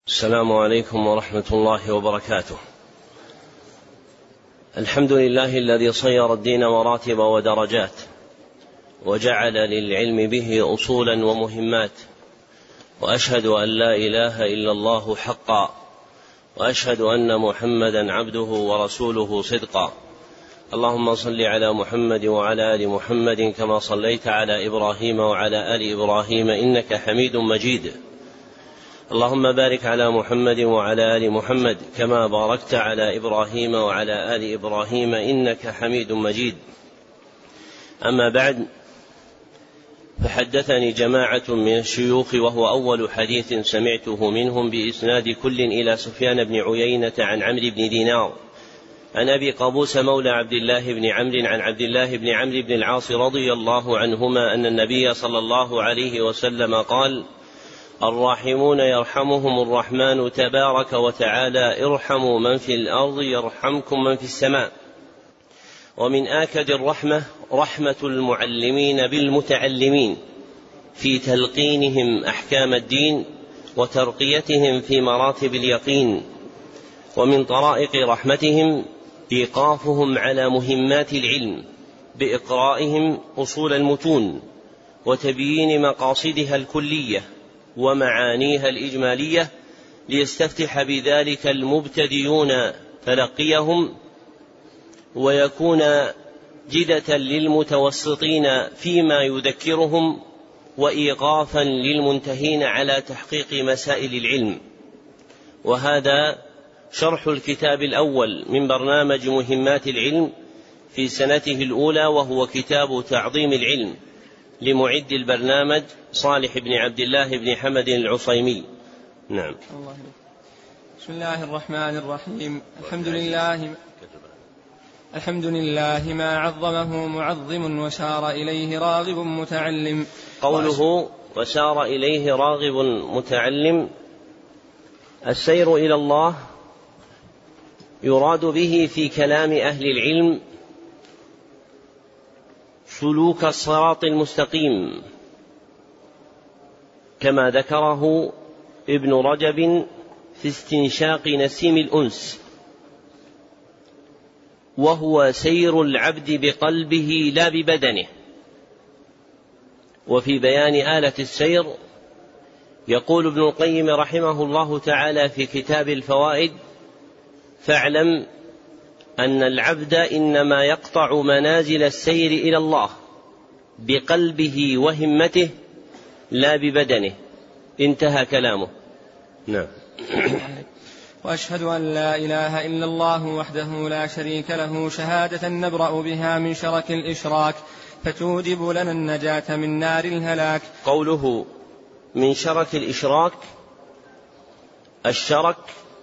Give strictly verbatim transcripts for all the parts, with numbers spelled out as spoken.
السلام عليكم ورحمة الله وبركاته. الحمد لله الذي صير الدين مراتب ودرجات، وجعل للعلم به أصولا ومهمات، وأشهد أن لا إله إلا الله حقا، وأشهد أن محمدا عبده ورسوله صدقا. اللهم صل على محمد وعلى آل محمد كما صليت على إبراهيم وعلى آل إبراهيم إنك حميد مجيد. اللهم بارك على محمد وعلى آل محمد كما باركت على إبراهيم وعلى آل إبراهيم إنك حميد مجيد. أما بعد، فحدثني جماعة من الشيوخ وهو أول حديث سمعته منهم بإسناد كل إلى سفيان بن عيينة عن عمرو بن دينار عن أبي قابوس مولى عبد الله بن عمرو عن عبد الله بن عمرو بن العاص رضي الله عنهما أن النبي صلى الله عليه وسلم قال: الراحمون يرحمهم الرحمن تبارك وتعالى، ارحموا من في الأرض يرحمكم من في السماء. ومن آكد الرحمة رحمة المعلمين بالمتعلمين في تلقينهم أحكام الدين وترقيتهم في مراتب اليقين. ومن طرائق رحمتهم إيقافهم على مهمات العلم بإقرائهم أصول المتون وتبيين مقاصدها الكلية ومعانيها الإجمالية، ليستفتح بذلك المبتدئون تلقيهم، ويكون جدة للمتوسطين فيما يذكرهم، وإيقافا للمنتهين على تحقيق مسائل العلم. وهذا شرح الكتاب الأول من برنامج مهمات العلم في سنته الأولى، وهو كتاب تعظيم العلم لمعد البرنامج صالح بن عبد الله بن حمد العصيمي. نعم. الله. بسم الله الرحمن الرحيم. الحمد لله الحمد لله ما عظمه معظم وسار إليه راغب متعلم. قوله وسار إليه راغب متعلم، السير إلى الله يراد به في كلام أهل العلم سلوك الصراط المستقيم، كما ذكره ابن رجب في استنشاق نسيم الأنس، وهو سير العبد بقلبه لا ببدنه. وفي بيان آلة السير يقول ابن القيم رحمه الله تعالى في كتاب الفوائد: فاعلم أن العبد إنما يقطع منازل السير إلى الله بقلبه وهمته لا ببدنه. انتهى كلامه. نعم. وأشهد أن لا إله إلا الله وحده لا شريك له شهادة نبرأ بها من شرك الإشراك، فتوجب لنا النجاة من نار الهلاك. قوله من شرك الإشراك، الشرك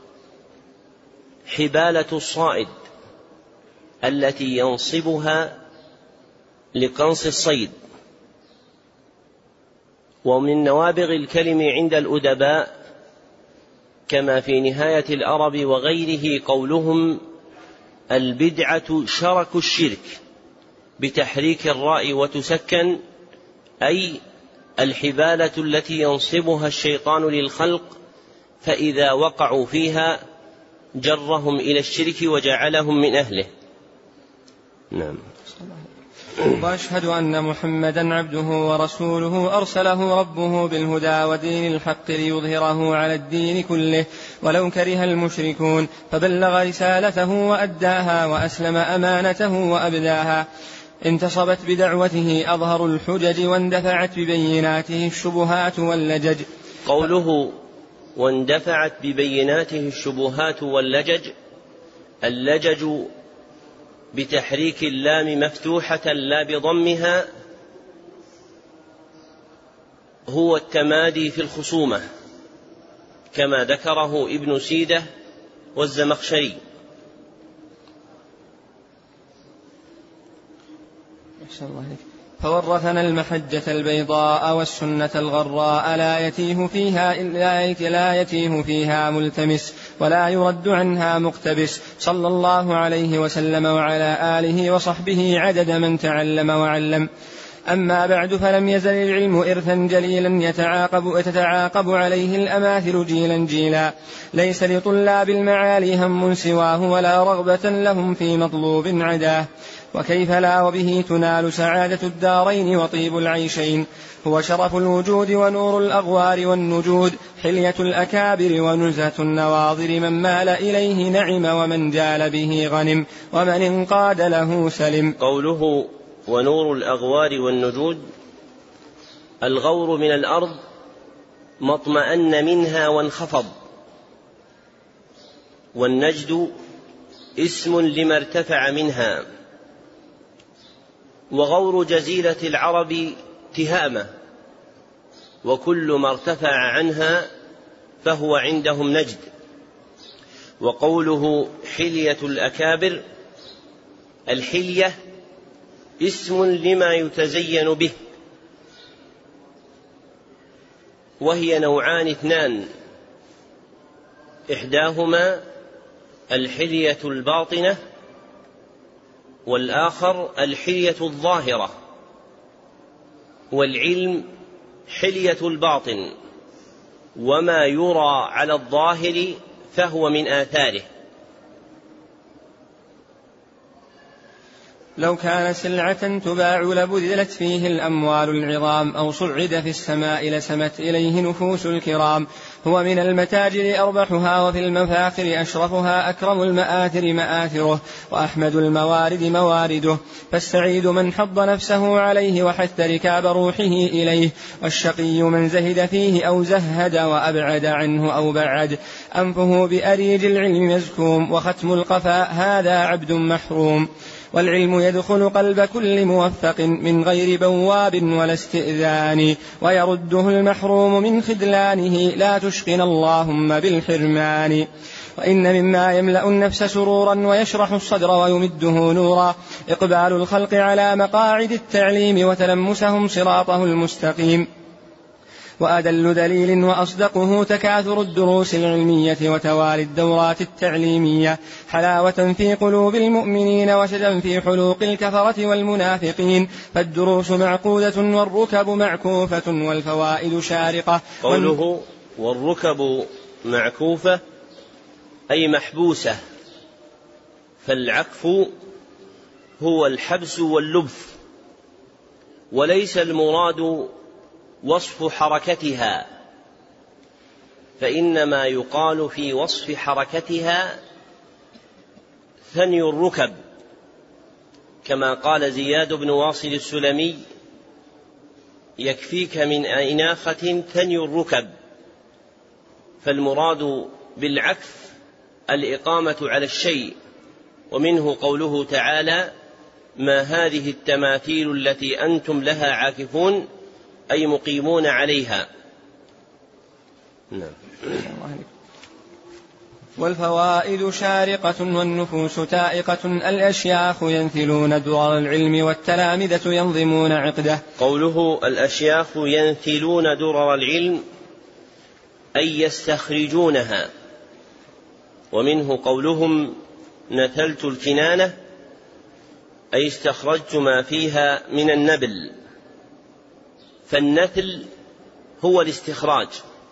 حبالة الصائد التي ينصبها لقنص الصيد. ومن نوابغ الكلم عند الأدباء كما في نهاية الأرب وغيره قولهم: البدعة شرك الشرك بتحريك الراء وتسكن، أي الحبالة التي ينصبها الشيطان للخلق، فإذا وقعوا فيها جرهم إلى الشرك وجعلهم من أهله. نعم. وأشهد أن محمدا عبده ورسوله أرسله ربه بالهدى ودين الحق ليظهره على الدين كله ولو كره المشركون، فبلغ رسالته وأداها وأسلم أمانته وأبداها. انتصبت بدعوته أظهر الحجج واندفعت ببيناته الشبهات واللجج. قوله واندفعت ببيناته الشبهات واللجج، اللجج بتحريك اللام مفتوحة لا بضمها هو التمادي في الخصومة، كما ذكره ابن سيدة والزمخشري. فورثنا المحجة البيضاء والسنة الغراء، لا يتيه فيها لا يتيه فيها ملتمس ولا يرد عنها مقتبس، صلى الله عليه وسلم وعلى آله وصحبه عدد من تعلم وعلم. أما بعد، فلم يزل العلم إرثا جليلا يتعاقب, يتعاقب عليه الأماثل جيلا جيلا، ليس لطلاب المعالي هم سواه ولا رغبة لهم في مطلوب عداه، وكيف لا وبه تنال سعادة الدارين وطيب العيشين. هو شرف الوجود ونور الأغوار والنجود، حلية الأكابر ونزهة النواظر، من مال إليه نعم ومن جال به غنم ومن انقاد له سلم. قوله ونور الأغوار والنجود، الغور من الأرض ما اطمأن منها وانخفض، والنجد اسم لما ارتفع منها، وغور جزيرة العرب تهامة، وكل ما ارتفع عنها فهو عندهم نجد. وقوله حلية الأكابر، الحلية اسم لما يتزين به، وهي نوعان اثنان، إحداهما الحلية الباطنة والآخر الحلية الظاهرة. والعلم حلية الباطن، وما يرى على الظاهر فهو من آثاره. لو كان سلعة تباع لبذلت فيه الأموال العظام، أو صعد في السماء لسمت إليه نفوس الكرام. هو من المتاجر أربحها، وفي المفاخر أشرفها، أكرم المآثر مآثره، وأحمد الموارد موارده. فالسعيد من حض نفسه عليه وحث ركاب روحه إليه، والشقي من زهد فيه أو زهد وأبعد عنه أو بعد. أنفه بأريج العلم مزكوم، وختم القفاء هذا عبد محروم. والعلم يدخل قلب كل موفق من غير بواب ولا استئذان، ويرده المحروم من خذلانه، لا تشقنا اللهم بالحرمان. وإن مما يملأ النفس سرورا ويشرح الصدر ويمده نورا، إقبال الخلق على مقاعد التعليم وتلمسهم صراطه المستقيم. وأدل دليل وأصدقه تكاثر الدروس العلمية وتوالي الدورات التعليمية، حلاوة في قلوب المؤمنين وشدا في حلوق الكفرة والمنافقين. فالدروس معقودة والركب معكوفة والفوائد شارقة. قوله والركب معكوفة أي محبوسة، فالعكف هو الحبس واللبث، وليس المراد وصف حركتها، فإنما يقال في وصف حركتها ثني الركب، كما قال زياد بن واصل السلمي: يكفيك من إناخة ثني الركب. فالمراد بالعكف الإقامة على الشيء. ومنه قوله تعالى: ما هذه التماثيل التي أنتم لها عاكفون، أي مقيمون عليها. نعم. والفوائد شارقة والنفوس تائقة، الأشياخ ينثلون درر العلم والتلامذة ينظمون عقده. قوله الأشياخ ينثلون درر العلم أي يستخرجونها. ومنه قولهم نثلت الكنانة أي استخرجت ما فيها من النبل. فالنثل هو الاستخراج.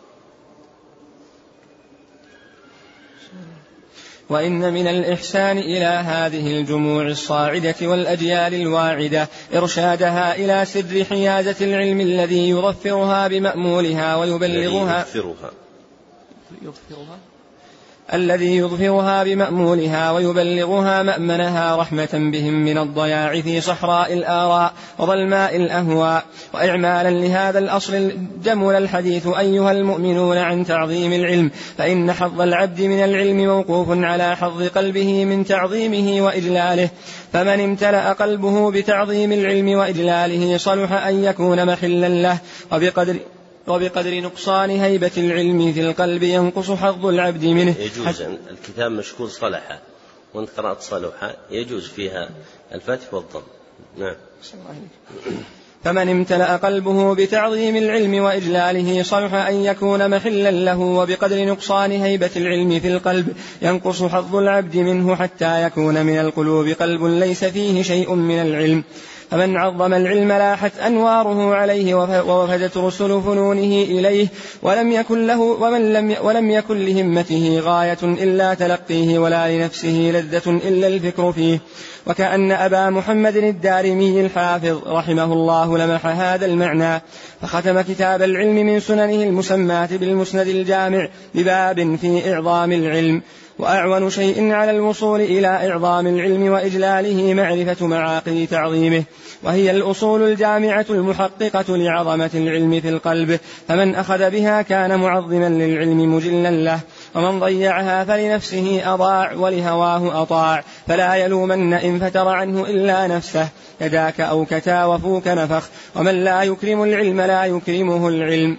وإن من الإحسان إلى هذه الجموع الصاعدة والأجيال الواعدة إرشادها إلى سر حيازة العلم الذي يظفرها بمأمولها ويبلغها يظفرها يظفرها الذي يظفرها بمأمولها ويبلغها مأمنها، رحمة بهم من الضياع في صحراء الآراء وظلماء الأهواء. وإعمالا لهذا الأصل جمل الحديث أيها المؤمنون عن تعظيم العلم، فإن حظ العبد من العلم موقوف على حظ قلبه من تعظيمه وإجلاله. فمن امتلأ قلبه بتعظيم العلم وإجلاله صلح أن يكون محلا له، وبقدر وبقدر نقصان هيبة العلم في القلب ينقص حظ العبد منه. يجوز الكتاب مشكور صلحة، وانت قرأت صلحة يجوز فيها الفتح والضم. نعم. فمن امتلأ قلبه بتعظيم العلم وإجلاله صلح أن يكون محلا له، وبقدر نقصان هيبة العلم في القلب ينقص حظ العبد منه، حتى يكون من القلوب قلب ليس فيه شيء من العلم. فمن عظم العلم لاحت أنواره عليه ووفدت رسل فنونه إليه، ولم يكن له ومن لم ولم يكن لهمته غاية إلا تلقيه، ولا لنفسه لذة إلا الفكر فيه. وكأن أبا محمد الدارمي الحافظ رحمه الله لمح هذا المعنى، فختم كتاب العلم من سننه المسماة بالمسند الجامع بباب في إعظام العلم. وأعون شيء على الوصول إلى إعظام العلم وإجلاله معرفة معاقد تعظيمه، وهي الأصول الجامعة المحققة لعظمة العلم في القلب، فمن أخذ بها كان معظما للعلم مجلا له، ومن ضيعها فلنفسه أضاع ولهواه أطاع، فلا يلومن إن فتر عنه إلا نفسه، يداك أو كتا وفوك نفخ، ومن لا يكرم العلم لا يكرمه العلم.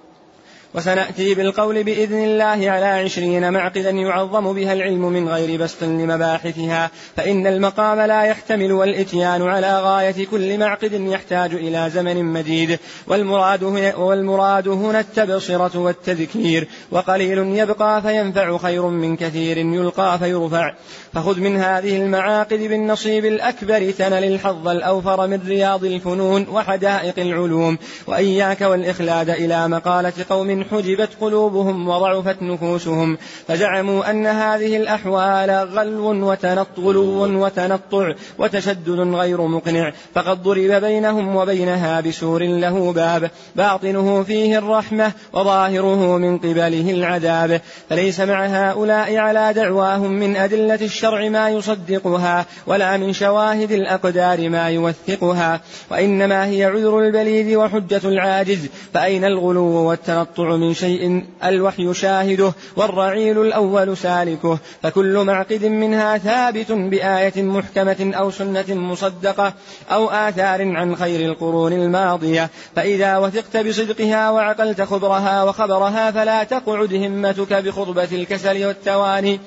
وسنأتي بالقول بإذن الله على عشرين معقدا يعظم بها العلم من غير بسط لمباحثها، فإن المقام لا يحتمل، والإتيان على غاية كل معقد يحتاج إلى زمن مديد، والمراد هنا, والمراد هنا التبصرة والتذكير، وقليل يبقى فينفع خير من كثير يلقى فيرفع. فخذ من هذه المعاقد بالنصيب الأكبر تنل الحظ الأوفر من رياض الفنون وحدائق العلوم، وإياك والإخلاد إلى مقالة قوم حجبت قلوبهم وضعفت نفوسهم، فزعموا أن هذه الأحوال غلو وتنطغل وتنطع وتشدد غير مقنع، فقد ضرب بينهم وبينها بسور له باب باطنه فيه الرحمة وظاهره من قبله العذاب. فليس مع هؤلاء على دعواهم من أدلة الشرع ما يصدقها، ولا من شواهد الأقدار ما يوثقها، وإنما هي عذر البليد وحجة العاجز. فأين الغلو والتنطع من شيء الوحي شاهده والرعيل الأول سالكه؟ فكل معقد منها ثابت بآية محكمة أو سنة مصدقة أو آثار عن خير القرون الماضية، فإذا وثقت بصدقها وعقلت خبرها وخبرها فلا تقعد همتك بخطبة الكسل والتواني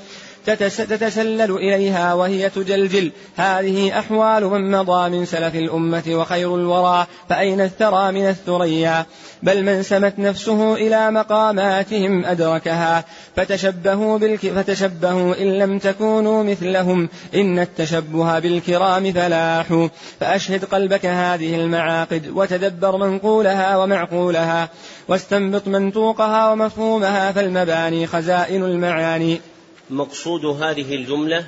تتسلل إليها وهي تجلجل. هذه أحوال من مضى من سلف الأمة وخير الورى، فأين الثرى من الثريا؟ بل من سمت نفسه إلى مقاماتهم أدركها، فتشبهوا, بالك... فتشبهوا إن لم تكونوا مثلهم، إن التشبه بالكرام فلاح. فأشهد قلبك هذه المعاقد وتدبر منقولها ومعقولها، واستنبط منطوقها ومفهومها، فالمباني خزائن المعاني. مقصود هذه الجملة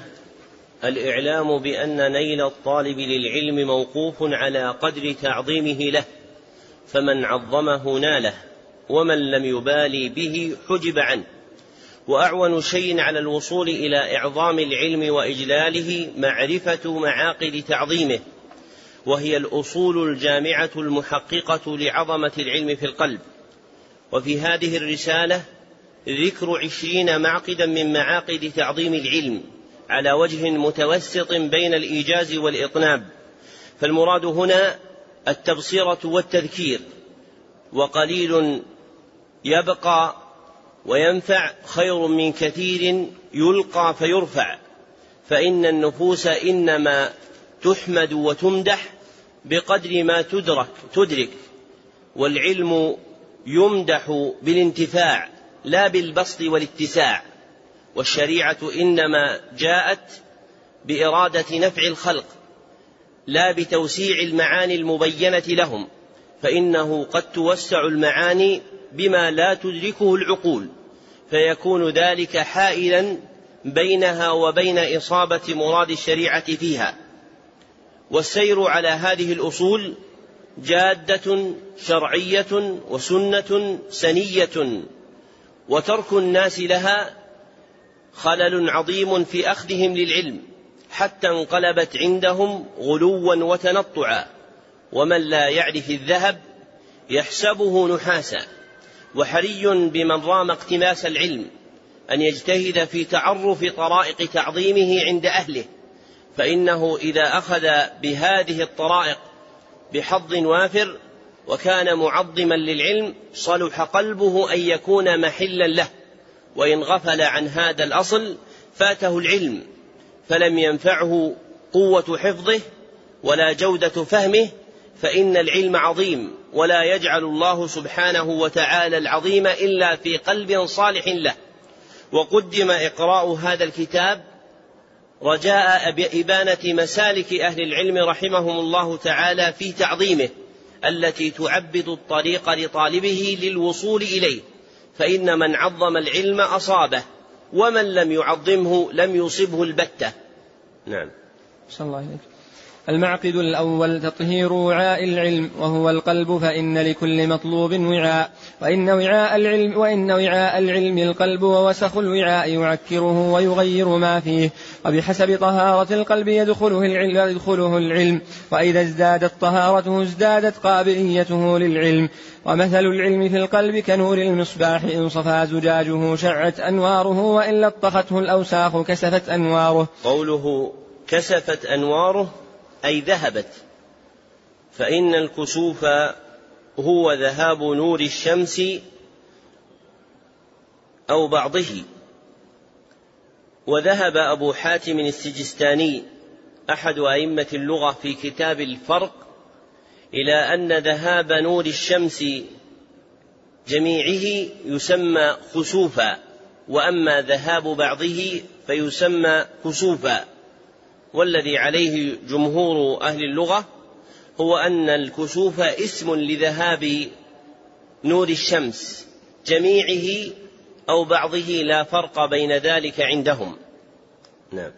الإعلام بأن نيل الطالب للعلم موقوف على قدر تعظيمه له، فمن عظمه ناله، ومن لم يبالي به حجب عنه. وأعون شيء على الوصول إلى إعظام العلم وإجلاله معرفة معاقد تعظيمه، وهي الأصول الجامعة المحققة لعظمة العلم في القلب. وفي هذه الرسالة ذكر عشرين معقدا من معاقد تعظيم العلم على وجه متوسط بين الإيجاز والإطناب، فالمراد هنا التبصرة والتذكير، وقليل يبقى وينفع خير من كثير يلقى فيرفع، فإن النفوس إنما تحمد وتمدح بقدر ما تدرك تدرك والعلم يمدح بالانتفاع لا بالبسط والاتساع، والشريعة إنما جاءت بإرادة نفع الخلق لا بتوسيع المعاني المبينة لهم، فإنه قد توسع المعاني بما لا تدركه العقول، فيكون ذلك حائلا بينها وبين إصابة مراد الشريعة فيها. والسير على هذه الأصول جادة شرعية وسنة سنية، وترك الناس لها خلل عظيم في أخذهم للعلم، حتى انقلبت عندهم غلوا وتنطعا. ومن لا يعرف الذهب يحسبه نحاسا. وحري بمن رام اقتباس العلم أن يجتهد في تعرف طرائق تعظيمه عند أهله، فإنه إذا أخذ بهذه الطرائق بحظ وافر وكان معظما للعلم صلح قلبه أن يكون محلا له، وإن غفل عن هذا الأصل فاته العلم فلم ينفعه قوة حفظه ولا جودة فهمه، فإن العلم عظيم، ولا يجعل الله سبحانه وتعالى العظيم إلا في قلب صالح له. وقدم إقراء هذا الكتاب رجاء إبانة مسالك أهل العلم رحمهم الله تعالى في تعظيمه، التي تعبد الطريق لطالبه للوصول إليه، فإن من عظم العلم أصابه، ومن لم يعظمه لم يصبه البتة. نعم. صلى الله عليه. المعقد الأول تطهير وعاء العلم، وهو القلب، فإن لكل مطلوب وعاء، وإن وعاء العلم وإن وعاء العلم القلب، ووسخ الوعاء يعكره ويغير ما فيه، وبحسب طهارة القلب يدخله العلم, يدخله العلم وإذا ازدادت طهارته ازدادت قابليته للعلم. ومثل العلم في القلب كنور المصباح، إن صفى زجاجه شعت أنواره، وإن لطخته الأوساخ كسفت أنواره. قوله كسفت أنواره أي ذهبت، فإن الكسوف هو ذهاب نور الشمس أو بعضه. وذهب أبو حاتم السجستاني أحد أئمة اللغة في كتاب الفرق إلى أن ذهاب نور الشمس جميعه يسمى خسوفا، وأما ذهاب بعضه فيسمى كسوفا. والذي عليه جمهور أهل اللغة هو أن الكسوف اسم لذهاب نور الشمس جميعه أو بعضه، لا فرق بين ذلك عندهم. نعم.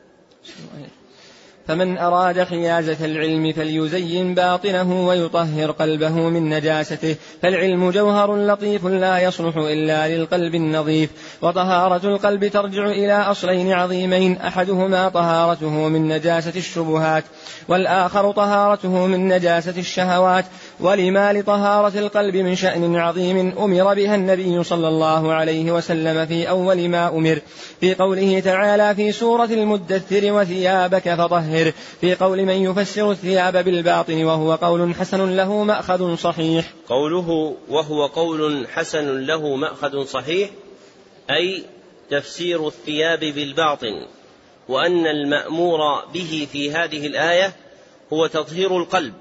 فمن أراد حيازة العلم فليزين باطنه ويطهر قلبه من نجاسته، فالعلم جوهر لطيف لا يصلح إلا للقلب النظيف. وطهارة القلب ترجع إلى أصلين عظيمين، أحدهما طهارته من نجاسة الشبهات، والآخر طهارته من نجاسة الشهوات. ولما لطهارة القلب من شأن عظيم أمر بها النبي صلى الله عليه وسلم في أول ما أمر، في قوله تعالى في سورة المدثر وثيابك فطهر، في قول من يفسر الثياب بالباطن، وهو قول حسن له مأخذ صحيح. قوله وهو قول حسن له مأخذ صحيح أي تفسير الثياب بالباطن، وأن المأمور به في هذه الآية هو تطهير القلب.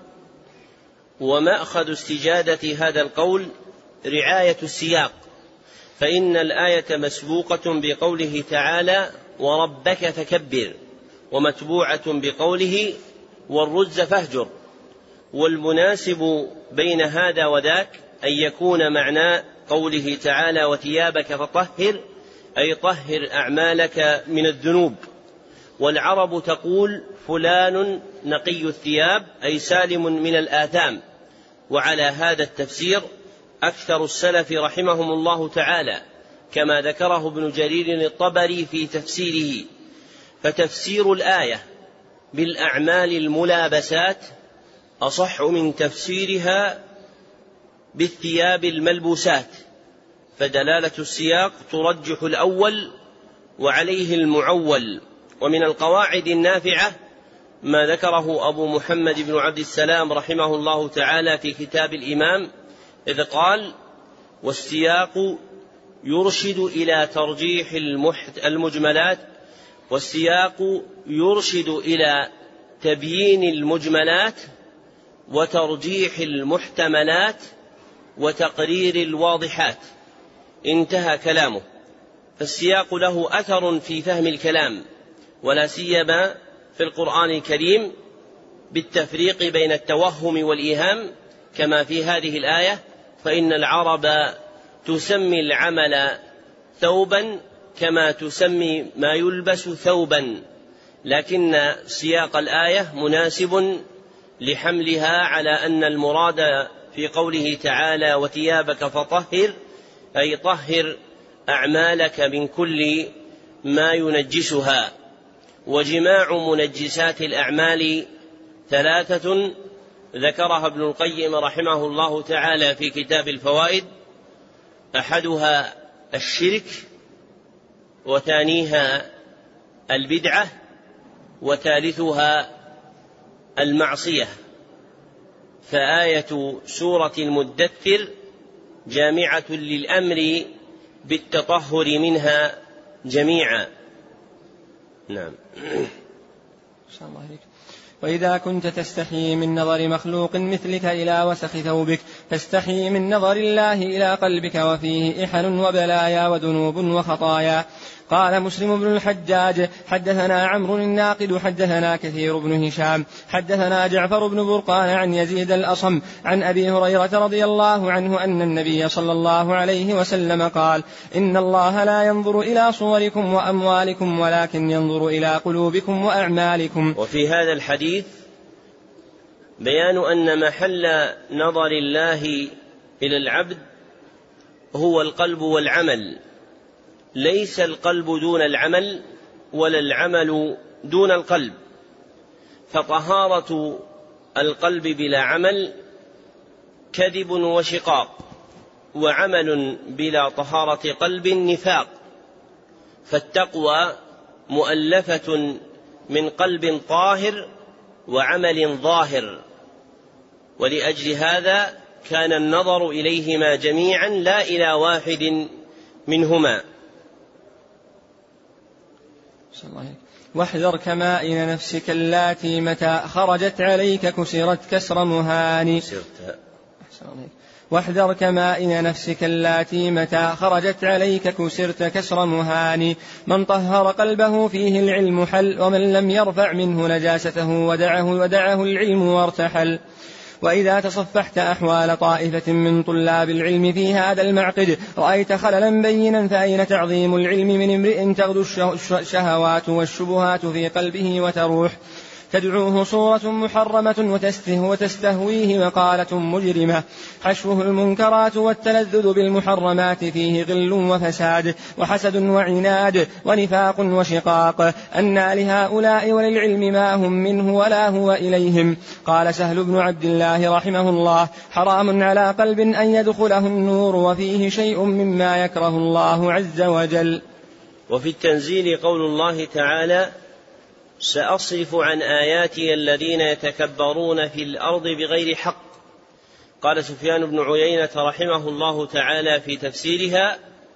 ومأخذ استجادة هذا القول رعاية السياق، فإن الآية مسبوقة بقوله تعالى وربك فكبر، ومتبوعة بقوله والرجز فاهجر. والمناسب بين هذا وذاك أن يكون معنى قوله تعالى وثيابك فطهر أي طهر أعمالك من الذنوب. والعرب تقول فلان نقي الثياب أي سالم من الآثام. وعلى هذا التفسير أكثر السلف رحمهم الله تعالى، كما ذكره ابن جرير الطبري في تفسيره. فتفسير الآية بالأعمال الملابسات أصح من تفسيرها بالثياب الملبوسات، فدلالة السياق ترجح الأول وعليه المعول. ومن القواعد النافعة ما ذكره أبو محمد بن عبد السلام رحمه الله تعالى في كتاب الإمام، إذ قال والسياق يرشد إلى ترجيح المجملات والسياق يرشد إلى تبيين المجملات وترجيح المحتملات وتقرير الواضحات. انتهى كلامه. فالسياق له أثر في فهم الكلام، ولا سيما في القرآن الكريم بالتفريق بين التوهم والإيهام، كما في هذه الآية فإن العرب تسمي العمل ثوبا كما تسمي ما يلبس ثوبا، لكن سياق الآية مناسب لحملها على أن المراد في قوله تعالى وثيابك فطهر أي طهر أعمالك من كل ما ينجسها. وجماع منجسات الأعمال ثلاثة ذكرها ابن القيم رحمه الله تعالى في كتاب الفوائد، أحدها الشرك، وثانيها البدعة، وثالثها المعصية. فآية سورة المدثر جامعة للأمر بالتطهر منها جميعا. نعم. شاء الله عليك. وإذا كنت تستحي من نظر مخلوق مثلك إلى وسخ ثوبك فاستحي من نظر الله إلى قلبك وفيه إحن وبلايا وذنوب وخطايا. قال مسلم بن الحجاج حدثنا عمرو الناقد حدثنا كثير بن هشام حدثنا جعفر بن برقان عن يزيد الأصم عن أبي هريرة رضي الله عنه أن النبي صلى الله عليه وسلم قال إن الله لا ينظر إلى صوركم وأموالكم ولكن ينظر إلى قلوبكم وأعمالكم. وفي هذا الحديث بيان أن محل نظر الله إلى العبد هو القلب والعمل، ليس القلب دون العمل ولا العمل دون القلب، فطهارة القلب بلا عمل كذب وشقاق، وعمل بلا طهارة قلب نفاق، فالتقوى مؤلفة من قلب طاهر وعمل ظاهر، ولأجل هذا كان النظر إليهما جميعا لا إلى واحد منهما. واحذر كمائن نفسك اللاتي متى خرجت عليك كسرت كسر مهان. واحذر كمائن نفسك اللاتي متى خرجت عليك كسرت كسر مهان. من طهر قلبه فيه العلم حل، ومن لم يرفع منه نجاسته ودعه, ودعه العلم وارتحل. وإذا تصفحت أحوال طائفة من طلاب العلم في هذا المعقد رأيت خللا بينا، فأين تعظيم العلم من امرئ تغدو الشهوات والشبهات في قلبه وتروح تدعوه صورة محرمة وتسته وتستهويه مقالة مجرمة، حشوه المنكرات والتلذذ بالمحرمات فيه غل وفساد وحسد وعناد ونفاق وشقاق، أنى لهؤلاء وللعلم ما هم منه ولا هو إليهم. قال سهل بن عبد الله رحمه الله حرام على قلب أن يدخله النور وفيه شيء مما يكره الله عز وجل. وفي التنزيل قول الله تعالى سأصرف عن آياتي الذين يتكبرون في الأرض بغير حق. قال سفيان بن عيينة رحمه الله تعالى في تفسيرها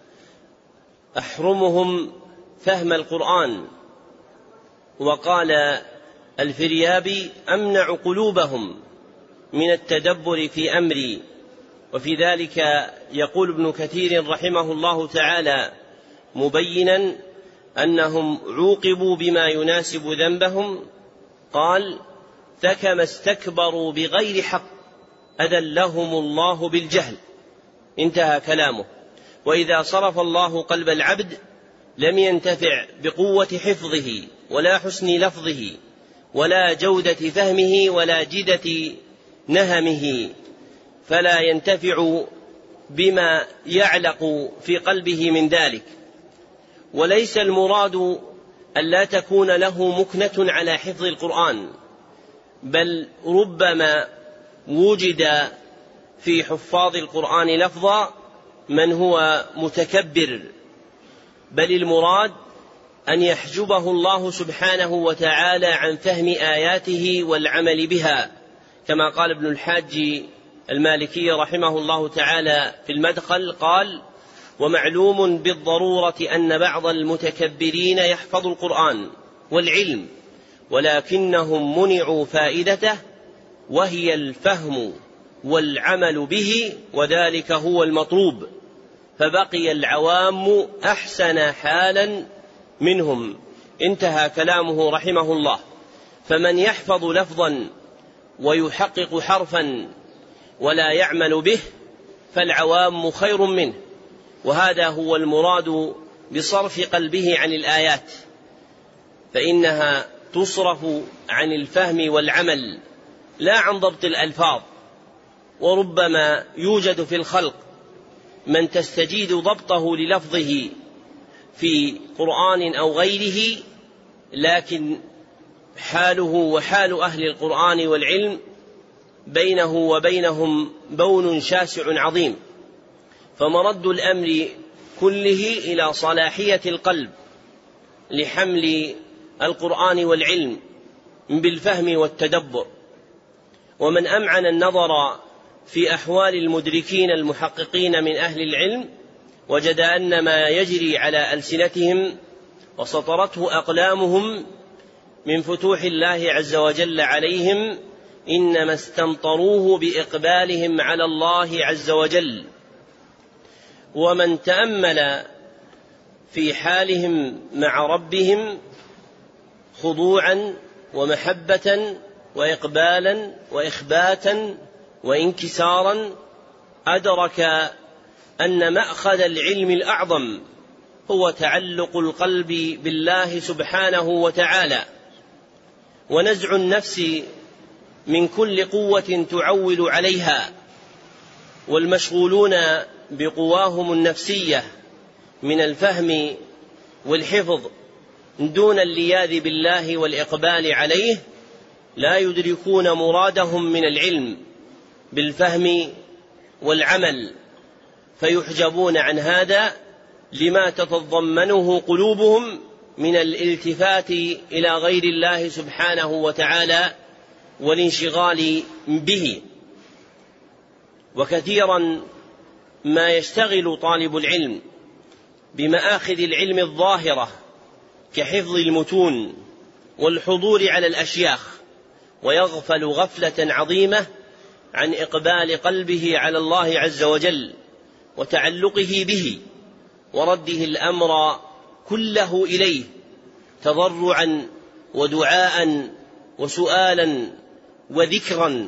أحرمهم فهم القرآن. وقال الفريابي أمنع قلوبهم من التدبر في أمري. وفي ذلك يقول ابن كثير رحمه الله تعالى مبينا أنهم عوقبوا بما يناسب ذنبهم، قال فكما استكبروا بغير حق أذلهم الله بالجهل. انتهى كلامه. وإذا صرف الله قلب العبد لم ينتفع بقوة حفظه ولا حسن لفظه ولا جودة فهمه ولا جدة نهمه، فلا ينتفع بما يعلق في قلبه من ذلك. وليس المراد أن لا تكون له مكنة على حفظ القرآن، بل ربما وجد في حفاظ القرآن لفظا من هو متكبر، بل المراد أن يحجبه الله سبحانه وتعالى عن فهم آياته والعمل بها، كما قال ابن الحاج المالكي رحمه الله تعالى في المدخل قال ومعلوم بالضرورة أن بعض المتكبرين يحفظ القرآن والعلم ولكنهم منعوا فائدته وهي الفهم والعمل به، وذلك هو المطلوب، فبقي العوام أحسن حالا منهم. انتهى كلامه رحمه الله. فمن يحفظ لفظا ويحقق حرفا ولا يعمل به فالعوام خير منه، وهذا هو المراد بصرف قلبه عن الآيات، فإنها تصرف عن الفهم والعمل لا عن ضبط الألفاظ. وربما يوجد في الخلق من تستجيد ضبطه للفظه في قرآن أو غيره، لكن حاله وحال أهل القرآن والعلم بينه وبينهم بون شاسع عظيم. فمرد الأمر كله إلى صلاحية القلب لحمل القرآن والعلم بالفهم والتدبر. ومن أمعن النظر في أحوال المدركين المحققين من أهل العلم وجد أن ما يجري على ألسنتهم وسطرته أقلامهم من فتوح الله عز وجل عليهم إنما استمطروه بإقبالهم على الله عز وجل. ومن تأمل في حالهم مع ربهم خضوعا ومحبة وإقبالا وإخباتا وانكسارا أدرك أن مأخذ العلم الأعظم هو تعلق القلب بالله سبحانه وتعالى، ونزع النفس من كل قوة تعول عليها، والمشغولون بقواهم النفسية من الفهم والحفظ دون اللياذ بالله والإقبال عليه لا يدركون مرادهم من العلم بالفهم والعمل، فيحجبون عن هذا لما تتضمنه قلوبهم من الالتفات إلى غير الله سبحانه وتعالى والانشغال به. وكثيرا ما يشتغل طالب العلم بمآخذ العلم الظاهرة كحفظ المتون والحضور على الأشياخ، ويغفل غفلة عظيمة عن إقبال قلبه على الله عز وجل وتعلقه به ورده الأمر كله إليه تضرعا ودعاء وسؤالا وذكرا،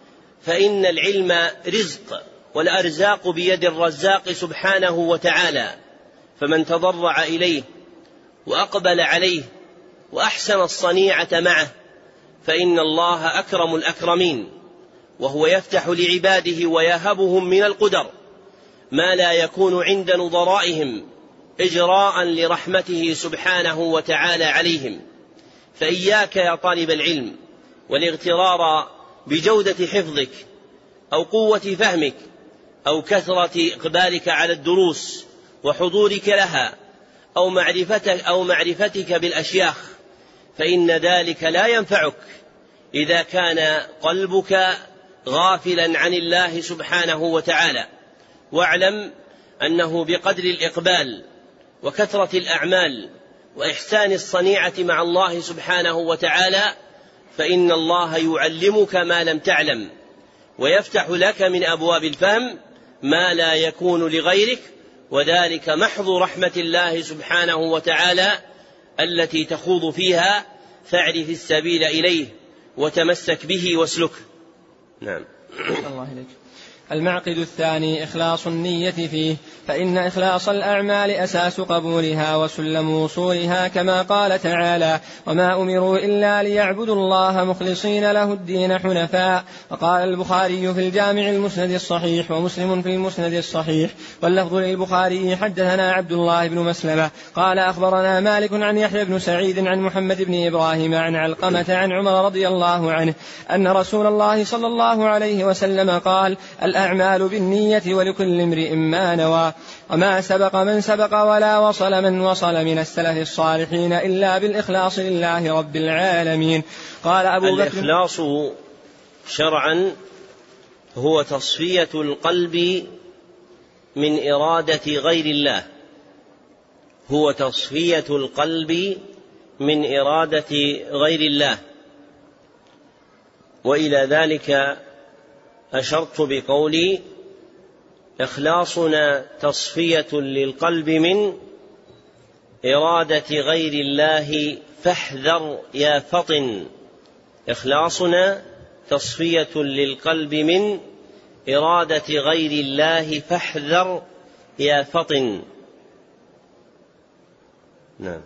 فإن العلم رزق والأرزاق بيد الرزاق سبحانه وتعالى، فمن تضرع إليه وأقبل عليه وأحسن الصنيعة معه فإن الله أكرم الأكرمين، وهو يفتح لعباده ويهبهم من القدر ما لا يكون عند نظرائهم إجراء لرحمته سبحانه وتعالى عليهم. فإياك يا طالب العلم والاغترار بجودة حفظك أو قوة فهمك أو كثرة إقبالك على الدروس وحضورك لها أو معرفتك, أو معرفتك بالأشياخ، فإن ذلك لا ينفعك إذا كان قلبك غافلا عن الله سبحانه وتعالى. واعلم أنه بقدر الإقبال وكثرة الأعمال وإحسان الصنيعة مع الله سبحانه وتعالى فإن الله يعلمك ما لم تعلم، ويفتح لك من أبواب الفهم ما لا يكون لغيرك، وذلك محض رحمة الله سبحانه وتعالى التي تخوض فيها، فاعرف السبيل إليه وتمسك به واسلكه. نعم. الله إليك. المعقد الثاني إخلاص النية فيه، فإن إخلاص الأعمال أساس قبولها وسلم وصولها، كما قال تعالى: وما أمروا إلا ليعبدوا الله مخلصين له الدين حنفاء. وقال البخاري في الجامع المسند الصحيح ومسلم في المسند الصحيح واللفظ للبخاري: حدثنا عبد الله بن مسلمة قال أخبرنا مالك عن يحيى بن سعيد عن محمد بن إبراهيم عن علقمة عن عمر رضي الله عنه أن رسول الله صلى الله عليه وسلم قال: الأعمال بالنية ولكل امرئ ما نوى، وما سبق من سبق ولا وصل من وصل من السلف الصالحين إلا بالإخلاص لله رب العالمين. قال أبو بكر: الإخلاص شرعا هو تصفية القلب من إرادة غير الله، هو تصفية القلب من إرادة غير الله. وإلى ذلك أشرت بقولي: إخلاصنا تصفية للقلب من إرادة غير الله فاحذر يا فطن. إخلاصنا تصفية للقلب من إرادة غير الله فاحذر يا فطن. نعم.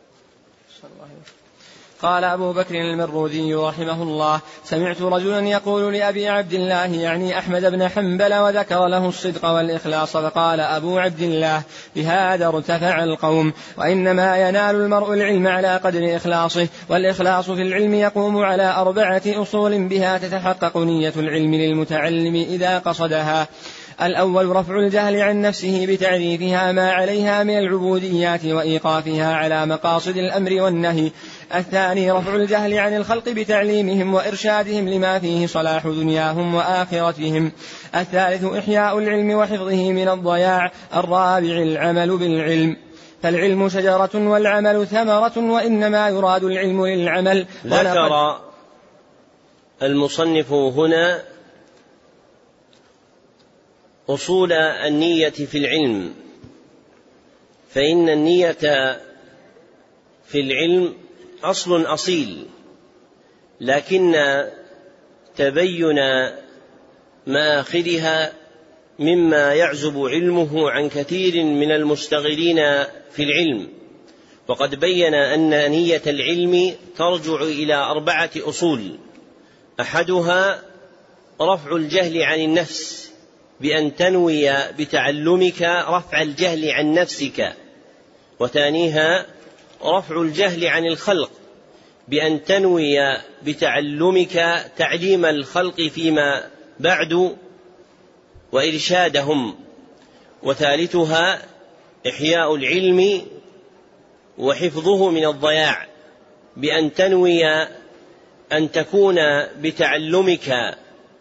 قال أبو بكر المروذي رحمه الله: سمعت رجلا يقول لأبي عبد الله يعني أحمد بن حنبل وذكر له الصدق والإخلاص، فقال أبو عبد الله: بهذا ارتفع القوم، وإنما ينال المرء العلم على قدر إخلاصه، والإخلاص في العلم يقوم على أربعة أصول بها تتحقق نية العلم للمتعلم إذا قصدها. الأول رفع الجهل عن نفسه بتعريفها ما عليها من العبوديات وإيقافها على مقاصد الأمر والنهي. الثاني رفع الجهل عن الخلق بتعليمهم وإرشادهم لما فيه صلاح دنياهم وآخرتهم. الثالث إحياء العلم وحفظه من الضياع. الرابع العمل بالعلم، فالعلم شجرة والعمل ثمرة، وإنما يراد العلم للعمل. ذكر المصنف هنا أصول النية في العلم، فإن النية في العلم أصل أصيل، لكن تبين مآخذها مما يعزب علمه عن كثير من المشتغلين في العلم. وقد بين أن نية العلم ترجع إلى أربعة أصول: أحدها رفع الجهل عن النفس، بأن تنوي بتعلمك رفع الجهل عن نفسك. وثانيها رفع الجهل عن الخلق، بأن تنوي بتعلمك تعليم الخلق فيما بعد وإرشادهم. وثالثها إحياء العلم وحفظه من الضياع، بأن تنوي أن تكون بتعلمك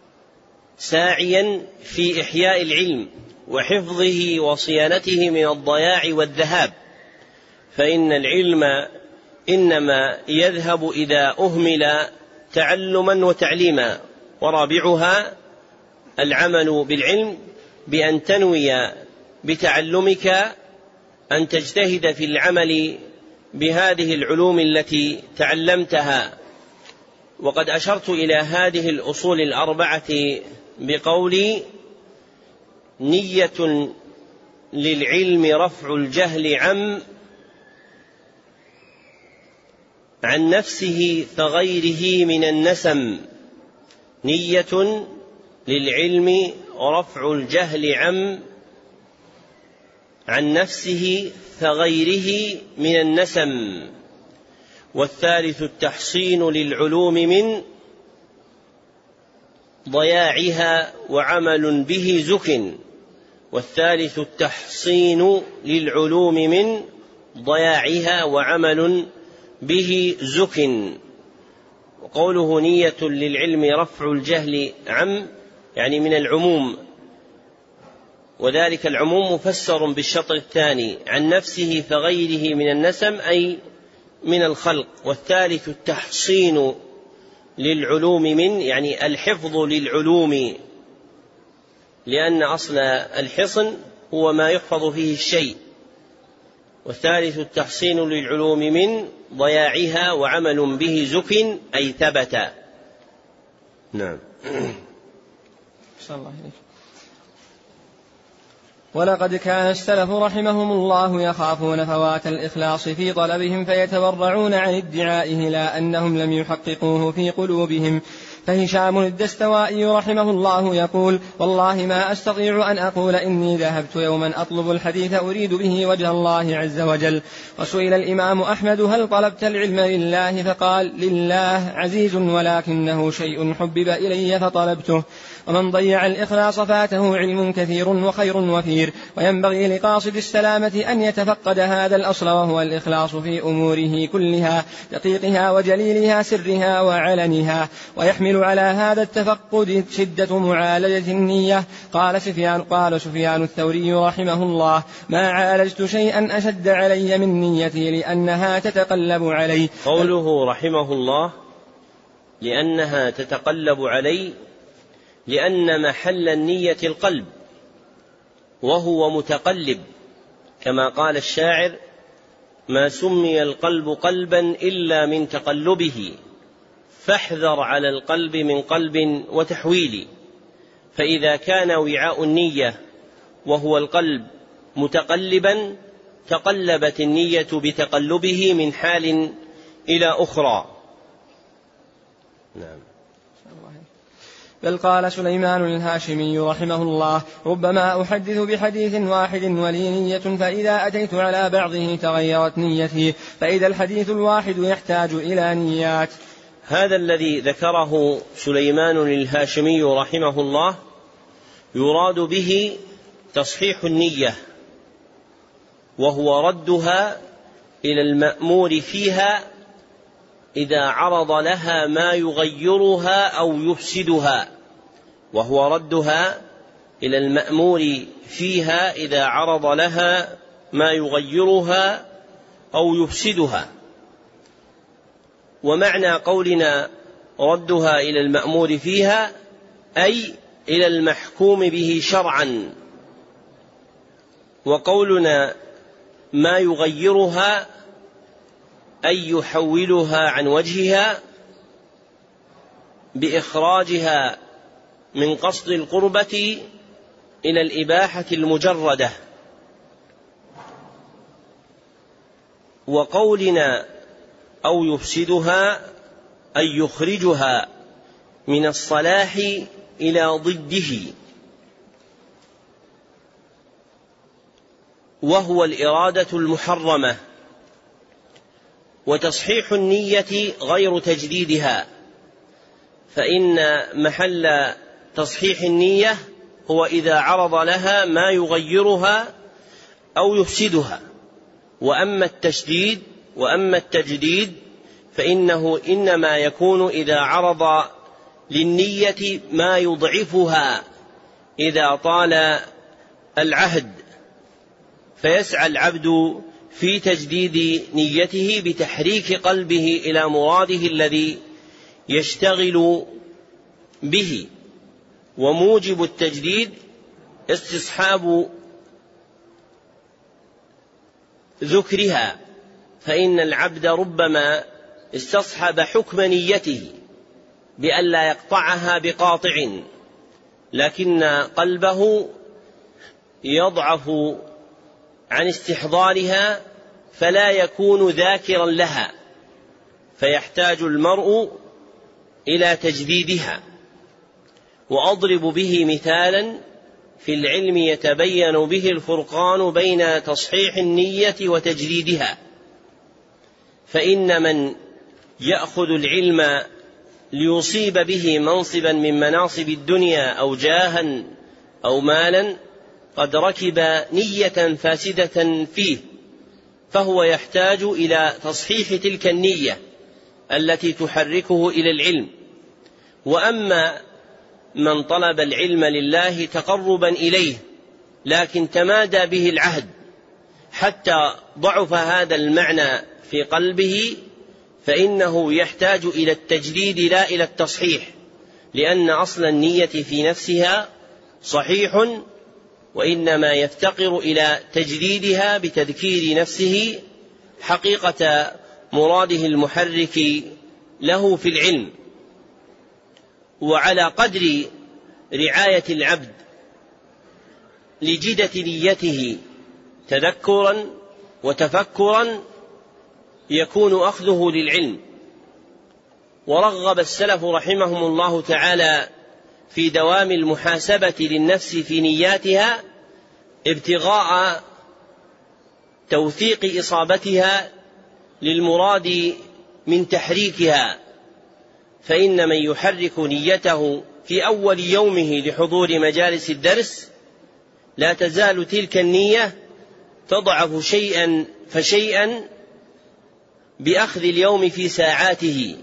ساعيا في إحياء العلم وحفظه وصيانته من الضياع والذهاب، فإن العلم إنما يذهب إذا أهمل تعلما وتعليما. ورابعها العمل بالعلم، بأن تنوي بتعلمك أن تجتهد في العمل بهذه العلوم التي تعلمتها. وقد أشرت إلى هذه الأصول الأربعة بقولي: نية للعلم رفع الجهل عن عن نفسه كغيره من النسم. نية للعلم رفع الجهل عن عن نفسه كغيره من النسم. والثالث التحصين للعلوم من ضياعها وعمل به زك. والثالث التحصين للعلوم من ضياعها وعمل به زك. وقوله نية للعلم رفع الجهل عن يعني من العموم، وذلك العموم مفسر بالشطر الثاني: عن نفسه فغيره من النسم أي من الخلق. والثالث التحصين للعلوم من يعني الحفظ للعلوم، لأن أصل الحصن هو ما يحفظ فيه الشيء. والثالث التحصين للعلوم من ضياعها وعمل به زك أي ثبت. نعم. صلى الله عليه. ولقد كان السلف رحمهم الله يخافون فوات الإخلاص في طلبهم فيتورعون عن ادعائه لا أنهم لم يحققوه في قلوبهم. فهشام الدستوائي رحمه الله يقول: والله ما أستطيع أن أقول إني ذهبت يوما أطلب الحديث أريد به وجه الله عز وجل. وسئل الإمام أحمد: هل طلبت العلم لله؟ فقال: لله عزيز ولكنه شيء حبب إلي فطلبته. ومن ضيع الإخلاص فاته علم كثير وخير وفير. وينبغي لقاصد السلامة أن يتفقد هذا الأصل، وهو الإخلاص في أموره كلها، دقيقها وجليلها، سرها وعلنها. ويحمل على هذا التفقد شدة معالجة النية. قال سفيان, قال سفيان الثوري رحمه الله: ما عالجت شيئا أشد علي من نيتي لأنها تتقلب علي. قوله رحمه الله لأنها تتقلب علي، لأن محل النية القلب وهو متقلب، كما قال الشاعر: ما سمي القلب قلبا إلا من تقلبه، فاحذر على القلب من قلب وتحويل. فإذا كان وعاء النية وهو القلب متقلبا تقلبت النية بتقلبه من حال إلى أخرى. نعم. بل قال سليمان الهاشمي رحمه الله: ربما أحدث بحديث واحد ولي نية، فإذا أتيت على بعضه تغيرت نيتي، فإذا الحديث الواحد يحتاج إلى نيات. هذا الذي ذكره سليمان الهاشمي رحمه الله يراد به تصحيح النية، وهو ردها إلى المأمور فيها إذا عرض لها ما يغيرها أو يفسدها، وهو ردها إلى المأمور فيها إذا عرض لها ما يغيرها أو يفسدها. ومعنى قولنا ردها إلى المأمور فيها أي إلى المحكوم به شرعا. وقولنا ما يغيرها أي يحولها عن وجهها بإخراجها من قصد القربة إلى الإباحة المجردة. وقولنا أو يفسدها أي يخرجها من الصلاح إلى ضده، وهو الإرادة المحرمة. وتصحيح النية غير تجديدها، فإن محل تصحيح النية هو إذا عرض لها ما يغيرها أو يفسدها. وأما التشديد وأما التجديد فإنه إنما يكون إذا عرض للنية ما يضعفها إذا طال العهد، فيسعى العبد في تجديد نيته بتحريك قلبه إلى مراده الذي يشتغل به. وموجب التجديد استصحاب ذكرها، فإن العبد ربما استصحب حكم نيته بأن لا يقطعها بقاطع، لكن قلبه يضعف عن استحضارها فلا يكون ذاكرا لها، فيحتاج المرء إلى تجديدها. وأضرب به مثالا في العلم يتبين به الفرقان بين تصحيح النية وتجديدها. فإن من يأخذ العلم ليصيب به منصبا من مناصب الدنيا أو جاها أو مالا قد ركب نية فاسدة فيه، فهو يحتاج إلى تصحيح تلك النية التي تحركه إلى العلم. وأما من طلب العلم لله تقربا إليه لكن تمادى به العهد حتى ضعف هذا المعنى في قلبه، فإنه يحتاج إلى التجديد لا إلى التصحيح، لأن أصل النية في نفسها صحيح، وإنما يفتقر إلى تجديدها بتذكير نفسه حقيقة مراده المحرك له في العلم. وعلى قدر رعاية العبد لجدة نيته تذكرا وتفكرا يكون أخذه للعلم. ورغب السلف رحمهم الله تعالى في دوام المحاسبة للنفس في نياتها ابتغاء توثيق إصابتها للمراد من تحريكها. فإن من يحرك نيته في أول يومه لحضور مجالس الدرس لا تزال تلك النية تضعف شيئا فشيئا بأخذ اليوم في ساعاته،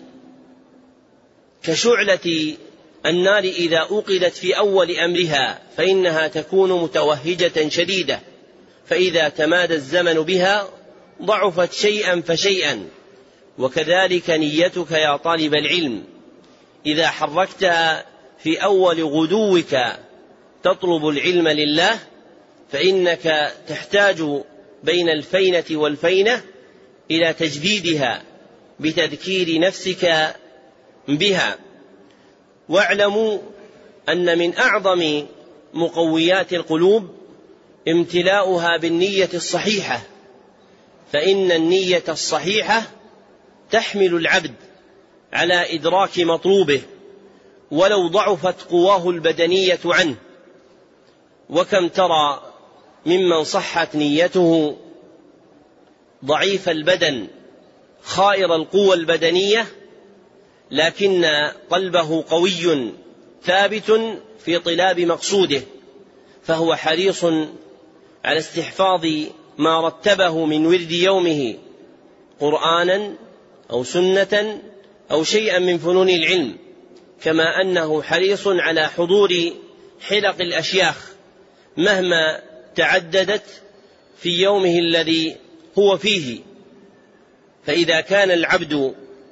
كشعلة النار إذا أوقدت في أول أمرها فإنها تكون متوهجة شديدة، فإذا تمادى الزمن بها ضعفت شيئا فشيئا. وكذلك نيتك يا طالب العلم إذا حركتها في أول غدوك تطلب العلم لله فإنك تحتاج بين الفينة والفينة إلى تجديدها بتذكير نفسك بها. واعلموا أن من أعظم مقويات القلوب امتلاؤها بالنية الصحيحة، فإن النية الصحيحة تحمل العبد على إدراك مطلوبه ولو ضعفت قواه البدنية عنه. وكم ترى ممن صحت نيته ضعيف البدن خائر القوى البدنية لكن قلبه قوي ثابت في طلاب مقصوده، فهو حريص على استحفاظ ما رتبه من ورد يومه قرآنا أو سنة أو شيئا من فنون العلم، كما أنه حريص على حضور حلق الأشياخ مهما تعددت في يومه الذي هو فيه. فإذا كان العبد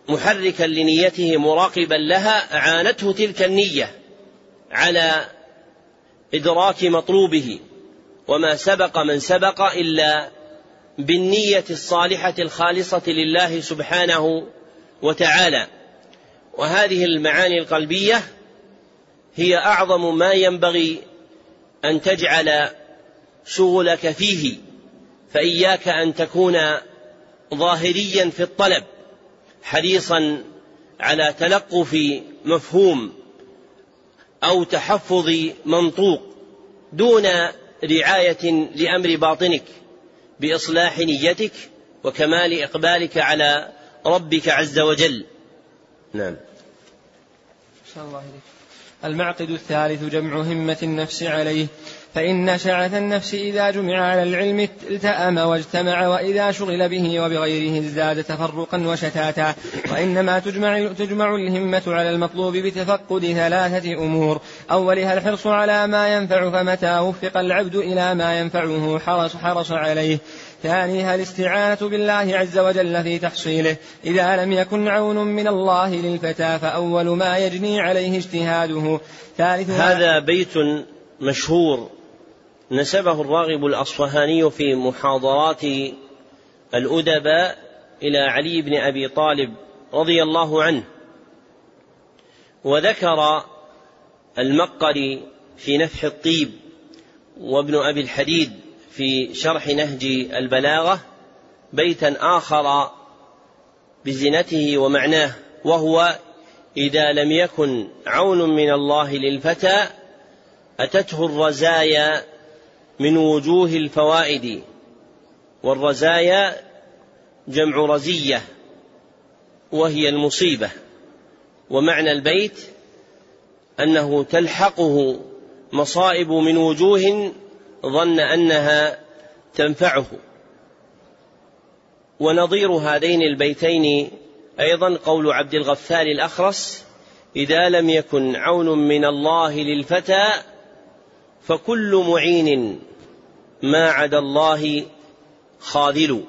محركا لنيته مراقبا لها أعانته تلك النية على إدراك مطلوبه، وما سبق من سبق إلا بالنية الصالحة الخالصة لله سبحانه وتعالى. وهذه المعاني القلبية هي أعظم ما ينبغي أن تجعل شغلك فيه، فإياك أن تكون ظاهريا في الطلب حريصا على تلقف مفهوم أو تحفظ منطوق دون رعاية لأمر باطنك بإصلاح نيتك وكمال إقبالك على ربك عز وجل. نعم. المعقد الثالث جمع همة النفس عليه، فإن شعث النفس إذا جمع على العلم التأم واجتمع، وإذا شغل به وبغيره ازداد تفرقا وشتاتا. وإنما تجمع, تجمع الهمة على المطلوب بتفقد ثلاثة أمور: أولها الحرص على ما ينفع، فمتى وفق العبد إلى ما ينفعه حرص, حرص عليه. ثانيها الاستعانة بالله عز وجل في تحصيله، إذا لم يكن عون من الله للفتى فأول ما يجني عليه اجتهاده. ثالثها هذا بيت مشهور نسبه الراغب الأصفهاني في محاضرات الأدباء إلى علي بن أبي طالب رضي الله عنه، وذكر المقري في نفح الطيب وابن أبي الحديد في شرح نهج البلاغة بيتا آخر بزنته ومعناه، وهو: إذا لم يكن عون من الله للفتى أتته الرزايا من وجوه الفوائد. والرزايا جمع رزية وهي المصيبة. ومعنى البيت أنه تلحقه مصائب من وجوه ظن أنها تنفعه. ونظير هذين البيتين أيضا قول عبد الغفار الأخرس: إذا لم يكن عون من الله للفتى فكل معين ما عدا الله خاذل.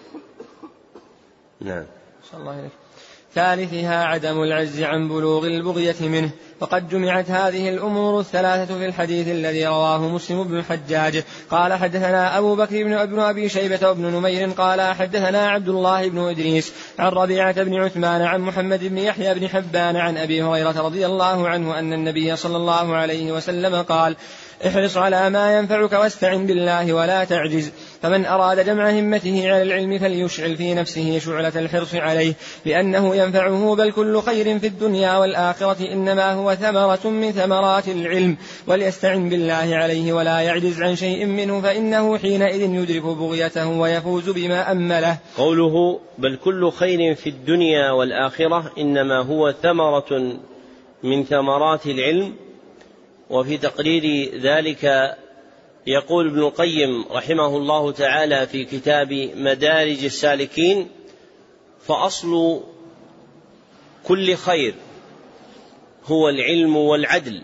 نعم. ثالثها عدم العجز عن بلوغ البغية منه، وقد جمعت هذه الأمور الثلاثة في الحديث الذي رواه مسلم بن الحجاج قال: حدثنا أبو بكر بن ابن أبي شيبة وابن نمير قال: حدثنا عبد الله بن إدريس عن ربيعة بن عثمان عن محمد بن يحيى بن حبان عن أبي هريرة رضي الله عنه أن النبي صلى الله عليه وسلم قال: احرص على ما ينفعك واستعن بالله ولا تعجز. فمن أراد جمع همته على العلم فليشعل في نفسه شعلة الحرص عليه، لأنه ينفعه، بل كل خير في الدنيا والآخرة إنما هو ثمرة من ثمرات العلم، وليستعن بالله عليه ولا يعجز عن شيء منه، فإنه حينئذ يدرك بغيته ويفوز بما أمله. قوله بل كل خير في الدنيا والآخرة إنما هو ثمرة من ثمرات العلم. وفي تقرير ذلك يقول ابن القيم رحمه الله تعالى في كتاب مدارج السالكين: فأصل كل خير هو العلم والعدل.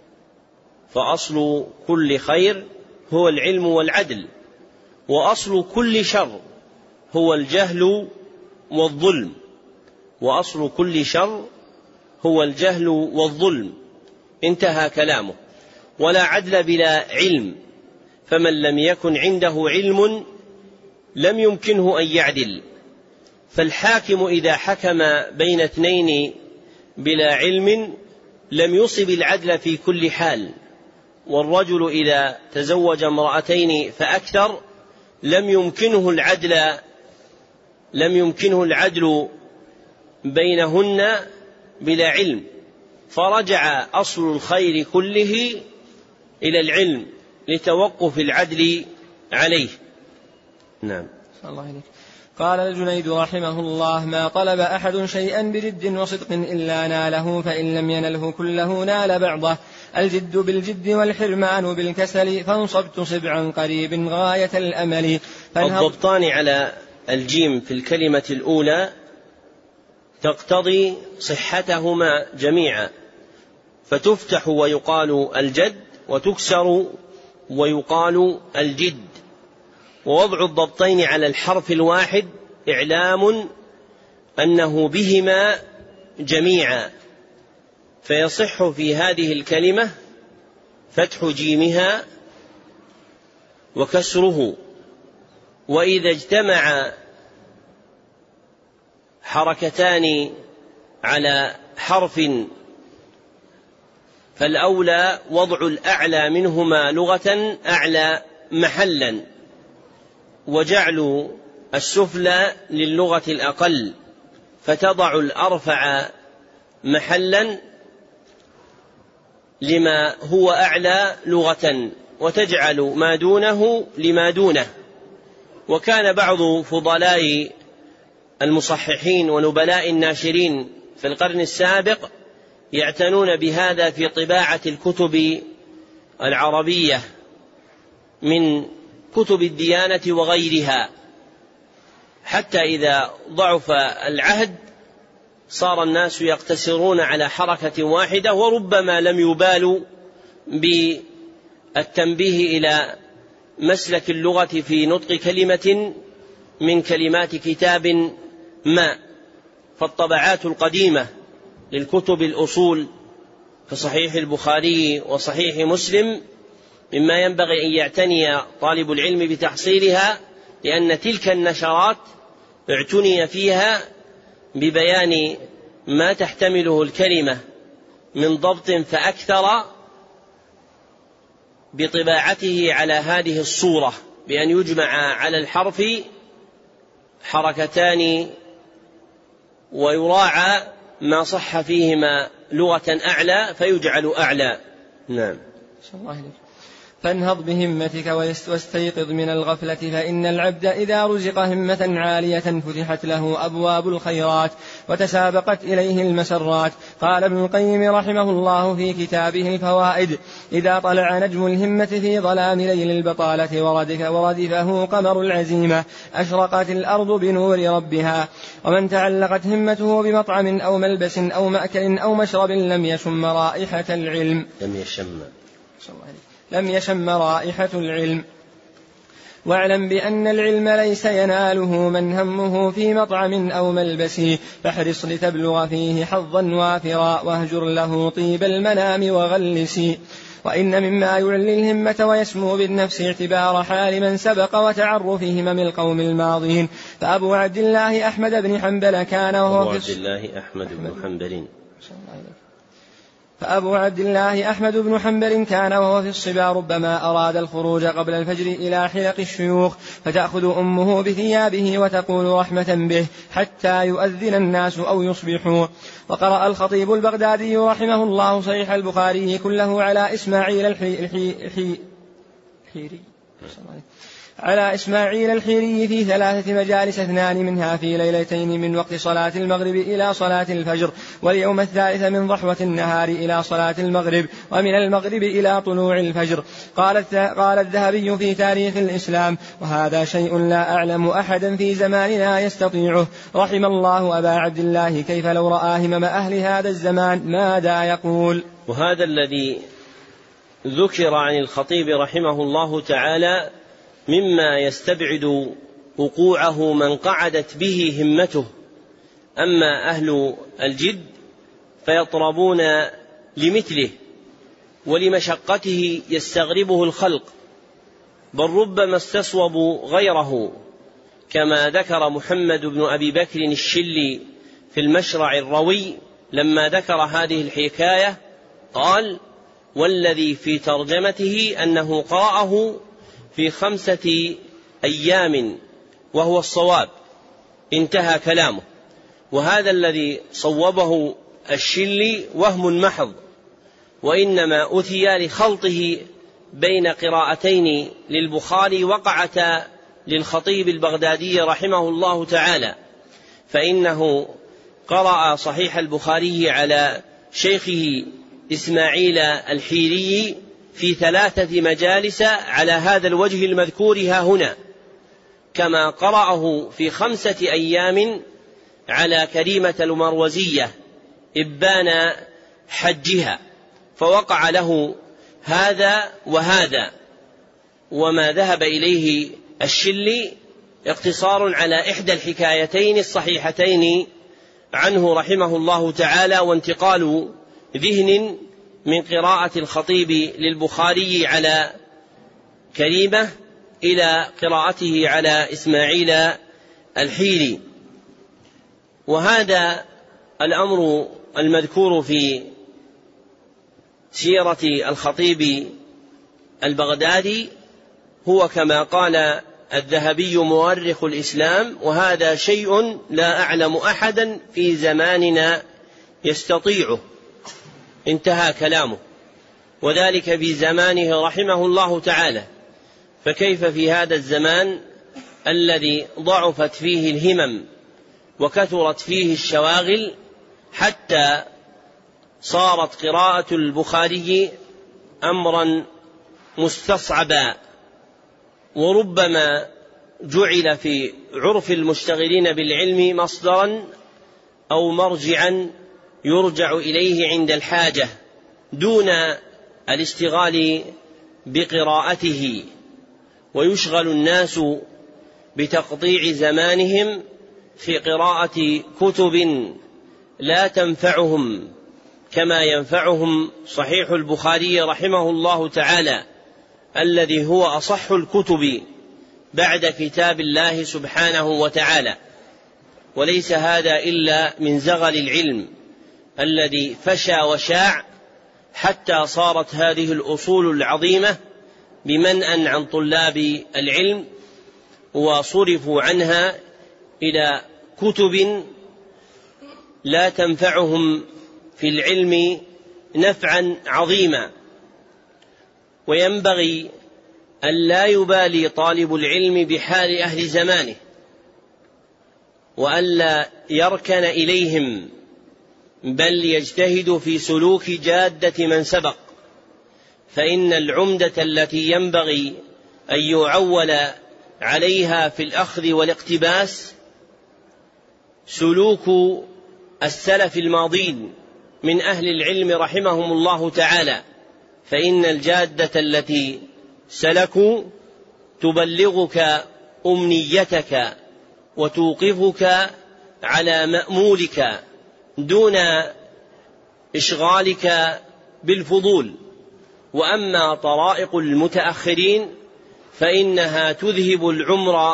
فأصل كل خير هو العلم والعدل، وأصل كل شر هو الجهل والظلم. وأصل كل شر هو الجهل والظلم. انتهى كلامه. ولا عدل بلا علم، فمن لم يكن عنده علم لم يمكنه أن يعدل. فالحاكم إذا حكم بين اثنين بلا علم لم يصب العدل في كل حال. والرجل إذا تزوج امرأتين فأكثر لم يمكنه العدل لم يمكنه العدل بينهن بلا علم. فرجع أصل الخير كله إلى العلم لتوقف العدل عليه. نعم. قال الجنيد رحمه الله: ما طلب أحد شيئا بجد وصدق إلا ناله، فإن لم ينله كله نال بعضه. الجد بالجد والحرمان بالكسل، فانصب تصب عن قريب غاية الأمل. الضبطان على الجيم في الكلمة الأولى تقتضي صحتهما جميعا، فتفتح ويقال الجد، وتكسر ويقال الجد. ووضع الضبطين على الحرف الواحد إعلام أنه بهما جميعا، فيصح في هذه الكلمة فتح جيمها وكسره. وإذا اجتمع حركتان على حرف فالأولى وضع الأعلى منهما لغة أعلى محلا، وجعل السفلى للغة الأقل، فتضع الأرفع محلا لما هو أعلى لغة، وتجعل ما دونه لما دونه. وكان بعض فضلاء المصححين ونبلاء الناشرين في القرن السابق يعتنون بهذا في طباعة الكتب العربية من كتب الديانة وغيرها، حتى إذا ضعف العهد صار الناس يقتصرون على حركة واحدة، وربما لم يبالوا بالتنبيه إلى مسلك اللغة في نطق كلمة من كلمات كتاب ما. فالطبعات القديمة للكتب الأصول كصحيح البخاري وصحيح مسلم مما ينبغي أن يعتني طالب العلم بتحصيلها، لأن تلك النشرات اعتني فيها ببيان ما تحتمله الكلمة من ضبط فأكثر بطباعته على هذه الصورة، بأن يجمع على الحرف حركتان ويراعى ما صح فيهما لغة أعلى فيجعل أعلى. نعم. فانهض بهمتك واستيقظ من الغفلة، فإن العبد إذا رزق همة عالية فتحت له أبواب الخيرات وتسابقت إليه المسرات. قال ابن القيم رحمه الله في كتابه الفوائد: إذا طلع نجم الهمة في ظلام ليل البطالة وردف وردفه قمر العزيمة أشرقت الأرض بنور ربها. ومن تعلقت همته بمطعم أو ملبس أو مأكل أو مشرب لم يشم رائحة العلم لم يشم لم يشم رائحة العلم. واعلم بأن العلم ليس يناله من همه في مطعم أو ملبس، فاحرص لتبلغ فيه حظا وافرا واهجر له طيب المنام وغلس. وإن مما يعلي الهمة ويسمو بالنفس اعتبار حال من سبق وتعرف همم القوم الماضين. فأبو عبد الله أحمد بن حنبل كان وهو أبو عبد الله أحمد بن حنبل فأبو عبد الله أحمد بن حنبل كان وهو في الصبا ربما أراد الخروج قبل الفجر إلى حلق الشيوخ، فتأخذ أمه بثيابه وتقول رحمة به حتى يؤذن الناس أو يصبحوا. وقرأ الخطيب البغدادي رحمه الله صحيح البخاري كله على إسماعيل الحيري على إسماعيل الحيري في ثلاثة مجالس، اثنان منها في ليلتين من وقت صلاة المغرب إلى صلاة الفجر، واليوم الثالث من ضحوة النهار إلى صلاة المغرب، ومن المغرب إلى طلوع الفجر. قال قال الذهبي في تاريخ الإسلام: وهذا شيء لا أعلم أحدا في زماننا يستطيعه. رحم الله أبا عبد الله، كيف لو رأى همم أهل هذا الزمان ماذا يقول. وهذا الذي ذكر عن الخطيب رحمه الله تعالى مما يستبعد وقوعه من قعدت به همته. أما أهل الجد فيطربون لمثله ولمشقته يستغربه الخلق، بل ربما استصوبوا غيره، كما ذكر محمد بن أبي بكر الشلي في المشرع الروي لما ذكر هذه الحكاية قال: والذي في ترجمته أنه قرأه في خمسة أيام وهو الصواب، انتهى كلامه. وهذا الذي صوبه الشلي وهم محض، وإنما أتي لخلطه بين قراءتين للبخاري وقعتا للخطيب البغدادي رحمه الله تعالى، فإنه قرأ صحيح البخاري على شيخه إسماعيل الحيري في ثلاثة مجالس على هذا الوجه المذكور ها هنا، كما قرأه في خمسة أيام على كريمة المروزية إبان حجها، فوقع له هذا وهذا. وما ذهب إليه الشلي اقتصار على إحدى الحكايتين الصحيحتين عنه رحمه الله تعالى وانتقال ذهن من قراءة الخطيب للبخاري على كريمة إلى قراءته على إسماعيل الحيري. وهذا الأمر المذكور في سيرة الخطيب البغدادي هو كما قال الذهبي مؤرخ الإسلام: وهذا شيء لا أعلم أحدا في زماننا يستطيعه. انتهى كلامه، وذلك في زمانه رحمه الله تعالى. فكيف في هذا الزمان الذي ضعفت فيه الهمم وكثرت فيه الشواغل حتى صارت قراءة البخاري أمرا مستصعبا، وربما جعل في عرف المشتغلين بالعلم مصدرا أو مرجعا يرجع إليه عند الحاجة دون الاشتغال بقراءته، ويشغل الناس بتقطيع زمانهم في قراءة كتب لا تنفعهم كما ينفعهم صحيح البخاري رحمه الله تعالى، الذي هو أصح الكتب بعد كتاب الله سبحانه وتعالى. وليس هذا إلا من زغل العلم الذي فشى وشاع حتى صارت هذه الأصول العظيمة بمنأ عن طلاب العلم، وصرفوا عنها إلى كتب لا تنفعهم في العلم نفعا عظيما. وينبغي أن لا يبالي طالب العلم بحال أهل زمانه، وألا يركن إليهم، بل يجتهد في سلوك جادة من سبق. فإن العمدة التي ينبغي أن يعول عليها في الأخذ والاقتباس سلوك السلف الماضين من أهل العلم رحمهم الله تعالى، فإن الجادة التي سلكوا تبلغك أمنيتك وتوقفك على مأمولك دون إشغالك بالفضول. وأما طرائق المتأخرين فإنها تذهب العمر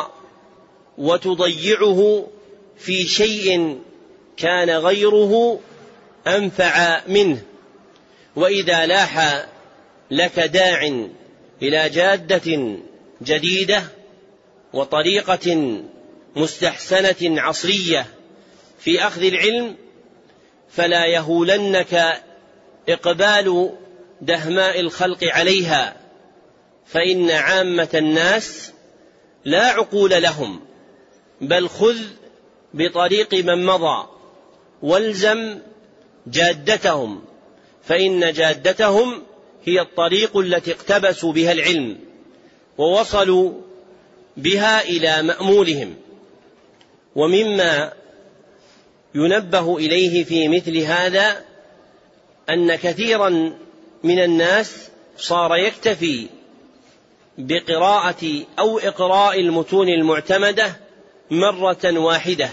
وتضيعه في شيء كان غيره أنفع منه. وإذا لاح لك داع إلى جادة جديدة وطريقة مستحسنة عصرية في أخذ العلم فلا يهولنك إقبال دهماء الخلق عليها، فإن عامة الناس لا عقول لهم، بل خذ بطريق من مضى والزم جادتهم، فإن جادتهم هي الطريق التي اقتبسوا بها العلم ووصلوا بها إلى مأمولهم. ومما ينبه إليه في مثل هذا أن كثيرا من الناس صار يكتفي بقراءة أو إقراء المتون المعتمدة مرة واحدة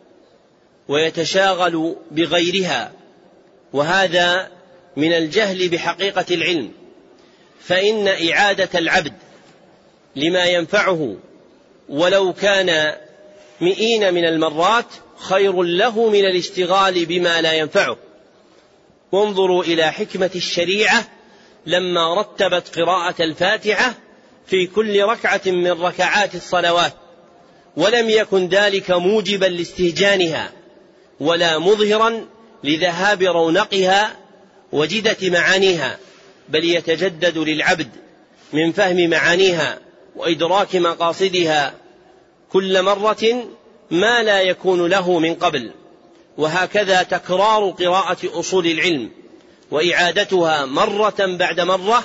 ويتشاغل بغيرها، وهذا من الجهل بحقيقة العلم. فإن إعادة العبد لما ينفعه ولو كان مئين من المرات خير له من الاشتغال بما لا ينفعه. وانظروا إلى حكمة الشريعة لما رتبت قراءة الفاتحة في كل ركعة من ركعات الصلوات، ولم يكن ذلك موجبا لاستهجانها ولا مظهرا لذهاب رونقها وجدة معانيها، بل يتجدد للعبد من فهم معانيها وإدراك مقاصدها كل مرة ما لا يكون له من قبل. وهكذا تكرار قراءة أصول العلم وإعادتها مرة بعد مرة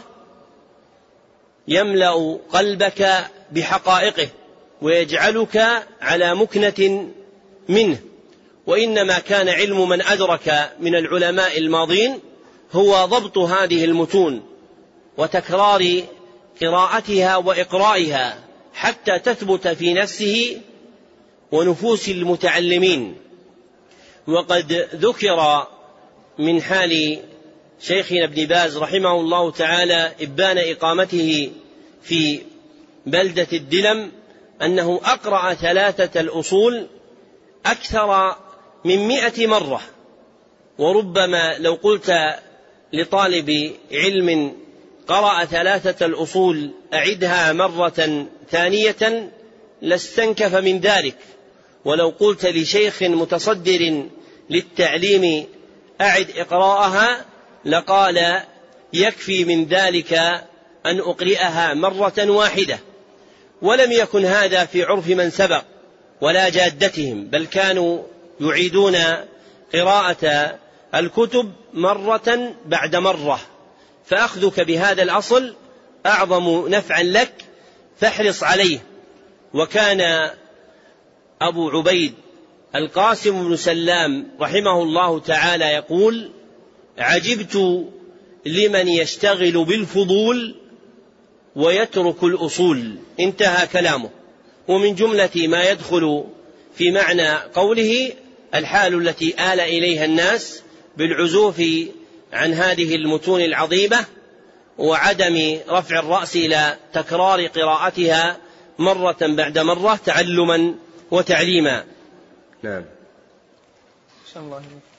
يملأ قلبك بحقائقه ويجعلك على مكنة منه. وإنما كان علم من أدرك من العلماء الماضين هو ضبط هذه المتون وتكرار قراءتها وإقرائها حتى تثبت في نفسه ونفوس المتعلمين. وقد ذكر من حال شيخنا ابن باز رحمه الله تعالى إبان إقامته في بلدة الدلم أنه أقرأ ثلاثة الأصول أكثر من مئة مرة، وربما لو قلت لطالب علم قرأ ثلاثة الأصول أعدها مرة ثانية لاستنكف من ذلك، ولو قلت لشيخ متصدر للتعليم أعد إقراءها لقال يكفي من ذلك أن أقرئها مرة واحدة. ولم يكن هذا في عرف من سبق ولا جادتهم، بل كانوا يعيدون قراءة الكتب مرة بعد مرة، فأخذك بهذا الأصل أعظم نفعا لك فاحرص عليه. وكان أبو عبيد القاسم بن سلام رحمه الله تعالى يقول: عجبت لمن يشتغل بالفضول ويترك الأصول. انتهى كلامه. ومن جملة ما يدخل في معنى قوله الحال التي آل إليها الناس بالعزوف عن هذه المتون العظيمة وعدم رفع الرأس إلى تكرار قراءتها مرة بعد مرة تعلما وتعليما. نعم. الله.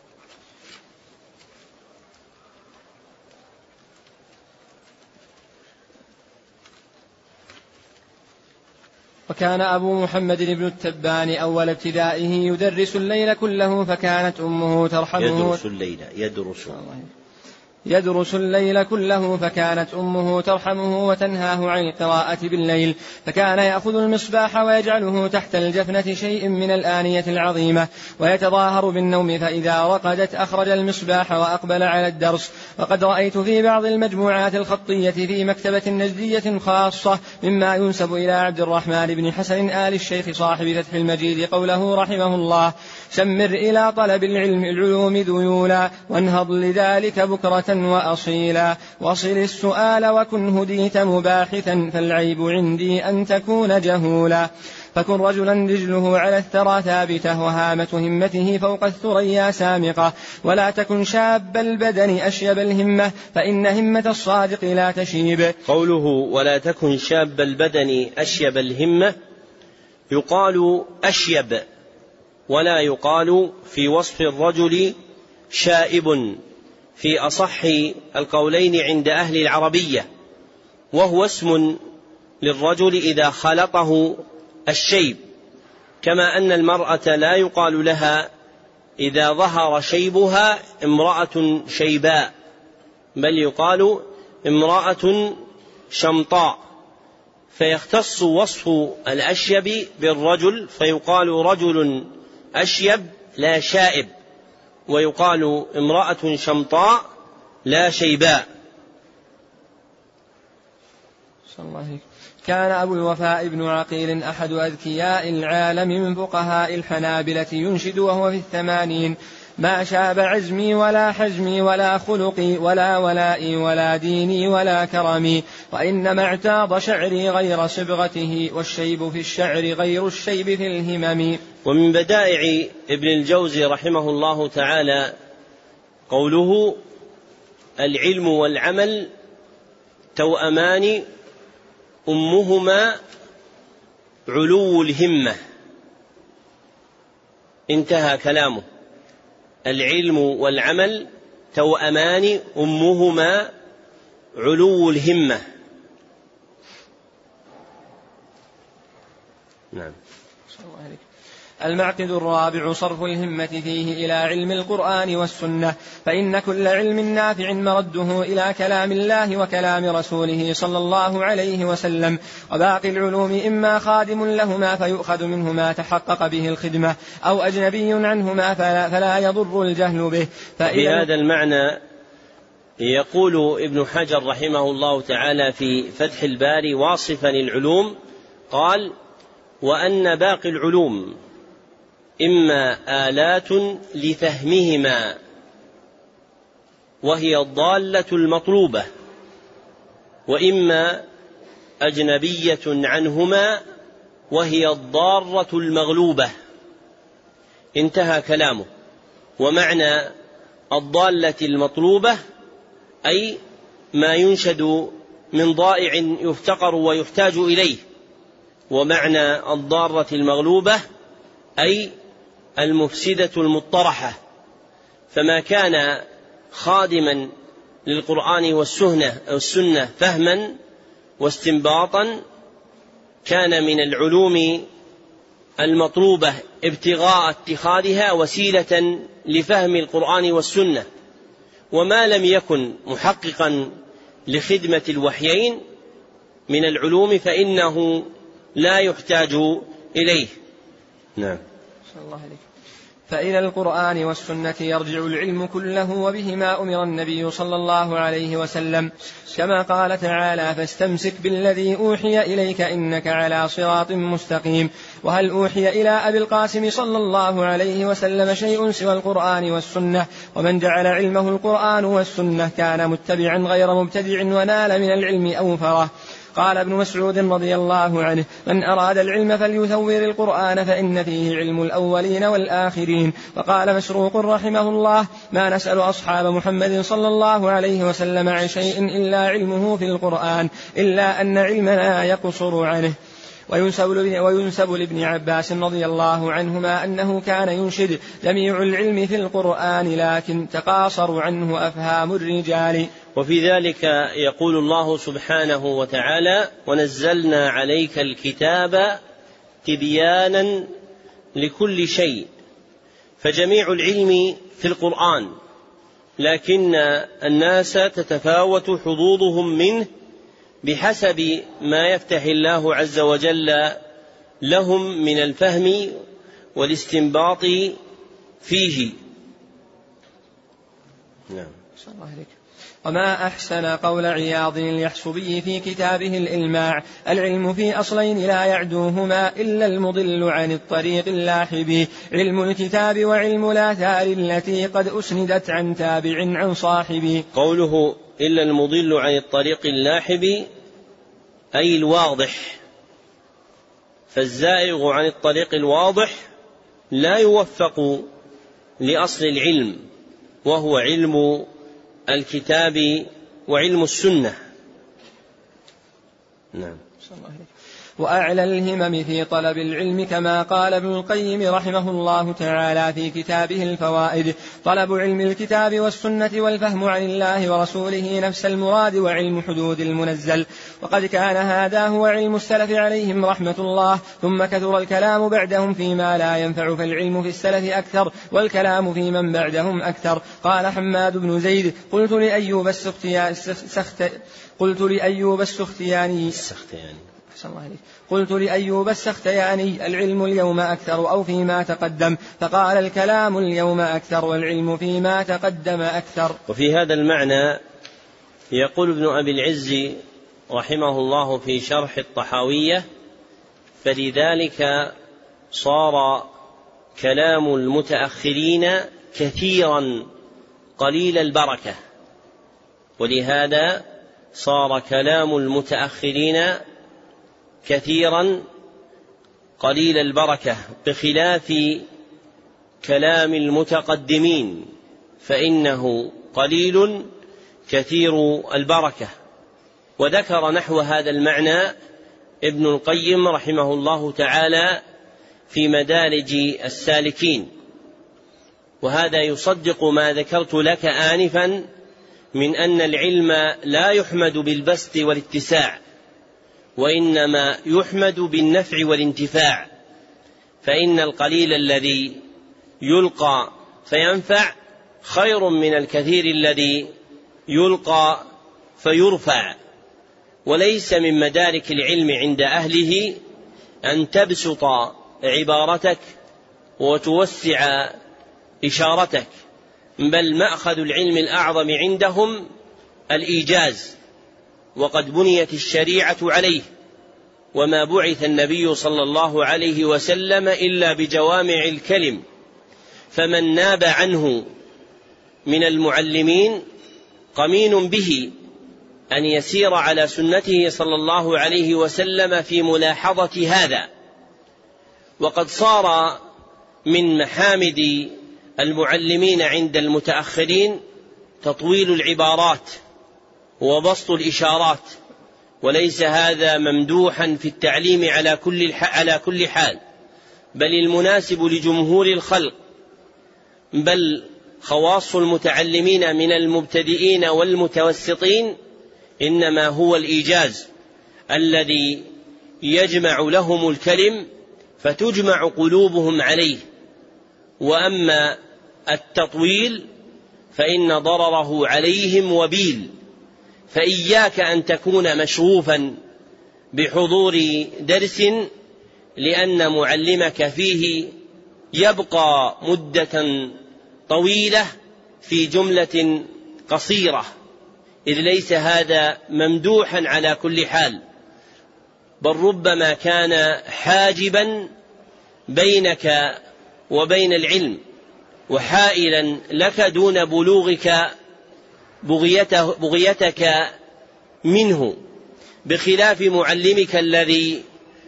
وكان أبو محمد بن التبان أول ابتدائه يدرس الليل كله، فكانت أمه ترحمه يدرس الليل يدرس يدرس الليل كله فكانت أمه ترحمه وتنهاه عن القراءة بالليل، فكان يأخذ المصباح ويجعله تحت الجفنة شيء من الآنية العظيمة ويتظاهر بالنوم، فإذا رقدت أخرج المصباح وأقبل على الدرس. وقد رأيت في بعض المجموعات الخطية في مكتبة نجدية خاصة مما ينسب إلى عبد الرحمن بن حسن آل الشيخ صاحب فتح المجيد قوله رحمه الله: شمر إلى طلب العلم العلوم ذيولا وانهض لذلك بكرة وأصيلا، وصل السؤال وكن هديت مباحثا، فالعيب عندي أن تكون جهولا. فكن رجلا رجله على الثرى ثابته وهامة همته فوق الثريا سامقة، ولا تكن شاب البدن أشيب الهمة، فإن همة الصادق لا تشيب. قوله ولا تكن شاب البدن أشيب الهمة يقال أشيب ولا يقال في وصف الرجل شائب في أصح القولين عند أهل العربية، وهو اسم للرجل إذا خلطه الشيب، كما أن المرأة لا يقال لها إذا ظهر شيبها امرأة شيباء، بل يقال امرأة شمطاء، فيختص وصف الأشيب بالرجل فيقال رجل أشيب لا شائب، ويقال امرأة شمطاء لا شيباء. صلى الله عليه. كان أبو الوفاء بن عقيل أحد أذكياء العالم من فقهاء الحنابلة ينشد وهو في الثمانين: ما شاب عزمي ولا حزمي ولا خلقي ولا ولائي ولا ديني ولا كرمي، وإنما اعتاض شعري غير صبغته، والشيب في الشعر غير الشيب في الهمم. ومن بدائع ابن الجوزي رحمه الله تعالى قوله: العلم والعمل توأمان أمهما علو الهمة. انتهى كلامه. العلم والعمل توأمان أمهما علو الهمة. نعم. المعقد الرابع صرف الهمة فيه إلى علم القرآن والسنة، فإن كل علم نافع مرده إلى كلام الله وكلام رسوله صلى الله عليه وسلم، وباقي العلوم إما خادم لهما فيؤخذ منه ما تحقق به الخدمة، أو أجنبي عنهما فلا, فلا يضر الجهل به. في هذا المعنى يقول ابن حجر رحمه الله تعالى في فتح الباري واصفا العلوم قال: وأن باقي العلوم إما آلات لفهمهما وهي الضالة المطلوبة، وإما أجنبية عنهما وهي الضارة المغلوبة. انتهى كلامه. ومعنى الضالة المطلوبة أي ما ينشد من ضائع يفتقر ويحتاج إليه، ومعنى الضارة المغلوبة أي المفسدة المطرحة. فما كان خادما للقرآن والسنة أو السنة فهما واستنباطا كان من العلوم المطلوبة ابتغاء اتخاذها وسيلة لفهم القرآن والسنة، وما لم يكن محققا لخدمة الوحيين من العلوم فإنه لا يحتاج إليه. نعم. صلى الله عليه. فإلى القرآن والسنة يرجع العلم كله، وبهما أمر النبي صلى الله عليه وسلم، كما قال تعالى: فاستمسك بالذي أوحي إليك إنك على صراط مستقيم. وهل أوحي إلى أبي القاسم صلى الله عليه وسلم شيء سوى القرآن والسنة؟ ومن جعل علمه القرآن والسنة كان متبعا غير مبتدع ونال من العلم أوفره. قال ابن مسعود رضي الله عنه: من أراد العلم فليثور القرآن فإن فيه علم الأولين والآخرين. وقال مسروق رحمه الله: ما نسأل أصحاب محمد صلى الله عليه وسلم عن شيء إلا علمه في القرآن، إلا أن علمنا يقصر عنه. وينسب لابن عباس رضي الله عنهما أنه كان ينشد: جميع العلم في القرآن لكن تقاصر عنه أفهام الرجال. وفي ذلك يقول الله سبحانه وتعالى: ونزلنا عليك الكتاب تبيانا لكل شيء. فجميع العلم في القرآن، لكن الناس تتفاوت حظوظهم منه بحسب ما يفتح الله عز وجل لهم من الفهم والاستنباط فيه. نعم. صلى الله عليك. وما أحسن قول عياض اليحصبي في كتابه الإلماع: العلم في أصلين لا يعدوهما إلا المضل عن الطريق اللاحب، علم الكتاب وعلم الآثار التي قد أسندت عن تابع عن صاحب. قوله إلا المضل عن الطريق اللاحب أي الواضح، فالزائغ عن الطريق الواضح لا يوفق لأصل العلم، وهو علم الكتاب وعلم السنة. نعم. وأعلى الهمم في طلب العلم كما قال ابن القيم رحمه الله تعالى في كتابه الفوائد: طلب علم الكتاب والسنة والفهم عن الله ورسوله نفس المراد وعلم حدود المنزل. وقد كان هذا هو علم السلف عليهم رحمة الله، ثم كثر الكلام بعدهم فيما لا ينفع، فالعلم في السلف أكثر والكلام في من بعدهم أكثر. قال حماد بن زيد: قلت لأيوب السختياني قلت لأيوب السختياني قلت لأيوب السختياني: العلم اليوم أكثر أو فيما تقدم؟ فقال: الكلام اليوم أكثر والعلم فيما تقدم أكثر. وفي هذا المعنى يقول ابن أبي العز رحمه الله في شرح الطحاوية: فلذلك صار كلام المتأخرين كثيرا قليل البركة، ولهذا صار كلام المتأخرين كثيرا قليل البركة، بخلاف كلام المتقدمين فإنه قليل كثير البركة. وذكر نحو هذا المعنى ابن القيم رحمه الله تعالى في مدارج السالكين، وهذا يصدق ما ذكرت لك آنفا من أن العلم لا يحمد بالبسط والاتساع، وإنما يحمد بالنفع والانتفاع، فإن القليل الذي يلقى فينفع خير من الكثير الذي يلقى فيرفع. وليس من مدارك العلم عند أهله أن تبسط عبارتك وتوسع إشارتك، بل مأخذ العلم الأعظم عندهم الإيجاز، وقد بنيت الشريعة عليه، وما بعث النبي صلى الله عليه وسلم إلا بجوامع الكلم، فمن ناب عنه من المعلمين قمين به أن يسير على سنته صلى الله عليه وسلم في ملاحظة هذا. وقد صار من محامد المعلمين عند المتأخرين تطويل العبارات وبسط الإشارات، وليس هذا ممدوحا في التعليم على كل على كل حال، بل المناسب لجمهور الخلق، بل خواص المتعلمين من المبتدئين والمتوسطين إنما هو الإيجاز الذي يجمع لهم الكلم فتجمع قلوبهم عليه. وأما التطويل فإن ضرره عليهم وبيل، فإياك أن تكون مشغوفا بحضور درس لأن معلمك فيه يبقى مدة طويلة في جملة قصيرة، إذ ليس هذا ممدوحا على كل حال، بل ربما كان حاجبا بينك وبين العلم وحائلا لك دون بلوغك بغيته بغيتك منه، بخلاف معلمك الذي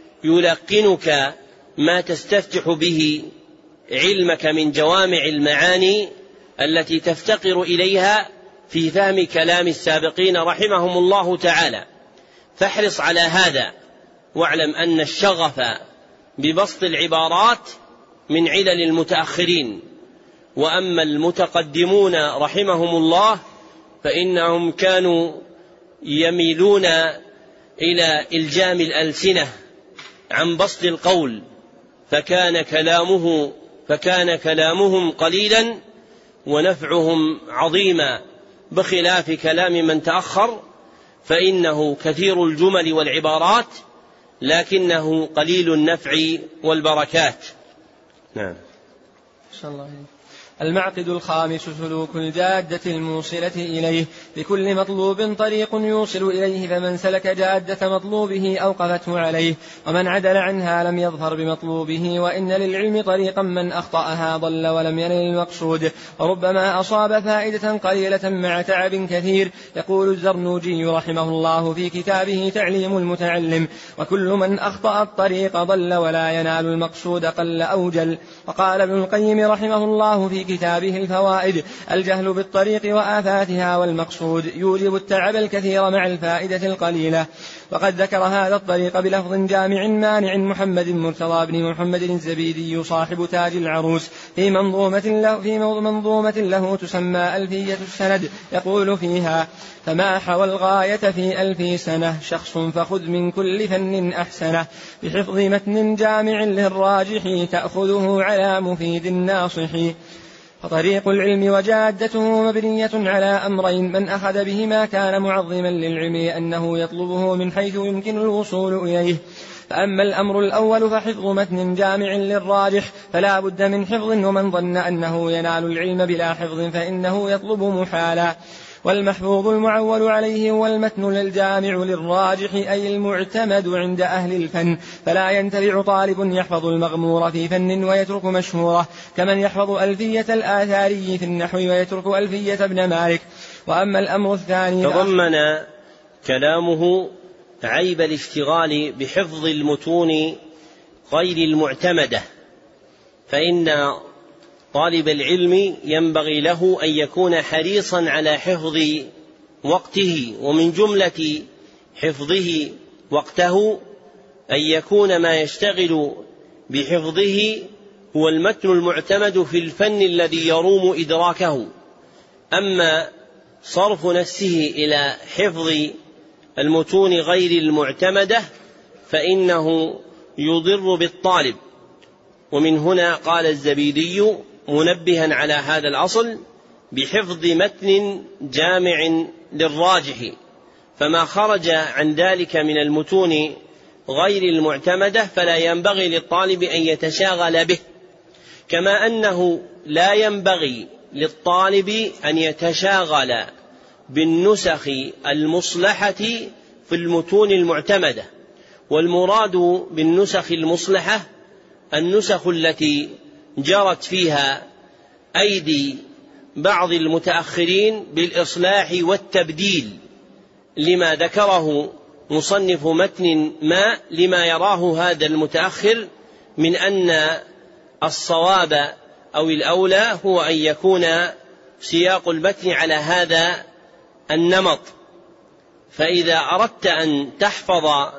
يلقنك ما تستفتح به علمك من جوامع المعاني التي تفتقر إليها في فهم كلام السابقين رحمهم الله تعالى. فاحرص على هذا، واعلم أن الشغف ببسط العبارات من علل المتأخرين، وأما المتقدمون رحمهم الله فإنهم كانوا يميلون إلى إلجام الألسنة عن بسط القول، فكان كلامه فكان كلامهم قليلا ونفعهم عظيما، بخلاف كلام من تأخر فإنه كثير الجمل والعبارات لكنه قليل النفع والبركات. نعم. شاء الله. المعقد الخامس سلوك الجادة الموصلة إليه، لكل مطلوب طريق يوصل إليه، فمن سلك جادة مطلوبه أوقفته عليه، ومن عدل عنها لم يظفر بمطلوبه. وإن للعلم طريقا من أخطأها ضل ولم ينل المقصود، وربما أصاب فائدة قليلة مع تعب كثير. يقول الزرنوجي رحمه الله في كتابه تعليم المتعلم: وكل من أخطأ الطريق ضل ولا ينال المقصود قل أوجل. وقال ابن القيم رحمه الله في كتابه الفوائد: الجهل بالطريق وآفاتها والمقصود يوجب التعب الكثير مع الفائدة القليلة. وقد ذكر هذا الطريق بلفظ جامع مانع محمد مرتضى بن محمد الزبيدي صاحب تاج العروس في منظومة له, في منظومة له تسمى ألفية السند، يقول فيها: فما حوى الغاية في ألف سنة شخص فخذ من كل فن أحسنه، بحفظ متن جامع للراجح تأخذه على مفيد الناصح. فطريق العلم وجادته مبنية على أمرين: من أخذ بهما كان معظما للعلم أنه يطلبه من حيث يمكن الوصول إليه. فأما الأمر الأول فحفظ متن جامع للراجح فلا بد من حفظ، ومن ظن أنه ينال العلم بلا حفظ فإنه يطلب محالا. والمحفوظ المعول عليه هو المتن الجامع للراجح، أي المعتمد عند أهل الفن، فلا ينتفع طالب يحفظ المغمور في فن ويترك مشهوره، كمن يحفظ ألفية الآثاري في النحو ويترك ألفية ابن مالك. وأما الأمر الثاني تضمن كلامه عيب الاشتغال بحفظ المتون غير المعتمدة، فإن طالب العلم ينبغي له أن يكون حريصا على حفظ وقته، ومن جملة حفظه وقته أن يكون ما يشتغل بحفظه هو المتن المعتمد في الفن الذي يروم إدراكه. أما صرف نفسه إلى حفظ المتون غير المعتمدة فإنه يضر بالطالب. ومن هنا قال الزبيدي منبها على هذا الأصل: بحفظ متن جامع للراجح، فما خرج عن ذلك من المتون غير المعتمدة فلا ينبغي للطالب أن يتشاغل به، كما أنه لا ينبغي للطالب أن يتشاغل بالنسخ المصلحة في المتون المعتمدة. والمراد بالنسخ المصلحة النسخ التي جرت فيها أيدي بعض المتأخرين بالإصلاح والتبديل لما ذكره مصنف متن ما، لما يراه هذا المتأخر من أن الصواب أو الأولى هو أن يكون سياق المتن على هذا النمط. فإذا أردت أن تحفظ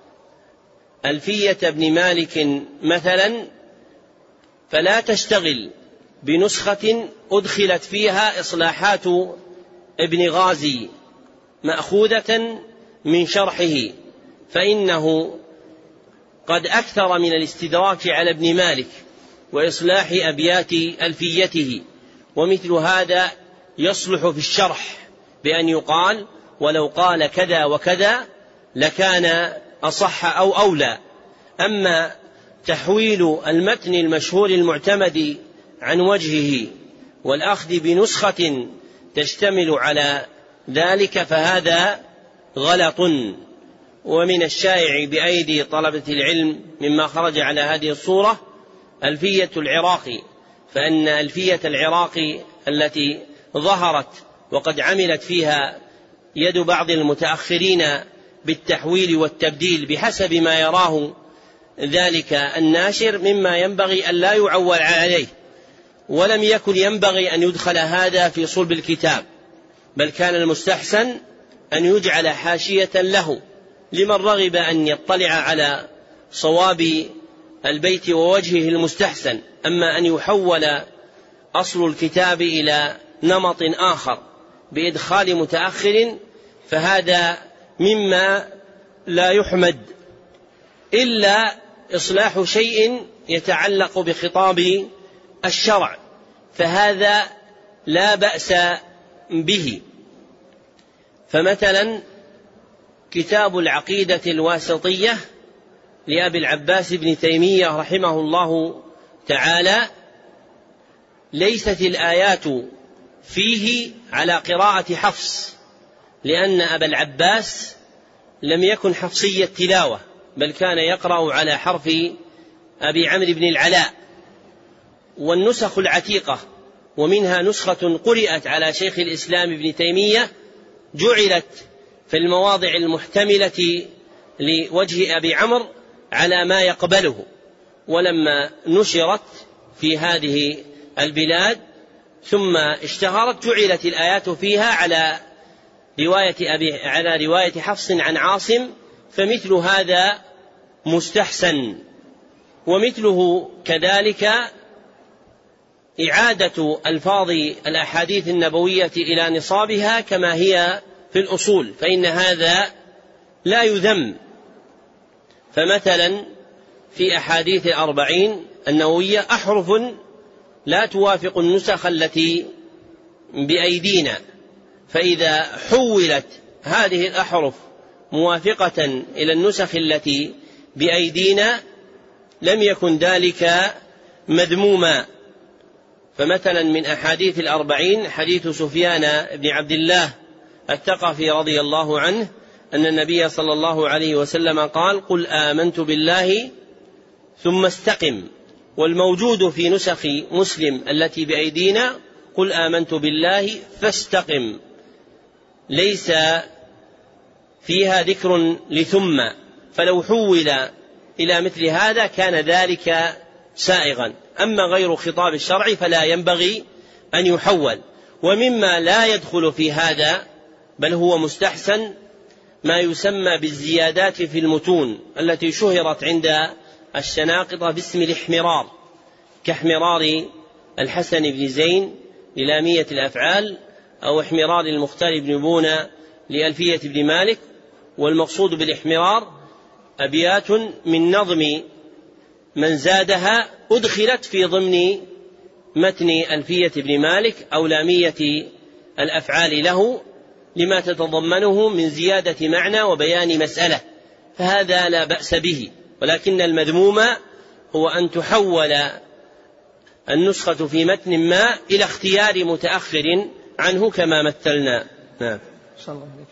ألفية ابن مالك مثلا فلا تشتغل بنسخة أدخلت فيها إصلاحات ابن غازي مأخوذة من شرحه، فإنه قد أكثر من الاستدراك على ابن مالك وإصلاح أبيات ألفيته، ومثل هذا يصلح في الشرح بأن يقال ولو قال كذا وكذا لكان أصح أو أولى. أما تحويل المتن المشهور المعتمد عن وجهه والأخذ بنسخة تشتمل على ذلك فهذا غلط. ومن الشائع بأيدي طلبة العلم مما خرج على هذه الصورة ألفية العراقي، فإن ألفية العراقي التي ظهرت وقد عملت فيها يد بعض المتأخرين بالتحويل والتبديل بحسب ما يراه ذلك الناشر مما ينبغي أن لا يعول عليه، ولم يكن ينبغي أن يدخل هذا في صلب الكتاب، بل كان المستحسن أن يجعل حاشية له لمن رغب أن يطلع على صواب البيت ووجهه المستحسن. أما أن يحول أصل الكتاب إلى نمط آخر بإدخال متأخر فهذا مما لا يحمد، إلا إصلاح شيء يتعلق بخطاب الشرع فهذا لا بأس به. فمثلا كتاب العقيدة الواسطية لأبي العباس بن تيمية رحمه الله تعالى ليست الآيات فيه على قراءة حفص، لأن أبا العباس لم يكن حفصي التلاوة بل كان يقرأ على حرف أبي عمرو بن العلاء. والنسخ العتيقة ومنها نسخة قرأت على شيخ الإسلام ابن تيمية جعلت في المواضع المحتملة لوجه أبي عمرو على ما يقبله، ولما نشرت في هذه البلاد ثم اشتهرت جعلت الآيات فيها على رواية أبي على رواية حفص عن عاصم، فمثل هذا مستحسن. ومثله كذلك إعادة ألفاظ الأحاديث النبوية إلى نصابها كما هي في الأصول، فإن هذا لا يذم. فمثلا في أحاديث الأربعين النووية أحرف لا توافق النسخ التي بأيدينا، فإذا حولت هذه الأحرف موافقة إلى النسخ التي بأيدينا لم يكن ذلك مذموما. فمثلا من أحاديث الأربعين حديث سفيان بن عبد الله الثقفي رضي الله عنه أن النبي صلى الله عليه وسلم قال: قل آمنت بالله ثم استقم. والموجود في نسخ مسلم التي بأيدينا قل آمنت بالله فاستقم، ليس فيها ذكر لثم، فلو حول إلى مثل هذا كان ذلك سائغا. أما غير خطاب الشرع فلا ينبغي أن يحول. ومما لا يدخل في هذا بل هو مستحسن ما يسمى بالزيادات في المتون التي شهرت عند الشناقطة باسم الاحمرار، كاحمرار الحسن بن زين للامية الأفعال، أو احمرار المختار بن بونة لألفية بن مالك. والمقصود بالاحمرار أبيات من نظم من زادها أدخلت في ضمن متن ألفية بن مالك أو لامية الأفعال له لما تتضمنه من زيادة معنى وبيان مسألة، فهذا لا بأس به. ولكن المذموم هو أن تحول النسخة في متن ما إلى اختيار متأخر عنه كما مثلنا. نعم.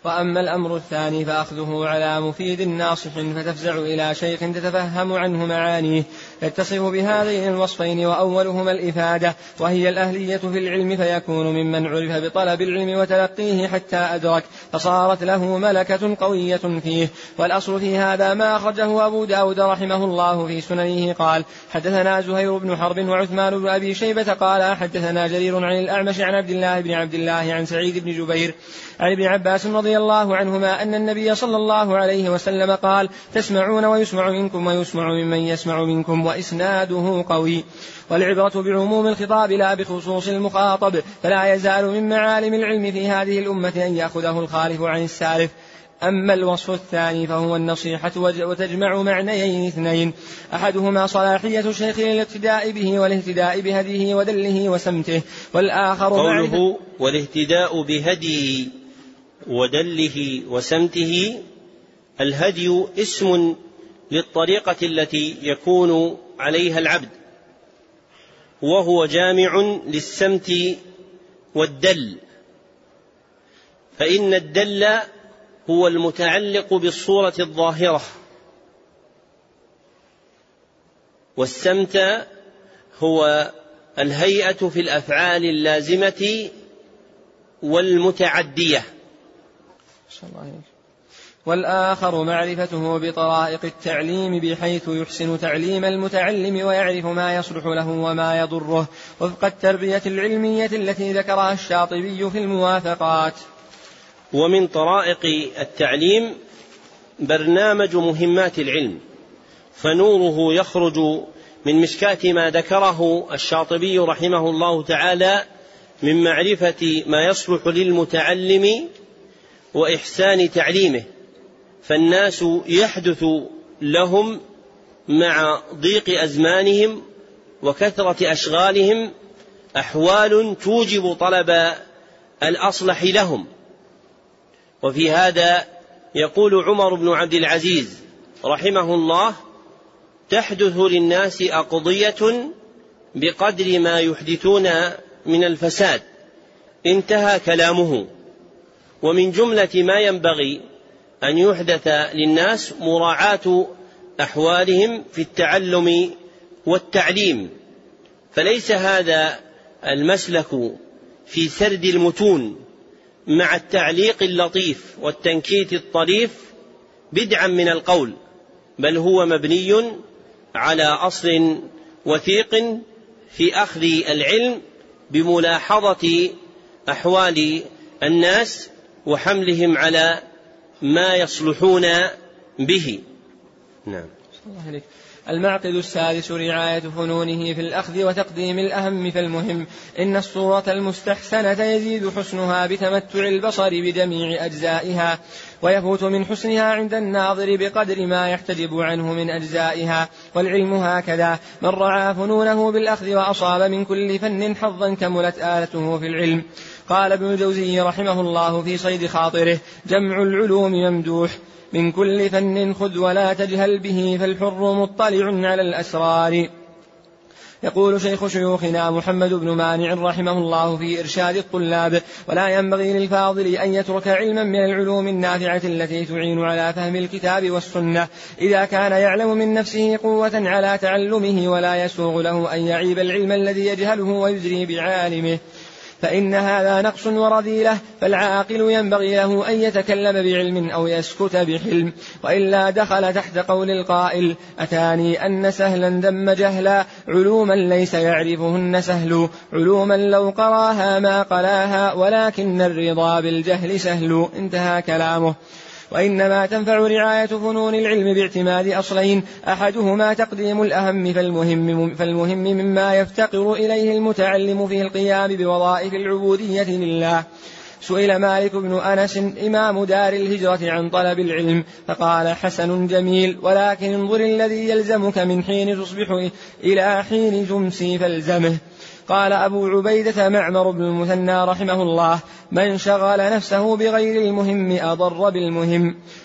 وأما الأمر الثاني فأخذه على مفيد ناصح فتفزع إلى شيخ تتفهم عنه معانيه يتصف بهذين الوصفين، وأولهما الإفادة وهي الأهلية في العلم، فيكون ممن عرف بطلب العلم وتلقيه حتى أدرك فصارت له ملكة قوية فيه. والأصل في هذا ما أخرجه أبو داود رحمه الله في سننه قال حدثنا زهير بن حرب وعثمان بن أبي شيبة قال حدثنا جرير عن الأعمش عن عبد الله بن عبد الله عن سعيد بن جبير عن ابن عباس رضي الله عنهما أن النبي صلى الله عليه وسلم قال تسمعون ويسمع منكم ويسمع ممن يسمع منكم، وإسناده قوي. والعبرة بعموم الخطاب لا بخصوص المخاطب، فلا يزال من معالم العلم في هذه الأمة أن يأخذه الخالف عن السالف. أما الوصف الثاني فهو النصيحة، وتجمع معنيين اثنين، أحدهما صلاحية الشيخ للاقتداء به والاهتداء بهديه ودله وسمته، والآخر قوله والاهتداء بهديه ودله وسمته. الهدي اسم للطريقة التي يكون عليها العبد، وهو جامع للسمت والدل، فإن الدل هو المتعلق بالصورة الظاهرة، والسمت هو الهيئة في الأفعال اللازمة والمتعدية. والآخر معرفته بطرائق التعليم بحيث يحسن تعليم المتعلم ويعرف ما يصلح له وما يضره، وفق التربية العلمية التي ذكرها الشاطبي في الموافقات. ومن طرائق التعليم برنامج مهمات العلم، فنوره يخرج من مشكاة ما ذكره الشاطبي رحمه الله تعالى من معرفة ما يصلح للمتعلم وإحسان تعليمه. فالناس يحدث لهم مع ضيق أزمانهم وكثرة أشغالهم أحوال توجب طلب الأصلح لهم. وفي هذا يقول عمر بن عبد العزيز رحمه الله تحدث للناس أقضية بقدر ما يحدثون من الفساد، انتهى كلامه. ومن جملة ما ينبغي أن يحدث للناس مراعاة أحوالهم في التعلم والتعليم، فليس هذا المسلك في سرد المتون مع التعليق اللطيف والتنكيت الطريف بدعا من القول، بل هو مبني على أصل وثيق في أخذ العلم بملاحظة أحوال الناس وحملهم على ما يصلحون به. نعم. المعقد السادس رعاية فنونه في الأخذ وتقديم الأهم فالمهم. إن الصورة المستحسنة يزيد حسنها بتمتع البصر بجميع أجزائها، ويفوت من حسنها عند الناظر بقدر ما يحتجب عنه من أجزائها. والعلم هكذا، من رعى فنونه بالأخذ وأصاب من كل فن حظا كملت آلته في العلم. قال ابن الجوزي رحمه الله في صيد خاطره: جمع العلوم ممدوح، من كل فن خذ ولا تجهل به، فالحر مطلع على الأسرار. يقول شيخ شيوخنا محمد بن مانع رحمه الله في إرشاد الطلاب: ولا ينبغي للفاضل أن يترك علما من العلوم النافعة التي تعين على فهم الكتاب والسنة إذا كان يعلم من نفسه قوة على تعلمه، ولا يسوغ له أن يعيب العلم الذي يجهله ويجري بعالمه، فإن هذا نقص ورذيلة. فالعاقل ينبغي له أن يتكلم بعلم أو يسكت بحلم، وإلا دخل تحت قول القائل: أتاني أن سهلا ذم جهلا، علوما ليس يعرفهن سهل، علوما لو قراها ما قلاها، ولكن الرضا بالجهل سهل. انتهى كلامه. وإنما تنفع رعاية فنون العلم باعتماد أصلين: أحدهما تقديم الأهم فالمهم, فالمهم مما يفتقر إليه المتعلم في القيام بوظائف العبودية لله. سئل مالك بن أنس إمام دار الهجرة عن طلب العلم فقال: حسن جميل، ولكن انظر الذي يلزمك من حين تصبح إلى حين تمسي فالزمه. قال أبو عبيدة معمر بن المثنى رحمه الله: من شغل نفسه بغير المهم أضر بالمهم.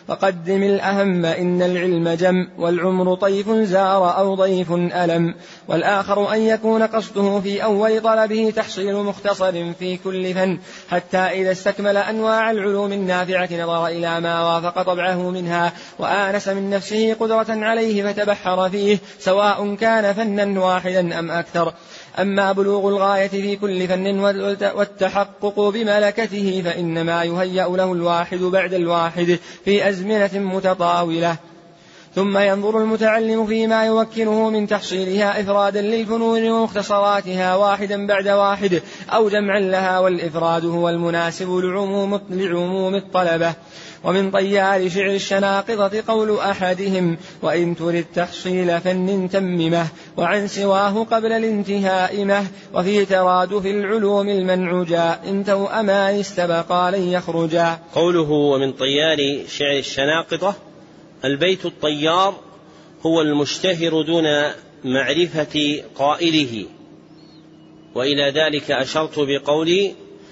وقدم الأهم إن العلم جم، والعمر طيف زار أو ضيف ألم. والآخر أن يكون قصده في أول طلبه تحصيل مختصر في كل فن، حتى إذا استكمل أنواع العلوم النافعة نظر إلى ما وافق طبعه منها وآنس من نفسه قدرة عليه فتبحر فيه، سواء كان فنا واحدا أم أكثر. أما بلوغ الغاية في كل فن والتحقق بملكته فإنما يهيأ له الواحد بعد الواحد في أزمنة متطاولة، ثم ينظر المتعلم فيما يمكنه من تحصيلها إفرادا للفنون ومختصراتها واحدا بعد واحد أو جمعا لها، والإفراد هو المناسب لعموم, لعموم الطلبة. ومن طيار شعر الشناقطة قول أحدهم: وإن ترد تحصيل فن تممه، وعن سواه قبل الانتهاء مه، وفي ترادف العلوم المنعجا إن توأمان استبقا لن يخرجا. قوله ومن طيار شعر الشناقطة، البيت الطيار هو المشتهر دون معرفة قائله، وإلى ذلك أشرت بقولي: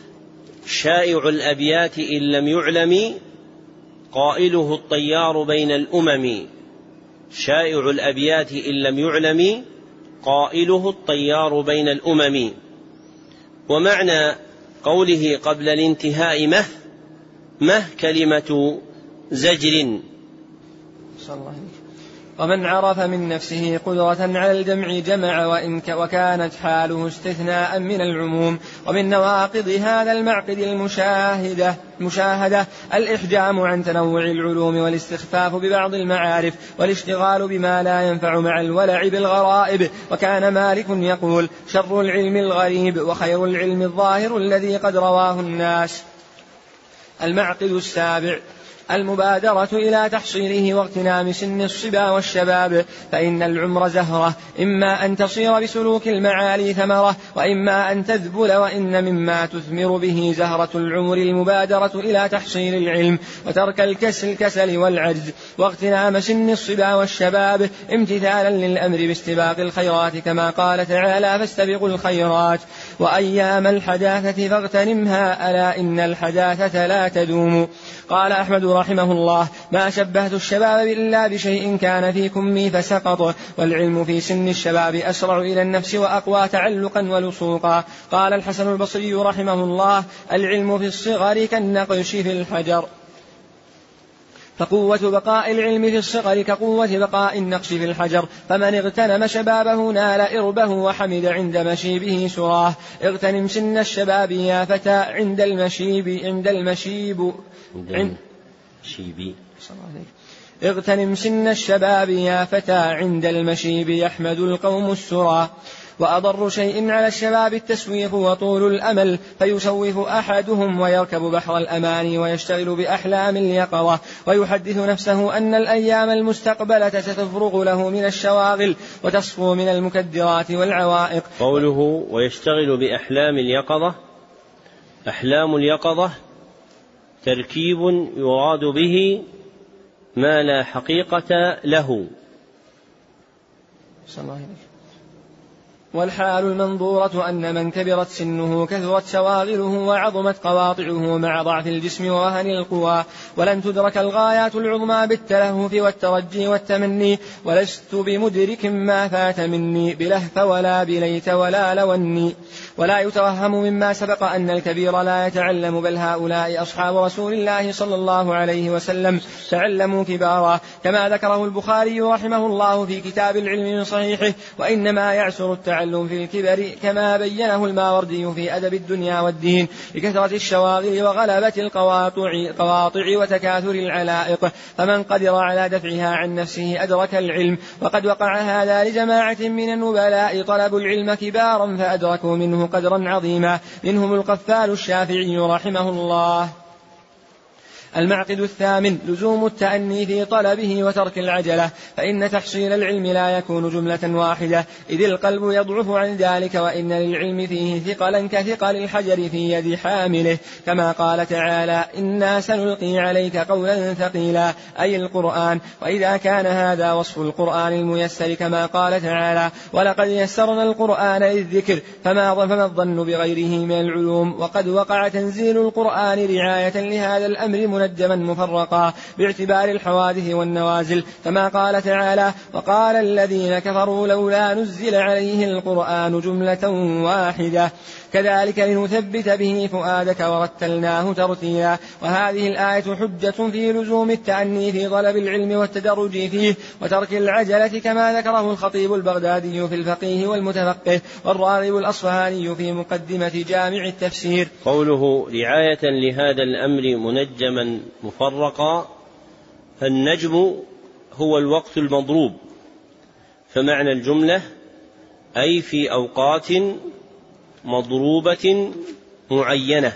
شائع الأبيات إن لم يعلم قائله الطيار بين الأمم. شائع الأبيات إن لم يعلم قائله الطيار بين الأمم. ومعنى قوله قبل الانتهاء مه، مه كلمة زجر. صلى الله عليه وسلم. ومن عرف من نفسه قدرة على الجمع جمع، وإن وكانت حاله استثناء من العموم. ومن نواقض هذا المعقد المشاهدة مشاهدة الإحجام عن تنوع العلوم والاستخفاف ببعض المعارف والاشتغال بما لا ينفع مع الولع بالغرائب. وكان مالك يقول: شر العلم الغريب، وخير العلم الظاهر الذي قد رواه الناس. المعقد السابع المبادرة إلى تحصيله واغتنام سن الصبا والشباب، فإن العمر زهرة، إما أن تصير بسلوك المعالي ثمرة، وإما أن تذبل. وإن مما تثمر به زهرة العمر المبادرة إلى تحصيل العلم، وترك الكسل الكسل والعجز، واغتنام سن الصبا والشباب امتثالا للأمر باستباق الخيرات، كما قال تعالى: فاستبقوا الخيرات. وأيام الحداثة فاغتنمها، ألا إن الحداثة لا تدوم. قال أحمد رحمه الله: ما شبهت الشباب إلا بشيء كان في كمي فسقط، والعلم في سن الشباب أسرع إلى النفس وأقوى تعلقا ولصوقا. قال الحسن البصري رحمه الله: العلم في الصغر كالنقش في الحجر، فقوة بقاء العلم في الصغر كقوة بقاء النقش في الحجر. فمن اغتنم شبابه نال إربه وحمد عند مشيبه سراه. اغتنم سن الشباب يا فتى عند المشيب عند المشيب عند شيبي. اغتنم سن الشباب يا فتى عند المشيب يحمد القوم السرى. وأضر شيء على الشباب التسويف وطول الأمل، فيسوف أحدهم ويركب بحر الأماني ويشتغل بأحلام اليقظة، ويحدث نفسه أن الأيام المستقبلة ستفرغ له من الشواغل وتصفو من المكدرات والعوائق. قوله ويشتغل بأحلام اليقظة، أحلام اليقظة تركيب يراد به ما لا حقيقة له. صلى الله عليه وسلم. والحال المنظورة أن من كبرت سنه كثرت شواغله وعظمت قواطعه مع ضعف الجسم ووهن القوى، ولن تدرك الغايات العظمى بالتلهف والترجي والتمني. ولست بمدرك ما فات مني بلهف ولا بليت ولا لوني. ولا يتوهم مما سبق أن الكبير لا يتعلم، بل هؤلاء أصحاب رسول الله صلى الله عليه وسلم تعلموا كبارا، كما ذكره البخاري رحمه الله في كتاب العلم من صحيحه. وإنما يعسر التعلم في الكبر، كما بينه الماوردي في أدب الدنيا والدين، لكثرة الشواغل وغلبة القواطع وتكاثر العلائق. فمن قدر على دفعها عن نفسه أدرك العلم. وقد وقع هذا لجماعة من النبلاء طلبوا العلم كبارا فأدركوا منه قدرا عظيما، منهم القفال الشافعي رحمه الله. المعقد الثامن لزوم التأني في طلبه وترك العجلة، فإن تحصيل العلم لا يكون جملة واحدة، إذ القلب يضعف عن ذلك، وإن للعلم فيه ثقلا كثقل الحجر في يد حامله، كما قال تعالى: إنا سنلقي عليك قولا ثقيلا، أي القرآن. وإذا كان هذا وصف القرآن الميسر، كما قال تعالى: ولقد يسرنا القرآن للذكر، فما الظن بغيره من العلوم. وقد وقع تنزيل القرآن رعاية لهذا الأمر منجما مفرقا باعتبار الحوادث والنوازل، كما قال تعالى: وقال الذين كفروا لولا نزل عليه القرآن جملة واحدة، كذلك لنثبت به فؤادك ورتلناه ترتيلا. وهذه الآية حجة في لزوم التأني في طلب العلم والتدرج فيه وترك العجلة، كما ذكره الخطيب البغدادي في الفقيه والمتفقه والراغب الأصفهاني في مقدمة جامع التفسير. قوله رعاية لهذا الأمر منجما مفرقا، النجم هو الوقت المضروب، فمعنى الجملة أي في أوقات مضروبة معينة.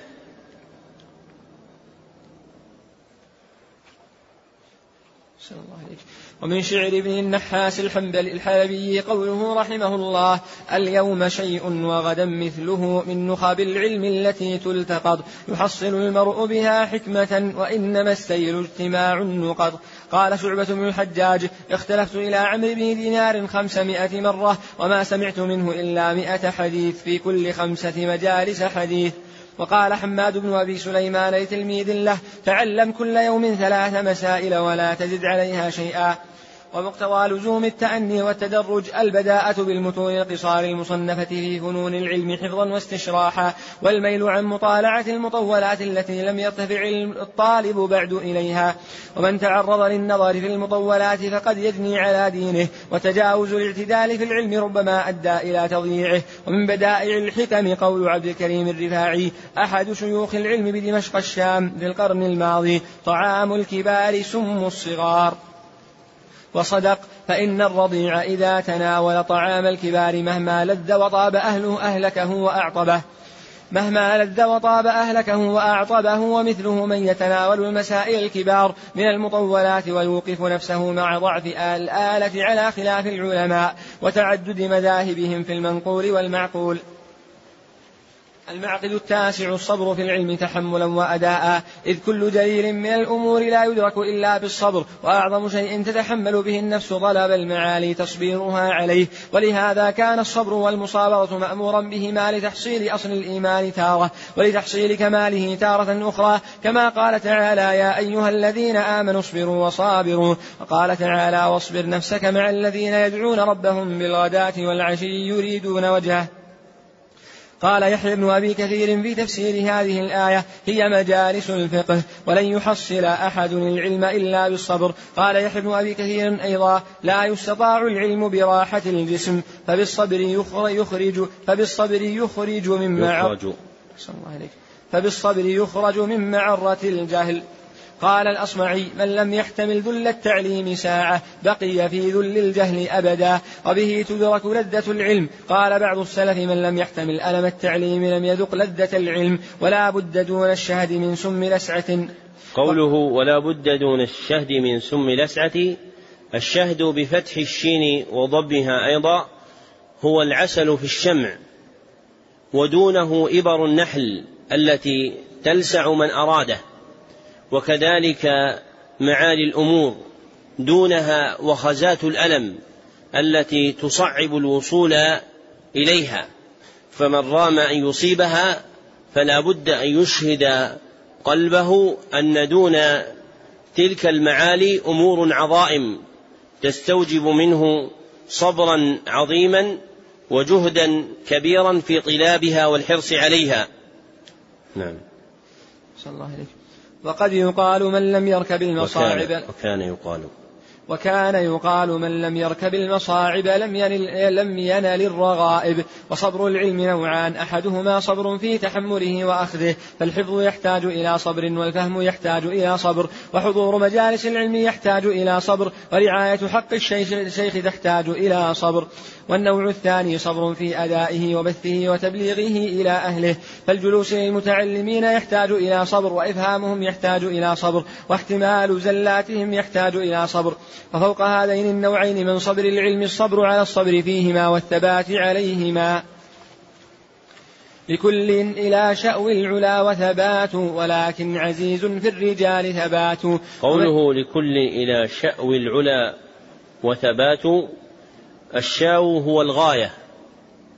ومن شعر ابن النحاس الحلبي قوله رحمه الله: اليوم شيء وغدا مثله من نخب العلم التي تلتقط، يحصل المرء بها حكمة وإنما السيل اجتماع النقط. قال شعبة بن الحجاج: اختلفت إلى عمرو بن دينار خمسمائة مرة وما سمعت منه إلا مئة حديث في كل خمسة مجالس حديث. وقال حماد بن أبي سليمان لتلميذ له: تعلم كل يوم ثلاث مسائل ولا تزد عليها شيئا. ومقتضى لزوم التأني والتدرج البداءة بالمتون القصار المصنفة في فنون العلم حفظا واستشراحا، والميل عن مطالعة المطولات التي لم يرتفع الطالب بعد إليها. ومن تعرض للنظر في المطولات فقد يجني على دينه، وتجاوز الاعتدال في العلم ربما أدى إلى تضييعه. ومن بدائع الحكم قول عبد الكريم الرفاعي أحد شيوخ العلم بدمشق الشام في القرن الماضي: طعام الكبار سم الصغار. وصدق، فإن الرضيع إذا تناول طعام الكبار مهما لذ وطاب أهله أهلكه وأعطبه مهما لذ وطاب أهلكه وأعطبه ومثله من يتناول المسائل الكبار من المطولات ويوقف نفسه مع ضعف الآلة على خلاف العلماء وتعدد مذاهبهم في المنقول والمعقول. المعقد التاسع: الصبر في العلم تحملا وأداء، إذ كل دليل من الأمور لا يدرك إلا بالصبر، وأعظم شيء تتحمل به النفس طلب المعالي تصبيرها عليه، ولهذا كان الصبر والمصابرة مأمورا بهما لتحصيل أصل الإيمان تارة ولتحصيل كماله تارة أخرى، كما قال تعالى: يا أيها الذين آمنوا اصبروا وصابروا. وقال تعالى: واصبر نفسك مع الذين يدعون ربهم بالغداة والعشي يريدون وجهه. قال يحيى بن أبي كثير في تفسير هذه الآية: هي مجالس الفقه، ولن يحصل أحد العلم إلا بالصبر. قال يحيى بن أبي كثير أيضا: لا يستطاع العلم براحة الجسم، فبالصبر يخرج فبالصبر يخرج من معرة فبالصبر يخرج من معرة الجهل. قال الأصمعي: من لم يحتمل ذل التعليم ساعة بقي في ذل الجهل أبدا، وبه تدرك لذة العلم. قال بعض السلف: من لم يحتمل ألم التعليم لم يذق لذة العلم، ولا بد دون الشهد من سم لسعة. قوله ولا بد دون الشهد من سم لسعة، الشهد بفتح الشين وضبها أيضا هو العسل في الشمع، ودونه إبر النحل التي تلسع من أراده، وكذلك معالي الأمور دونها وخزات الألم التي تصعب الوصول إليها، فمن رام أن يصيبها فلا بد أن يشهد قلبه أن دون تلك المعالي أمور عظائم تستوجب منه صبرا عظيما وجهدا كبيرا في طلابها والحرص عليها. نعم. صلى الله عليه. وقد يقال من لم يركب المصاعب وكان, وكان يقال وكان يقال من لم يركب المصاعب لم ينل, لم ينل الرغائب. وصبر العلم نوعان: أحدهما صبر في تحمله وأخذه، فالحفظ يحتاج إلى صبر، والفهم يحتاج إلى صبر، وحضور مجالس العلم يحتاج إلى صبر، ورعاية حق الشيخ تحتاج إلى صبر. والنوع الثاني صبر في أدائه وبثه وتبليغه إلى أهله، فالجلوس للمتعلمين يحتاج إلى صبر، وإفهامهم يحتاج إلى صبر، واحتمال زلاتهم يحتاج إلى صبر. وفوق هذين النوعين من صبر العلم الصبر على الصبر فيهما والثبات عليهما. لكل إلى شأو العلا وثبات، ولكن عزيز في الرجال ثبات. قوله لكل إلى شأو العلا وثبات، الشاو هو الغاية،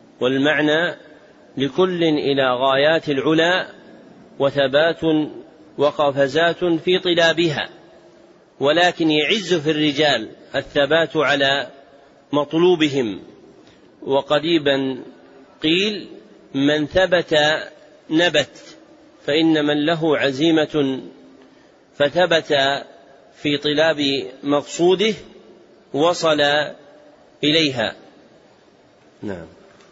والمعنى لكل إلى غايات العلا وثبات وقفزات في طلابها، ولكن يعز في الرجال الثبات على مطلوبهم. وقريبا قيل من ثبت نبت، فإن من له عزيمة فثبت في طلاب مقصوده وصل إليها. نعم.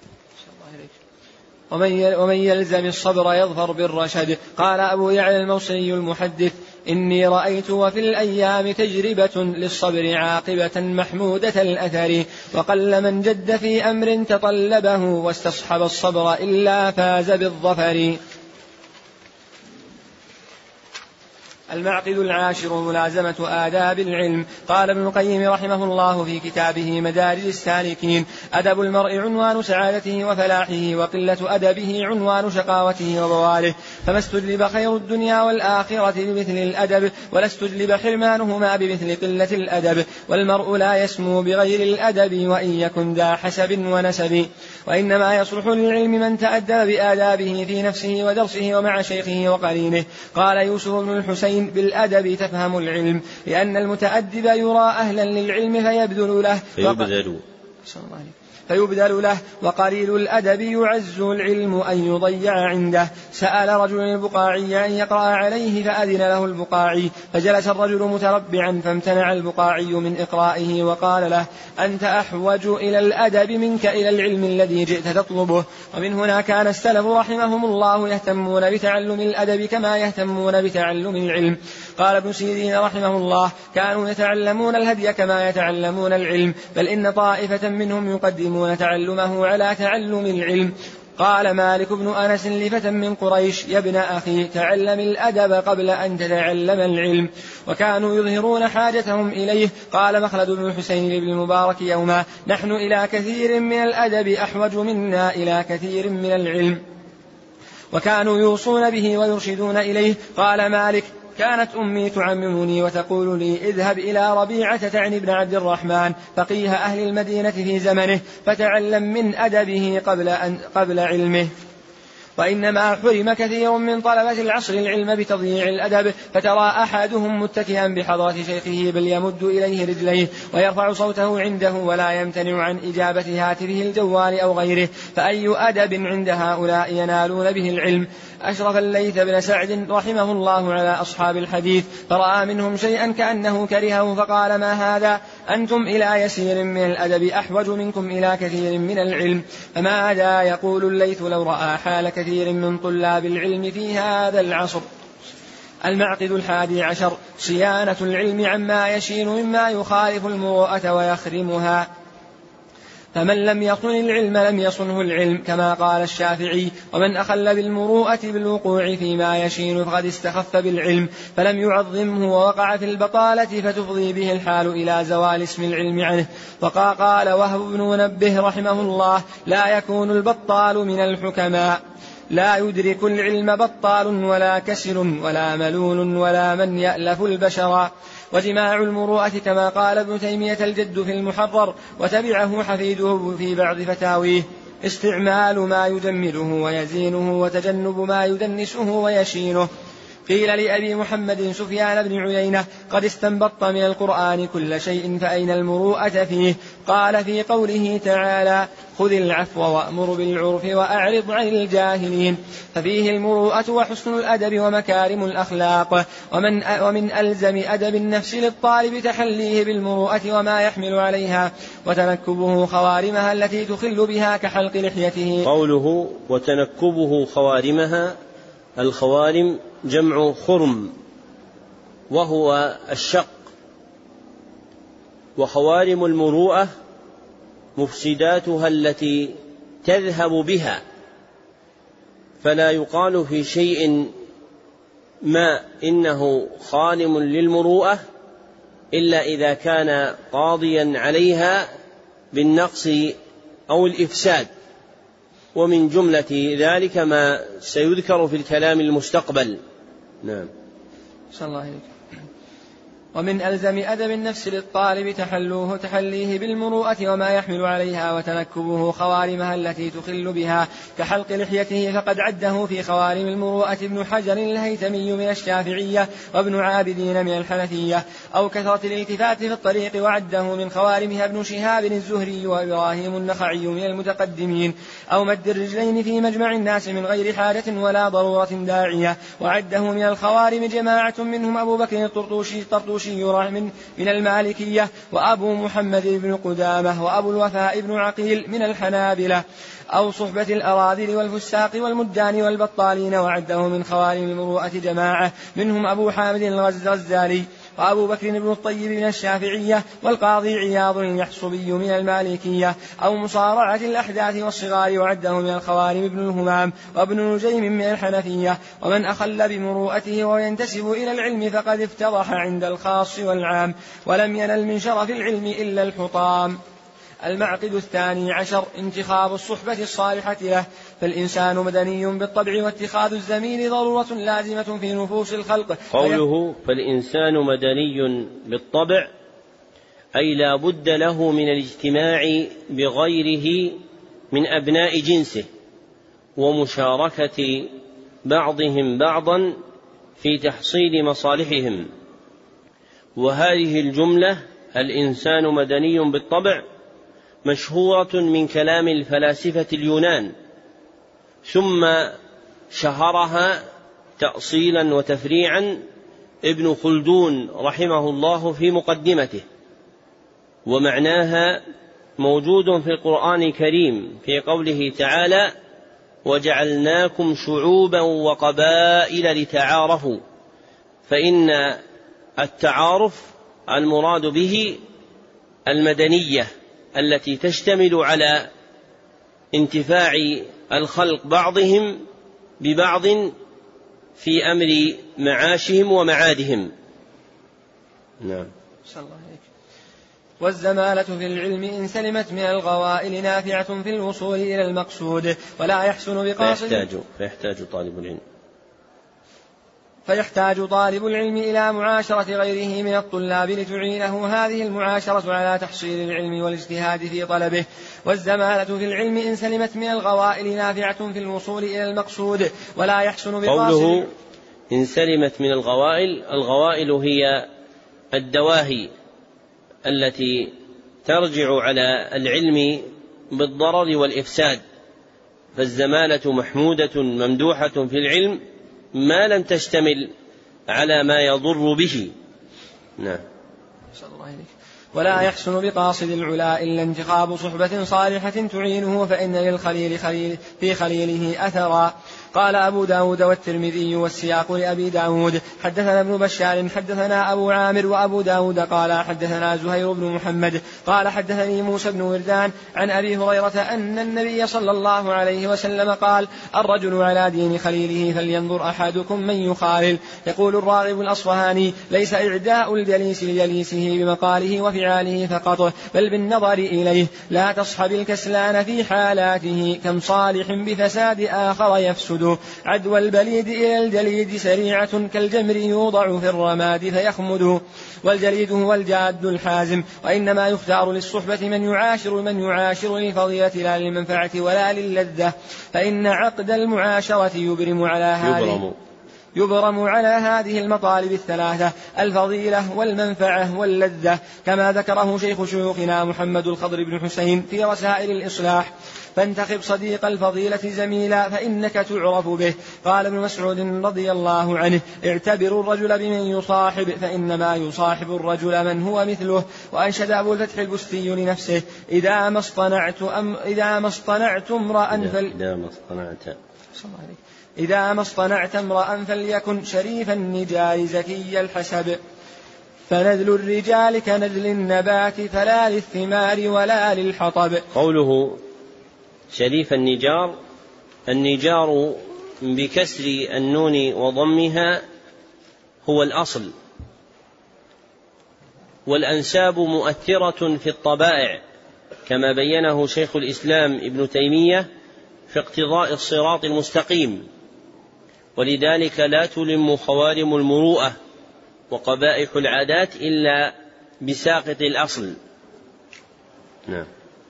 ومن يلزم الصبر يظفر بالرشد. قال أبو يعلى الموصلي المحدث: إني رأيت وفي الأيام تجربة للصبر عاقبة محمودة الأثر، وقل من جد في أمر تطلبه واستصحب الصبر إلا فاز بالظفر. المعقد العاشر: ملازمة آداب العلم. قال ابن القيم رحمه الله في كتابه مدارج السالكين: أدب المرء عنوان سعادته وفلاحه، وقلة أدبه عنوان شقاوته وبواله، فما استجلب خير الدنيا والآخرة بمثل الأدب، ولا استجلب حرمانهما بمثل قلة الأدب. والمرء لا يسمو بغير الأدب وإن يكن ذا حسب ونسب، وإنما يصلح للعلم من تأدب بآدابه في نفسه ودرسه ومع شيخه وقرينه. قال يوسف بن الحسين: بالأدب تفهم العلم، لأن المتأدب يرى أهلا للعلم فيبذل له فيبذل فيبذل له وقليل الأدب يعز العلم أن يضيع عنده. سأل رجل البقاعي أن يقرأ عليه فأذن له البقاعي، فجلس الرجل متربعا فامتنع البقاعي من إقرائه وقال له: أنت أحوج إلى الأدب منك إلى العلم الذي جئت تطلبه. ومن هنا كان السلف رحمهم الله يهتمون بتعلم الأدب كما يهتمون بتعلم العلم. قال ابن سيرين رحمه الله: كانوا يتعلمون الهدي كما يتعلمون العلم، بل إن طائفة منهم يقدمون تعلمه على تعلم العلم. قال مالك بن أنس لفتى من قريش: يا ابن أخي تعلم الأدب قبل أن تتعلم العلم. وكانوا يظهرون حاجتهم إليه. قال مخلد بن الحسين لابن المبارك يوما: نحن إلى كثير من الأدب أحوج منا إلى كثير من العلم. وكانوا يوصون به ويرشدون إليه. قال مالك: كانت أمي تعممني وتقول لي: اذهب إلى ربيعة تعني ابن عبد الرحمن فقيه أهل المدينة في زمنه، فتعلم من أدبه قبل, أن قبل علمه. وإنما حرم كثير من طلبة العصر العلم بتضييع الأدب، فترى أحدهم متكئا بحضرة شيخه بل يمد إليه رجليه ويرفع صوته عنده ولا يمتنع عن إجابة هاتفه الجوال أو غيره، فأي أدب عند هؤلاء ينالون به العلم؟ أشرف الليث بن سعد رحمه الله على أصحاب الحديث، فرأى منهم شيئا كأنه كرهه فقال: ما هذا؟ أنتم إلى يسير من الأدب أحوج منكم إلى كثير من العلم. فماذا يقول الليث لو رأى حال كثير من طلاب العلم في هذا العصر؟ المعقد الحادي عشر: صيانة العلم عما يشين مما يخالف المروءة ويخرمها. فمن لم يصن العلم لم يصنه العلم، كما قال الشافعي: ومن أخل بالمروءة بالوقوع فيما يشين فقد استخف بالعلم فلم يعظمه ووقع في البطالة فتفضي به الحال إلى زوال اسم العلم عنه. وقال وهب بن منبه رحمه الله: لا يكون البطال من الحكماء، لا يدرك العلم بطال ولا كسل ولا ملول ولا من يألف البشر. وجماع المروءة كما قال ابن تيمية الجد في المحرر وتبعه حفيده في بعض فتاويه: استعمال ما يجمله ويزينه وتجنب ما يدنسه ويشينه. قيل لأبي محمد سفيان بن عيينة: قد استنبطت من القرآن كل شيء فأين المروءة فيه؟ قال: في قوله تعالى: خذ العفو وأمر بالعرف وأعرض عن الجاهلين، ففيه المروءة وحسن الأدب ومكارم الأخلاق. ومن, ومن ألزم أدب النفس للطالب تحليه بالمروءة وما يحمل عليها وتنكبه خوارمها التي تخل بها كحلق لحيته. قوله وتنكبه خوارمها، الخوارم جمع خرم وهو الشق. وخوارم المروءة مفسداتها التي تذهب بها، فلا يقال في شيء ما إنه خارم للمروءة إلا إذا كان قاضيا عليها بالنقص أو الإفساد، ومن جملة ذلك ما سيذكر في الكلام المستقبل. نعم. صلى الله عليه. ومن ألزم أدب النفس للطالب تحلوه تحليه بالمروءة وما يحمل عليها وتنكبه خوارمها التي تخل بها كحلق لحيته، فقد عده في خوارم المروءة ابن حجر الهيثمي من الشافعية وابن عابدين من الحنفية، أو كثرة الالتفات في الطريق وعده من خوارمها ابن شهاب الزهري وإبراهيم النخعي من المتقدمين، أو مد الرجلين في مجمع الناس من غير حاجة ولا ضرورة داعية وعده من الخوارم جماعة منهم أبو بكر الطرطوشي من من المالكية وأبو محمد بن قدامة وأبو الوفاء بن عقيل من الحنابلة، أو صحبة الأراذل والفساق والمدان والبطالين وعده من خوارم المروءة جماعة منهم أبو حامد الغزالي وأبو بكر بن الطيب من الشافعية والقاضي عياض اليحصبي من المالكية، أو مصارعة الأحداث والصغار وعده من الخوارم ابن الهمام وابن نجيم من الحنفية. ومن أخل بمروءته وينتسب إلى العلم فقد افتضح عند الخاص والعام ولم ينل من شرف العلم إلا الحطام. المعقد الثاني عشر انتخاب الصحبة الصالحة له، فالإنسان مدني بالطبع واتخاذ الزميل ضرورة لازمة في نفوس الخلق. قوله فالإنسان مدني بالطبع أي لا بد له من الاجتماع بغيره من أبناء جنسه ومشاركة بعضهم بعضا في تحصيل مصالحهم. وهذه الجملة الإنسان مدني بالطبع مشهورة من كلام الفلاسفة اليونان، ثم شهرها تأصيلا وتفريعا ابن خلدون رحمه الله في مقدمته، ومعناها موجود في القرآن الكريم في قوله تعالى وجعلناكم شعوبا وقبائل لتعارفوا، فإن التعارف المراد به المدنية التي تشتمل على انتفاع الخلق بعضهم ببعض في أمر معاشهم ومعادهم. نعم. والزمالة في العلم إن سلمت من الغوائل نافعة في الوصول إلى المقصود ولا يحسن بقاصد فيحتاج, فيحتاج طالب العلم فيحتاج طالب العلم إلى معاشرة غيره من الطلاب لتعينه هذه المعاشرة على تحصيل العلم والاجتهاد في طلبه. والزمالة في العلم إن سلمت من الغوائل نافعة في الوصول إلى المقصود ولا يحسن بقاصد. قوله إن سلمت من الغوائل، الغوائل هي الدواهي التي ترجع على العلم بالضرر والإفساد، فالزمالة محمودة ممدوحة في العلم ما لم تشتمل على ما يضر به. نعم. ولا يحسن بقاصد العلا إلا انتخاب صحبة صالحة تعينه، فإن للخليل خليل في خليله أثرا. قال أبو داود والترمذي والسياق لأبي داود حدثنا ابن بشار حدثنا أبو عامر وأبو داود قال حدثنا زهير بن محمد قال حدثني موسى بن وردان عن أبي هريرة أن النبي صلى الله عليه وسلم قال الرجل على دين خليله فلينظر أحدكم من يخالل. يقول الراغب الأصفهاني ليس إعداء الجليس لجليسه بمقاله وفعاله فقط بل بالنظر إليه، لا تصحب الكسلان في حالاته كم صالح بفساد آخر يفسد. عدوى البليد إلى الجليد سريعة كالجمر يوضع في الرماد فيخمد. والجليد هو الجاد الحازم، وإنما يختار للصحبة من يعاشر من يعاشر للفضيلة لا للمنفعة ولا للذة، فإن عقد المعاشرة يبرم على هذه يبرم. يبرم على هذه المطالب الثلاثة الفضيلة والمنفعة واللذة، كما ذكره شيخ شيوخنا محمد الخضر بن حسين في رسائل الإصلاح. فانتخب صديق الفضيلة زميلا فإنك تعرف به. قال ابن مسعود رضي الله عنه اعتبروا الرجل بمن يصاحب فإنما يصاحب الرجل من هو مثله. وأنشد أبو الفتح البستي لنفسه إذا ما اصطنعت أم إذا ما اصطنعت امرأ فل إذا ما اصطنعت إذا ما اصطنعت امرأ فليكن شريف النجار زكي الحسب، فنذل الرجال كنذل النبات فلا للثمار ولا للحطب. قوله شريف النجار، النجار بكسر النون وضمها هو الأصل، والأنساب مؤثرة في الطبائع كما بينه شيخ الإسلام ابن تيمية في اقتضاء الصراط المستقيم، ولذلك لا تلم خوارم المروءة وقبائح العادات إلا بساقط الأصل. نعم.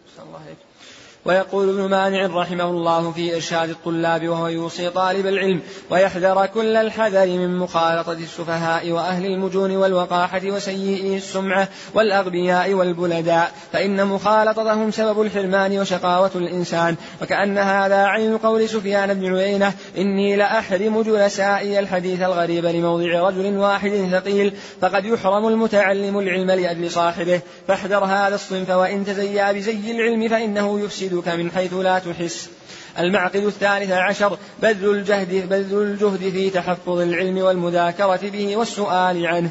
ويقول ابن مانع رحمه الله في إرشاد الطلاب وهو يوصي طالب العلم ويحذر كل الحذر من مخالطة السفهاء وأهل المجون والوقاحة وسيئي السمعة والأغبياء والبلداء، فإن مخالطتهم سبب الحرمان وشقاوة الإنسان. وكأن هذا عين قول سفيان بن عيينة: إني لأحرم جلسائي الحديث الغريب لموضع رجل واحد ثقيل، فقد يحرم المتعلم العلم لأجل صاحبه. فاحذر هذا الصنف، وإن تزيا بزي العلم فإنه يفسد من حيث لا تحس. المعقد الثالث عشر: بذل الجهد, بذل الجهد في تحفظ العلم والمذاكرة به والسؤال عنه،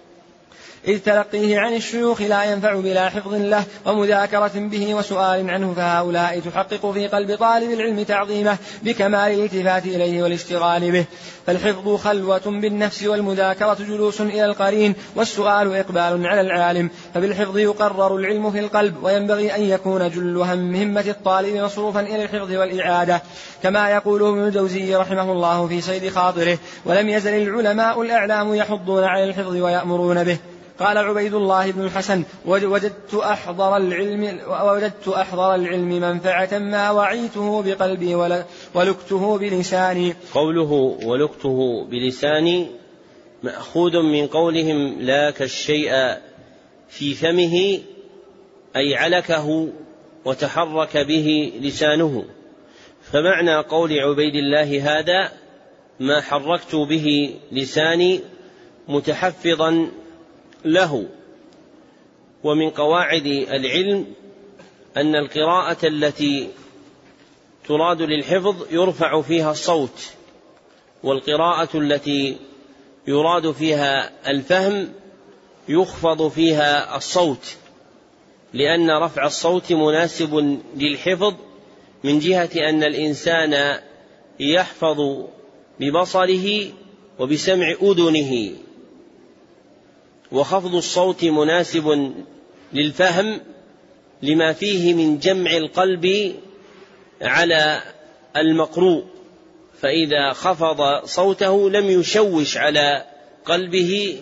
إذ تلقيه عن الشيوخ لا ينفع بلا حفظ له ومذاكرة به وسؤال عنه، فهؤلاء تحقق في قلب طالب العلم تعظيمه بكمال الالتفات إليه والاشتغال به. فالحفظ خلوة بالنفس، والمذاكرة جلوس إلى القرين، والسؤال إقبال على العالم. فبالحفظ يقرر العلم في القلب، وينبغي أن يكون جل هم همة الطالب مصروفا إلى الحفظ والإعادة، كما يقول ابن الجوزي رحمه الله في صيد خاطره: ولم يزل العلماء الأعلام يحضون على الحفظ ويأمرون به. قال عبيد الله بن الحسن: وجدت أحضر العلم, وجدت أحضر العلم منفعة ما وعيته بقلبي ولكته بلساني. قوله ولكته بلساني مأخوذ من قولهم لاك الشيء في فمه، أي علكه وتحرك به لسانه. فمعنى قول عبيد الله هذا: ما حركت به لساني متحفظا له. ومن قواعد العلم أن القراءة التي تراد للحفظ يرفع فيها الصوت، والقراءة التي يراد فيها الفهم يخفض فيها الصوت، لأن رفع الصوت مناسب للحفظ من جهة أن الإنسان يحفظ ببصره وبسمع أذنه، وخفض الصوت مناسب للفهم لما فيه من جمع القلب على المقروء، فإذا خفض صوته لم يشوش على قلبه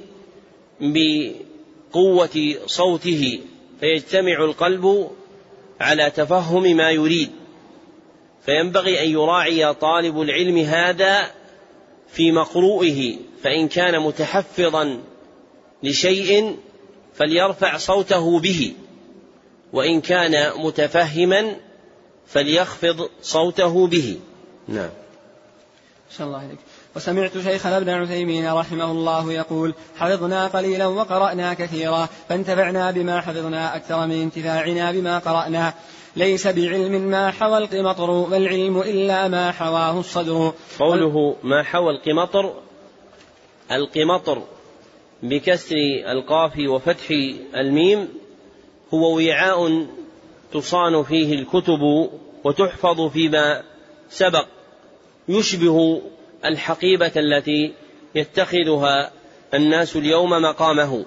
بقوة صوته، فيجتمع القلب على تفهم ما يريد. فينبغي أن يراعي طالب العلم هذا في مقروئه، فإن كان متحفظا لشيء فليرفع صوته به، وإن كان متفهما فليخفض صوته به. نعم. شاء الله عليك. وسمعت شيخنا ابن عثيمين رحمه الله يقول: حفظنا قليلا وقرأنا كثيرا، فانتفعنا بما حفظنا أكثر من انتفاعنا بما قرأنا. ليس بعلم ما حوى القمطر، بل علم إلا ما حواه الصدر. قوله ما حوى القمطر، القمطر بكسر القاف وفتح الميم هو وعاء تصان فيه الكتب وتحفظ فيما سبق، يشبه الحقيبة التي يتخذها الناس اليوم مقامه.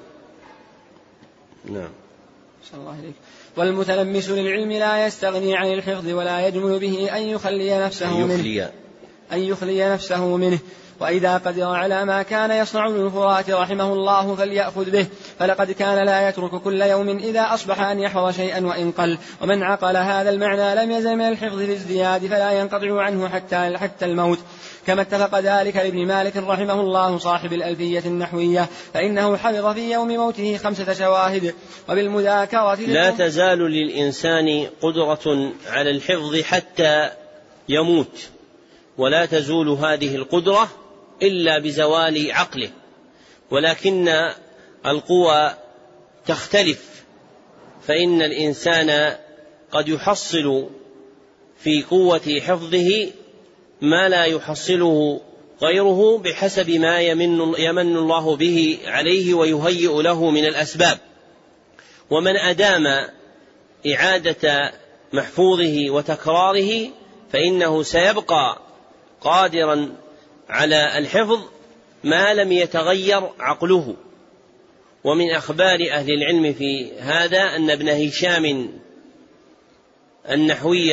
نعم. صلى الله عليك. والمتلمس للعلم لا يستغني عن الحفظ، ولا يجمل به أن يخلي نفسه أن منه يخلي. أن يخلي نفسه منه. وإذا قدر على ما كان يصنع ابن الفرات رحمه الله فليأخذ به، فلقد كان لا يترك كل يوم إذا أصبح أن يحفظ شيئا وإن قل. ومن عقل هذا المعنى لم يزل من الحفظ في ازدياد، فلا ينقطع عنه حتى, حتى الموت. كما اتفق ذلك لابن مالك رحمه الله صاحب الألفية النحوية، فإنه حفظ في يوم موته خمسة شواهد. وبالمذاكرة لا تزال للإنسان قدرة على الحفظ حتى يموت، ولا تزول هذه القدرة إلا بزوال عقله، ولكن القوى تختلف، فإن الإنسان قد يحصل في قوة حفظه ما لا يحصله غيره بحسب ما يمن, يمن الله به عليه ويهيئ له من الأسباب. ومن أدام إعادة محفوظه وتكراره فإنه سيبقى قادرا على الحفظ ما لم يتغير عقله. ومن أخبار أهل العلم في هذا أن ابن هشام النحوي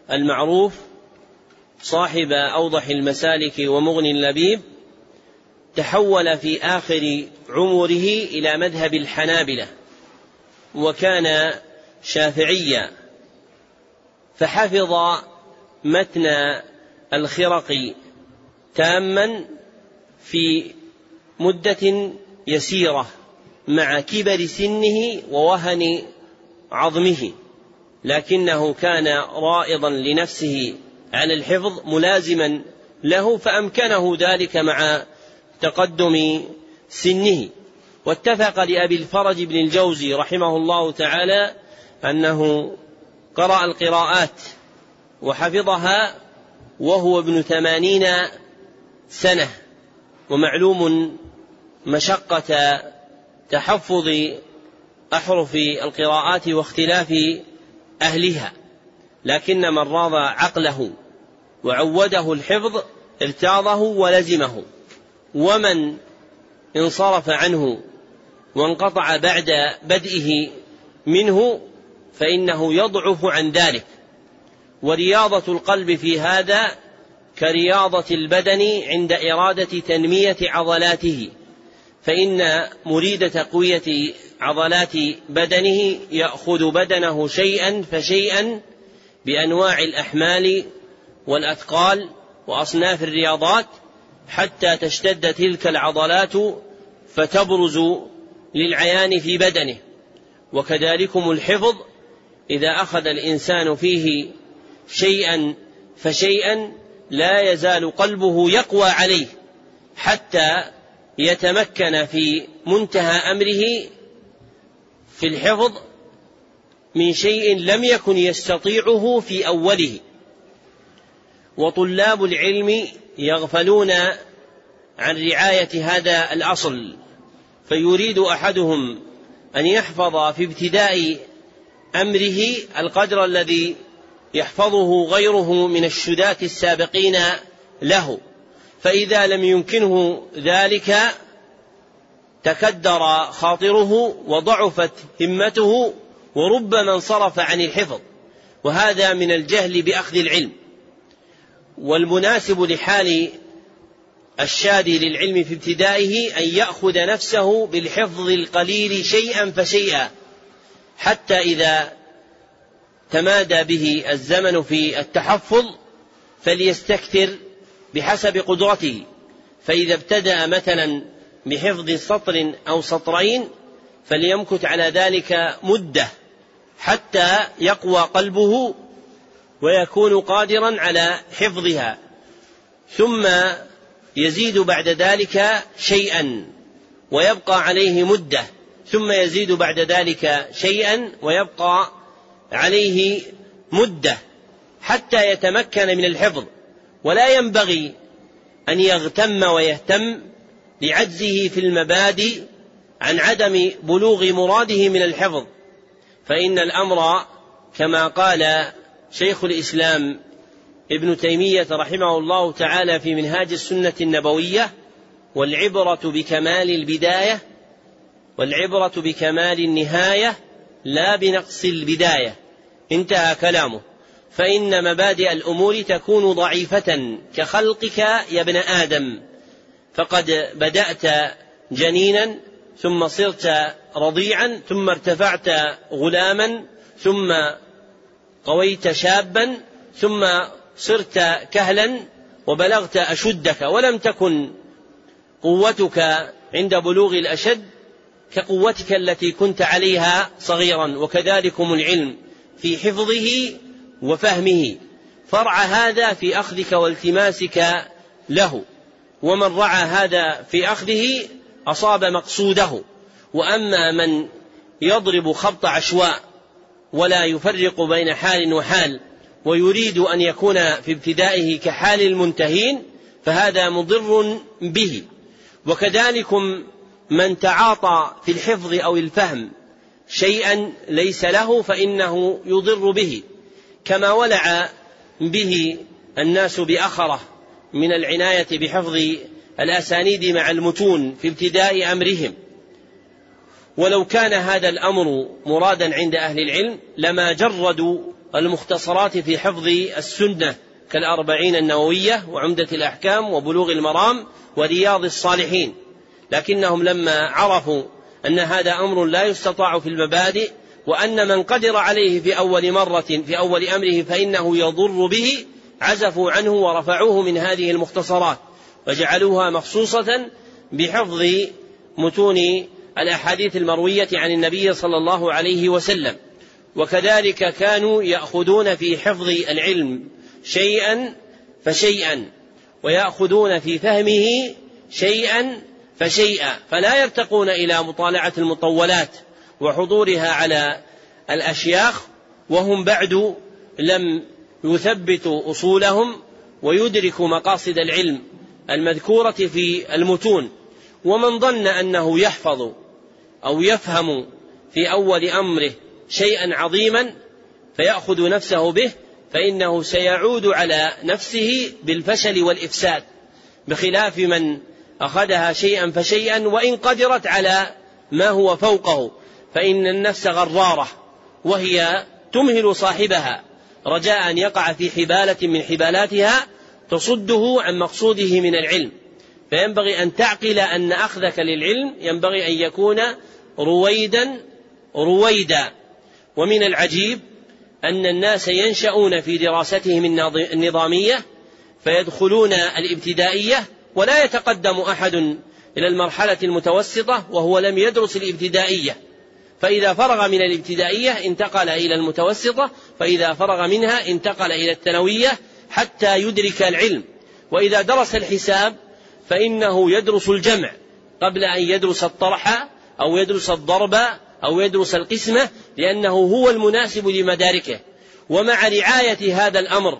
المعروف صاحب أوضح المسالك ومغني اللبيب تحول في آخر عمره إلى مذهب الحنابلة، وكان شافعيا، فحفظ متن الخرقي تاما في مدة يسيرة مع كبر سنه ووهن عظمه، لكنه كان رائضا لنفسه على الحفظ ملازما له، فأمكنه ذلك مع تقدم سنه. واتفق لأبي الفرج بن الجوزي رحمه الله تعالى أنه قرأ القراءات وحفظها وهو ابن ثمانين سنة، ومعلوم مشقة تحفظ أحرف القراءات واختلاف أهلها، لكن من راض عقله وعوده الحفظ ارتاضه ولزمه، ومن انصرف عنه وانقطع بعد بدئه منه فإنه يضعف عن ذلك. ورياضة القلب في هذا كرياضة البدن عند إرادة تنمية عضلاته، فإن مريد تقوية عضلات بدنه يأخذ بدنه شيئا فشيئا بأنواع الأحمال والأثقال وأصناف الرياضات حتى تشتد تلك العضلات فتبرز للعيان في بدنه. وكذلكم الحفظ، إذا أخذ الإنسان فيه شيئا فشيئا لا يزال قلبه يقوى عليه حتى يتمكن في منتهى أمره في الحفظ من شيء لم يكن يستطيعه في أوله. وطلاب العلم يغفلون عن رعاية هذا الأصل، فيريد أحدهم أن يحفظ في ابتداء أمره القدر الذي يحفظه غيره من الشداة السابقين له، فإذا لم يمكنه ذلك تكدر خاطره وضعفت همته وربما انصرف عن الحفظ، وهذا من الجهل بأخذ العلم. والمناسب لحال الشادي للعلم في ابتدائه أن يأخذ نفسه بالحفظ القليل شيئا فشيئا، حتى إذا تمادى به الزمن في التحفظ فليستكثر بحسب قدرته. فإذا ابتدأ مثلا بحفظ سطر أو سطرين فليمكث على ذلك مدة حتى يقوى قلبه ويكون قادرا على حفظها، ثم يزيد بعد ذلك شيئا ويبقى عليه مدة، ثم يزيد بعد ذلك شيئا ويبقى عليه مدة حتى يتمكن من الحفظ. ولا ينبغي أن يغتم ويهتم لعجزه في المبادئ عن عدم بلوغ مراده من الحفظ، فإن الأمر كما قال شيخ الإسلام ابن تيمية رحمه الله تعالى في منهاج السنة النبوية: والعبرة بكمال البداية والعبرة بكمال النهاية لا بنقص البداية. انتهى كلامه. فإن مبادئ الأمور تكون ضعيفة كخلقك يا ابن آدم، فقد بدأت جنينا ثم صرت رضيعا ثم ارتفعت غلاما ثم قويت شابا ثم صرت كهلا وبلغت أشدك، ولم تكن قوتك عند بلوغ الأشد كقوتك التي كنت عليها صغيرا. وكذلكم العلم في حفظه وفهمه، فرع هذا في أخذك والتماسك له، ومن رعى هذا في أخذه أصاب مقصوده. وأما من يضرب خبط عشواء ولا يفرق بين حال وحال ويريد أن يكون في ابتدائه كحال المنتهين فهذا مضر به. وكذلكم من تعاطى في الحفظ أو الفهم شيئا ليس له فإنه يضر به، كما ولع به الناس بأخره من العناية بحفظ الأسانيد مع المتون في ابتداء أمرهم. ولو كان هذا الأمر مرادا عند أهل العلم لما جردوا المختصرات في حفظ السنة كالأربعين النووية وعمدة الأحكام وبلوغ المرام ورياض الصالحين، لكنهم لما عرفوا أن هذا أمر لا يستطاع في المبادئ، وأن من قدر عليه في أول مرة في أول أمره فإنه يضر به، عزفوا عنه ورفعوه من هذه المختصرات وجعلوها مخصوصة بحفظ متون الأحاديث المروية عن النبي صلى الله عليه وسلم. وكذلك كانوا يأخذون في حفظ العلم شيئا فشيئا، ويأخذون في فهمه شيئا فشيئا، فلا يرتقون إلى مطالعة المطولات وحضورها على الأشياخ وهم بعد لم يثبتوا أصولهم ويدركوا مقاصد العلم المذكورة في المتون. ومن ظن أنه يحفظ أو يفهم في أول أمره شيئا عظيما فيأخذ نفسه به، فإنه سيعود على نفسه بالفشل والإفساد، بخلاف من أخذها شيئا فشيئا وإن قدرت على ما هو فوقه، فإن النفس غرارة وهي تمهل صاحبها رجاء أن يقع في حبالة من حبالاتها تصده عن مقصوده من العلم. فينبغي أن تعقل أن أخذك للعلم ينبغي أن يكون رويدا رويدا. ومن العجيب أن الناس ينشأون في دراستهم النظامية فيدخلون الابتدائية ولا يتقدم أحد إلى المرحلة المتوسطة وهو لم يدرس الابتدائية، فإذا فرغ من الابتدائية انتقل إلى المتوسطة، فإذا فرغ منها انتقل إلى الثانوية حتى يدرك العلم. وإذا درس الحساب فإنه يدرس الجمع قبل أن يدرس الطرح أو يدرس الضرب أو يدرس القسمة، لأنه هو المناسب لمداركه. ومع رعاية هذا الأمر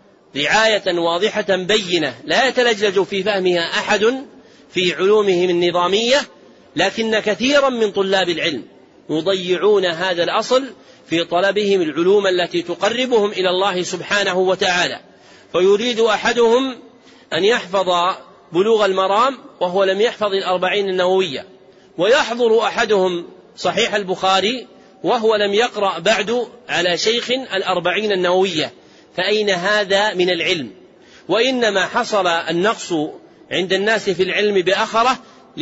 رعاية واضحة بينة لا يتلجلج في فهمها أحد في علومهم النظامية، لكن كثيرا من طلاب العلم يضيعون هذا الأصل في طلبهم العلوم التي تقربهم إلى الله سبحانه وتعالى. فيريد أحدهم أن يحفظ بلوغ المرام وهو لم يحفظ الأربعين النووية، ويحضر أحدهم صحيح البخاري وهو لم يقرأ بعد على شيخ الأربعين النووية، فأين هذا من العلم؟ وإنما حصل النقص عند الناس في العلم بأخره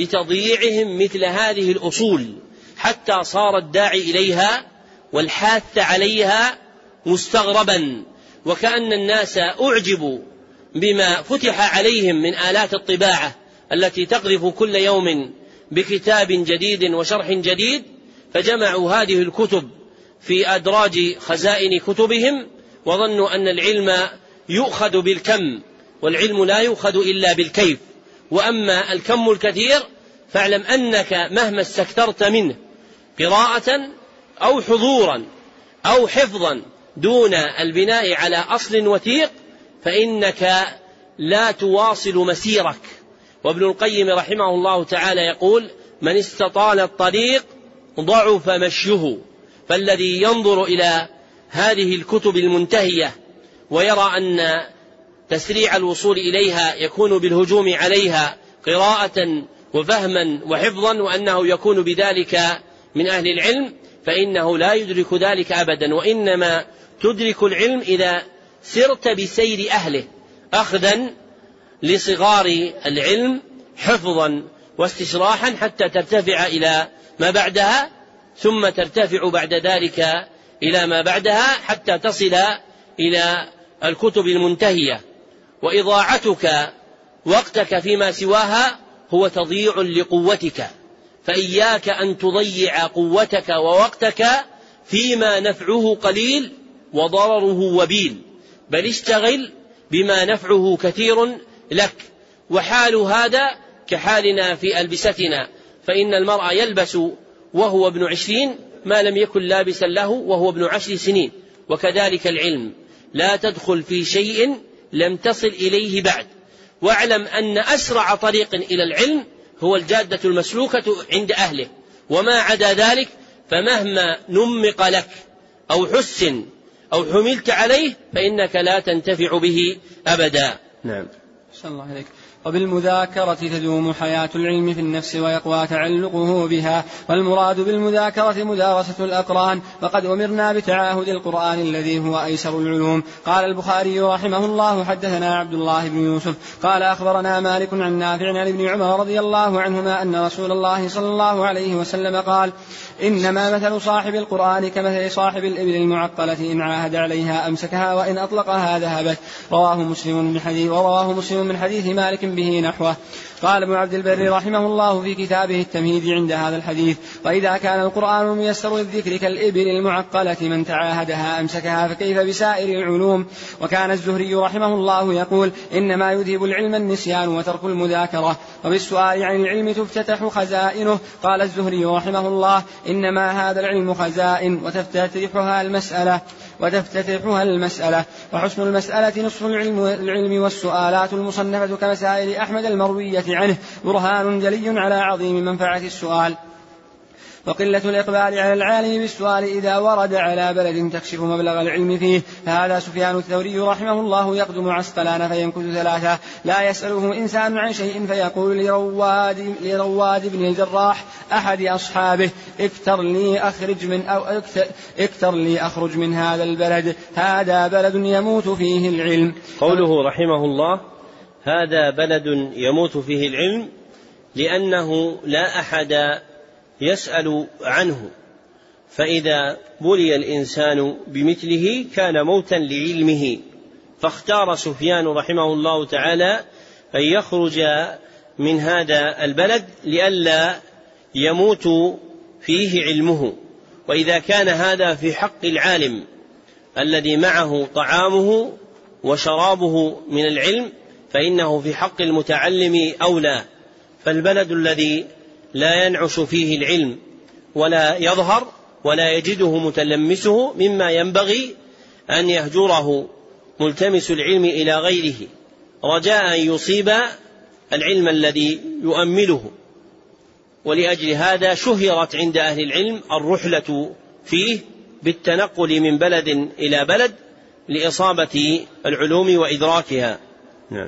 لتضييعهم مثل هذه الأصول، حتى صار الداعي إليها والحاث عليها مستغربا، وكأن الناس أعجبوا بما فتح عليهم من آلات الطباعة التي تقذف كل يوم بكتاب جديد وشرح جديد، فجمعوا هذه الكتب في أدراج خزائن كتبهم وظنوا أن العلم يؤخذ بالكم، والعلم لا يؤخذ إلا بالكيف. وأما الكم الكثير فاعلم أنك مهما استكثرت منه قراءة أو حضورا أو حفظا دون البناء على أصل وثيق فإنك لا تواصل مسيرك. وابن القيم رحمه الله تعالى يقول: من استطال الطريق ضعف مشيه. فالذي ينظر إلى هذه الكتب المنتهية ويرى أن تسريع الوصول إليها يكون بالهجوم عليها قراءة وفهما وحفظا، وأنه يكون بذلك من أهل العلم، فإنه لا يدرك ذلك أبدا، وإنما تدرك العلم إذا سرت بسير أهله أخذا لصغار العلم حفظا واستشراحا حتى ترتفع إلى ما بعدها، ثم ترتفع بعد ذلك إلى ما بعدها حتى تصل إلى الكتب المنتهية. وإضاعتك وقتك فيما سواها هو تضييع لقوتك، فإياك أن تضيع قوتك ووقتك فيما نفعه قليل وضرره وبيل، بل اشتغل بما نفعه كثير لك. وحال هذا كحالنا في ألبستنا، فإن المرء يلبس وهو ابن عشرين ما لم يكن لابسا له وهو ابن عشر سنين. وكذلك العلم، لا تدخل في شيء لم تصل إليه بعد، واعلم أن أسرع طريق إلى العلم هو الجادة المسلوكة عند أهله، وما عدا ذلك فمهما نمق لك أو حسن أو حملت عليه فإنك لا تنتفع به أبدا. نعم. صلى الله عليك. وبالمذاكرة تدوم حياة العلم في النفس ويقوى تعلقه بها، والمراد بالمذاكرة مدارسة الأقران، وقد أمرنا بتعاهد القرآن الذي هو أيسر العلوم. قال البخاري رحمه الله: حدثنا عبد الله بن يوسف قال أخبرنا مالك عن نافع عن ابن عمر رضي الله عنهما أن رسول الله صلى الله عليه وسلم قال: إنما مثل صاحب القرآن كمثل صاحب الإبل المعقلة إن عاهد عليها أمسكها وإن أطلقها ذهبت. رواه مسلم من حديث ورواه مسلم من حديث مالك به نحوه. قال ابن عبد البر رحمه الله في كتابه التمهيد عند هذا الحديث: وإذا كان القرآن ميسر للذكر كالإبل المعقلة من تعاهدها أمسكها فكيف بسائر العلوم. وكان الزهري رحمه الله يقول: إنما يذهب العلم النسيان وترك المذاكرة، وبالسؤال عن العلم تفتتح خزائنه. قال الزهري رحمه الله: إنما هذا العلم خزائن وتفتتحها المسألة وتفتتحها المسألة وحسن المسألة نصف العلم, العلم والسؤالات المصنفة كمسائل أحمد المروية عنه برهان جلي على عظيم منفعة السؤال، وقلة الإقبال على العالم بالسؤال إذا ورد على بلد تكشف مبلغ العلم فيه. فهذا سفيان الثوري رحمه الله يقدم عسقلان فيمكث ثلاثة لا يسأله إنسان عن شيء، فيقول لرواد, لرواد بن الجراح أحد أصحابه: اكتر لي أخرج من أو اكتر, اكتر لي أخرج من هذا البلد، هذا بلد يموت فيه العلم. قوله رحمه الله: هذا بلد يموت فيه العلم، لأنه لا أحد يسأل عنه، فإذا بلي الإنسان بمثله كان موتا لعلمه. فاختار سفيان رحمه الله تعالى أن يخرج من هذا البلد لئلا يموت فيه علمه. وإذا كان هذا في حق العالم الذي معه طعامه وشرابه من العلم، فإنه في حق المتعلم أولى. فالبلد الذي لا ينعش فيه العلم ولا يظهر ولا يجده متلمسه مما ينبغي أن يهجره ملتمس العلم إلى غيره رجاء أن يصيب العلم الذي يؤمله. ولأجل هذا شهرت عند أهل العلم الرحلة فيه بالتنقل من بلد إلى بلد لإصابة العلوم وإدراكها. نعم.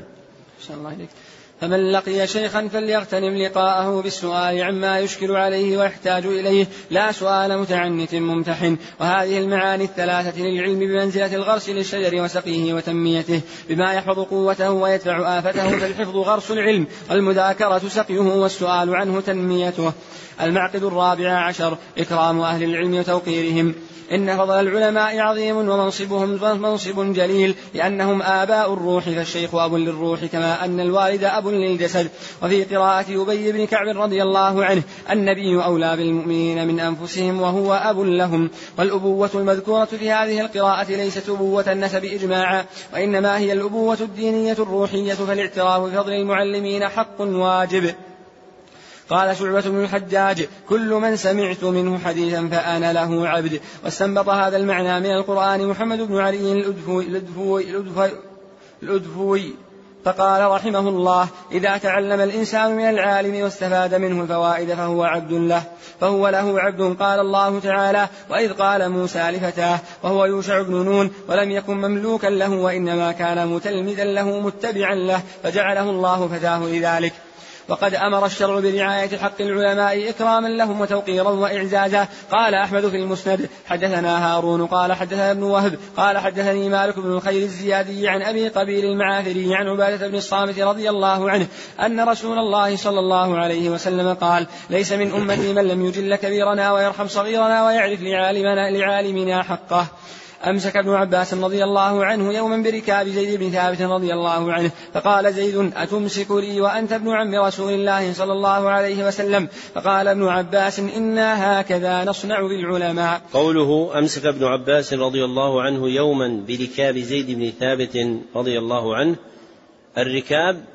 فمن لقي شيخا فليغتنم لقاءه بالسؤال عما يشكل عليه ويحتاج إليه، لا سؤال متعنت ممتحن. وهذه المعاني الثلاثة للعلم بمنزلة الغرس للشجر وسقيه وتنميته بما يحفظ قوته ويدفع آفته، فالحفظ غرس العلم، والمذاكرة سقيه، والسؤال عنه تنميته. المعقد الرابع عشر: إكرام أهل العلم وتوقيرهم. إن فضل العلماء عظيم ومنصبهم منصب جليل، لأنهم آباء الروح، فالشيخ أب للروح كما أن الوالد أب للجسد. وفي قراءة أبي بن كعب رضي الله عنه: النبي أولى بالمؤمنين من أنفسهم وهو أب لهم. والأبوة المذكورة في هذه القراءة ليست أبوة النسب إجماعا، وإنما هي الأبوة الدينية الروحية، فالاعتراف بفضل المعلمين حق واجب. قال شعبة بن الحجاج: كل من سمعت منه حديثا فأنا له عبد. واستنبط هذا المعنى من القرآن محمد بن علي الأدفوي, الأدفوي, الأدفوي, الأدفوي فقال رحمه الله: إذا تعلم الإنسان من العالم واستفاد منه الفوائد فهو عبد له فهو له عبد. قال الله تعالى: وإذ قال موسى لفتاه وهو يوشع بن نون ولم يكن مملوكا له وإنما كان متلمذا له متبعا له فجعله الله فتاه لذلك. وقد أمر الشرع برعاية حق العلماء إكراما لهم وتوقيرا وإعزازا. قال أحمد في المسند: حدثنا هارون قال حدثنا ابن وهب قال حدثني مالك بن الخير الزيادي عن أبي قبيل المعافري عن عبادة بن الصامت رضي الله عنه أن رسول الله صلى الله عليه وسلم قال: ليس من أمتي من لم يجل كبيرنا ويرحم صغيرنا ويعرف لعالمنا, لعالمنا حقه. أمسك ابن عباس رضي الله عنه يوما بركاب زيد بن ثابت رضي الله عنه، فقال زيد: أتمسك لي وأنت ابن عم رسول الله صلى الله عليه وسلم؟ فقال ابن عباس: إنا هكذا نصنع بالعلماء. قوله أمسك ابن عباس رضي الله عنه يوما بركاب زيد بن ثابت رضي الله عنه، الركاب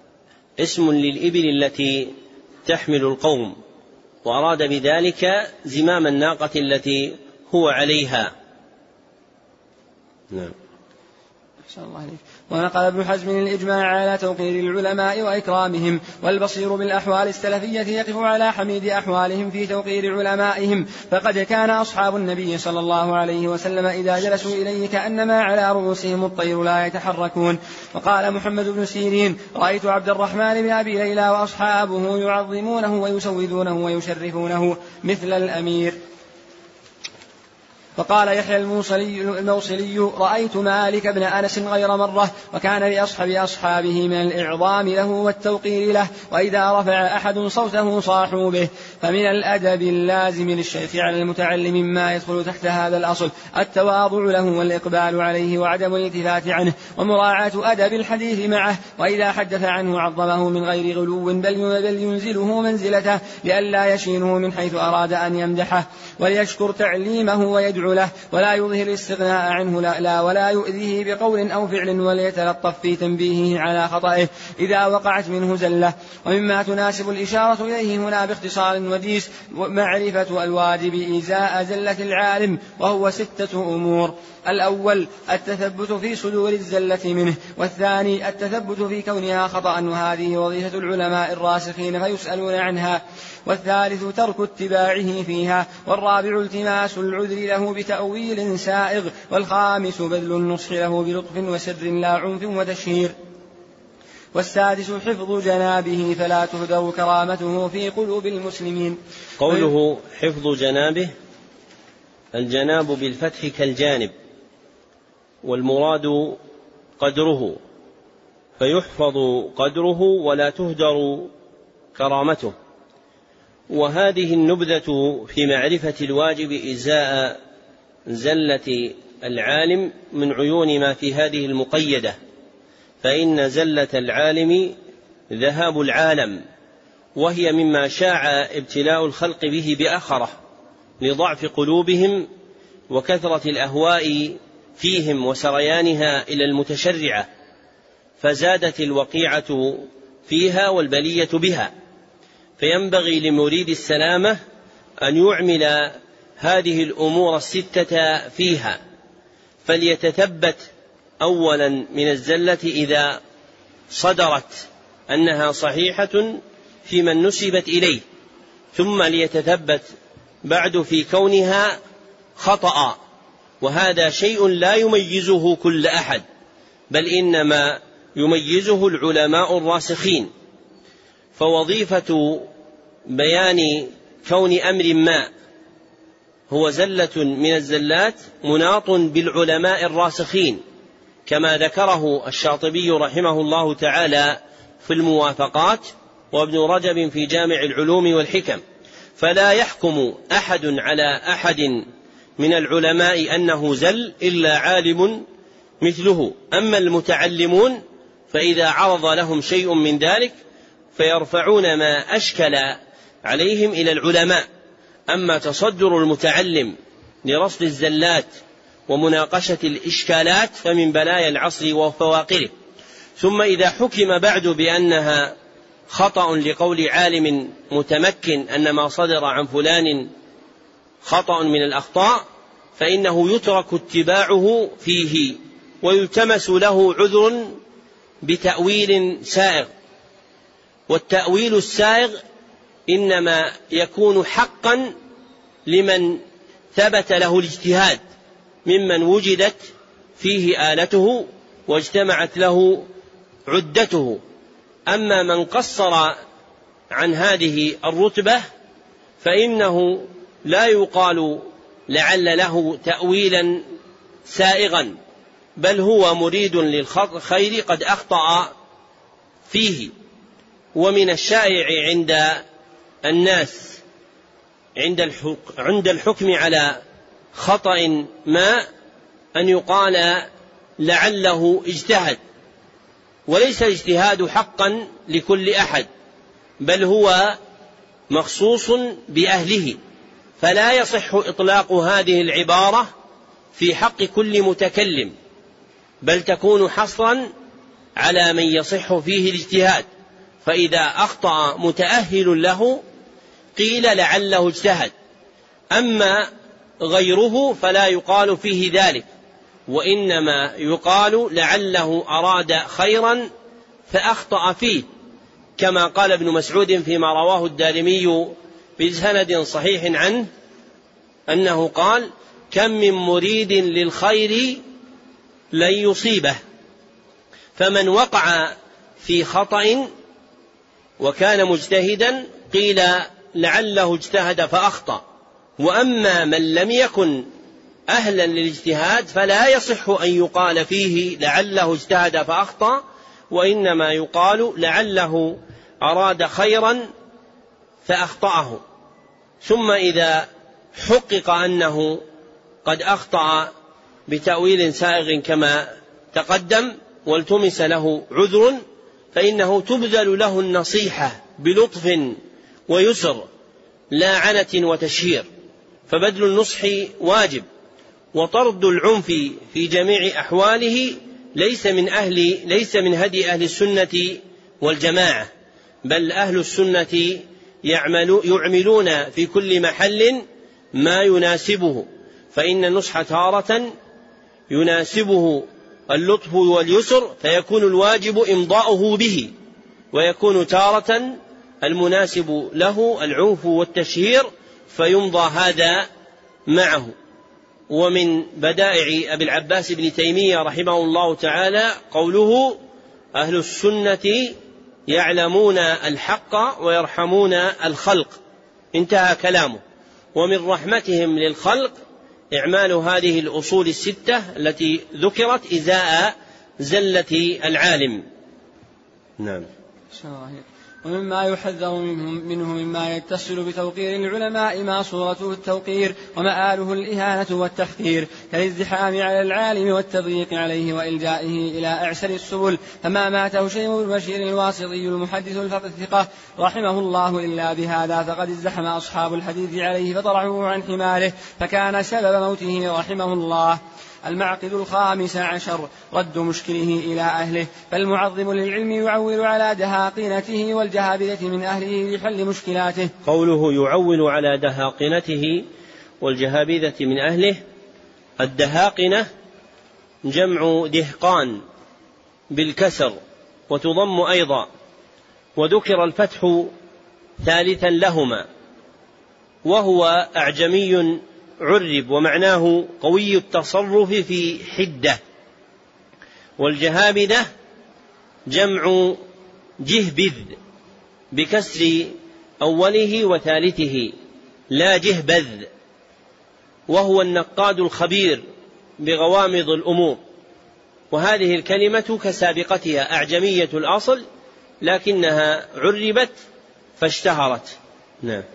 اسم للإبل التي تحمل القوم، وأراد بذلك زمام الناقة التي هو عليها. نعم. ونقل ابن حزم الإجماع على توقير العلماء وإكرامهم، والبصير بالأحوال السلفية يقف على حميد أحوالهم في توقير علمائهم، فقد كان أصحاب النبي صلى الله عليه وسلم إذا جلسوا إليه كأنما على رؤوسهم الطير لا يتحركون. وقال محمد بن سيرين: رأيت عبد الرحمن بن أبي ليلى وأصحابه يعظمونه ويسودونه ويشرفونه مثل الأمير. وقال يحيى الموصلي: رأيت مالك بن أنس غير مرة، وكان لأصحاب أصحابه من الإعظام له والتوقير له، وإذا رفع أحد صوته صاحوا به. فمن الأدب اللازم للشيخ على المتعلم ما يدخل تحت هذا الأصل التواضع له والإقبال عليه وعدم الالتفات عنه ومراعاة أدب الحديث معه، وإذا حدث عنه عظمه من غير غلو بل ينزله منزلته لئلا يشينه من حيث أراد أن يمدحه، وليشكر تعليمه ويدعو له ولا يظهر الاستغناء عنه لا, لا ولا يؤذيه بقول أو فعل، وليتلطف في تنبيهه على خطئه إذا وقعت منه زلة. ومما تناسب الإشارة إليه هنا باختصار وديس معرفة الواجب إزاء زلة العالم، وهو ستة أمور: الأول التثبت في صدور الزلة منه، والثاني التثبت في كونها خطأ وهذه وظيفة العلماء الراسخين فيسألون عنها، والثالث ترك اتباعه فيها، والرابع التماس العذر له بتأويل سائغ، والخامس بذل النصح له بلطف وسر لا عنف وتشهير، والسادس حفظ جنابه فلا تهدر كرامته في قلوب المسلمين. قوله حفظ جنابه، الجناب بالفتح كالجانب، والمراد قدره، فيحفظ قدره ولا تهدر كرامته. وهذه النبذة في معرفة الواجب إزاء زلة العالم من عيون ما في هذه المقيدة، فإن زلة العالم ذهاب العالم، وهي مما شاع ابتلاء الخلق به بأخره لضعف قلوبهم وكثرة الأهواء فيهم وسريانها إلى المتشرعة، فزادت الوقيعة فيها والبلية بها. فينبغي لمريد السلامة أن يعمل هذه الأمور الستة فيها، فليتثبت أولا من الزلة إذا صدرت أنها صحيحة في من نسبت إليه، ثم ليتثبت بعد في كونها خطأ، وهذا شيء لا يميزه كل أحد، بل إنما يميزه العلماء الراسخين. فوظيفة بيان كون أمر ما هو زلة من الزلات مناط بالعلماء الراسخين، كما ذكره الشاطبي رحمه الله تعالى في الموافقات، وابن رجب في جامع العلوم والحكم. فلا يحكم أحد على أحد من العلماء أنه زل إلا عالم مثله. أما المتعلمون فإذا عرض لهم شيء من ذلك فيرفعون ما أشكل عليهم إلى العلماء. أما تصدر المتعلم لرصد الزلات ومناقشة الإشكالات فمن بلايا العصر وفواقره. ثم إذا حكم بعد بأنها خطأ لقول عالم متمكن أن ما صدر عن فلان خطأ من الأخطاء، فإنه يترك اتباعه فيه ويلتمس له عذر بتأويل سائغ. والتأويل السائغ إنما يكون حقا لمن ثبت له الاجتهاد ممن وجدت فيه آلته واجتمعت له عدته. أما من قصر عن هذه الرتبة فإنه لا يقال لعل له تأويلا سائغا، بل هو مريد للخير قد أخطأ فيه. ومن الشائع عند الناس عند الحكم على خطأ ما أن يقال لعله اجتهد، وليس الاجتهاد حقا لكل أحد، بل هو مخصوص بأهله، فلا يصح إطلاق هذه العبارة في حق كل متكلم، بل تكون حصرا على من يصح فيه الاجتهاد. فإذا أخطأ متأهل له قيل لعله اجتهد، أما غيره فلا يقال فيه ذلك، وإنما يقال لعله أراد خيرا فأخطأ فيه، كما قال ابن مسعود فيما رواه الدارمي بسند صحيح عنه أنه قال: كم من مريد للخير لن يصيبه، فمن وقع في خطأ وكان مجتهدا قيل لعله اجتهد فأخطأ، وأما من لم يكن أهلا للاجتهاد فلا يصح أن يقال فيه لعله اجتهد فأخطأ، وإنما يقال لعله أراد خيرا فأخطأه. ثم إذا حقق أنه قد أخطأ بتأويل سائغ كما تقدم والتمس له عذر، فإنه تبذل له النصيحة بلطف ويسر لا عنة وتشهير، فبذل النصح واجب، وطرد العنف في جميع أحواله ليس من أهل ليس من هدي أهل السنة والجماعة، بل أهل السنة يعمل يعملون في كل محل ما يناسبه، فإن النصح تارة يناسبه اللطف واليسر فيكون الواجب إمضاؤه به، ويكون تارة المناسب له العنف والتشهير فيمضى هذا معه. ومن بدائع أبي العباس بن تيمية رحمه الله تعالى قوله: أهل السنة يعلمون الحق ويرحمون الخلق، انتهى كلامه. ومن رحمتهم للخلق إعمال هذه الأصول الستة التي ذكرت إزاء زلة العالم. نعم. ومما يحذر منه مما يتصل بتوقير العلماء ما صورته التوقير ومآله الإهانة والتحقير، كالازدحام على العالم والتضييق عليه وإلجائه إلى أعسر السبل، فما ماته شيء بن بشير الواسطي المحدث الثقة رحمه الله إلا بهذا، فقد ازدحم أصحاب الحديث عليه فطرحوه عن حماره فكان سبب موته رحمه الله. المعقد الخامس عشر رد مشكله إلى أهله، فالمعظم للعلم يعول على دهاقنته والجهابذة من أهله لحل مشكلاته. قوله يعول على دهاقنته والجهابذة من أهله، الدهاقنة جمع دهقان بالكسر وتضم أيضا، وذكر الفتح ثالثا لهما، وهو أعجمي عرب ومعناه قوي التصرف في حدة. والجهابذة جمع جهبذ بكسر أوله وثالثه لا جهبذ، وهو النقاد الخبير بغوامض الأمور. وهذه الكلمة كسابقتها أعجمية الأصل لكنها عربت فاشتهرت. نعم.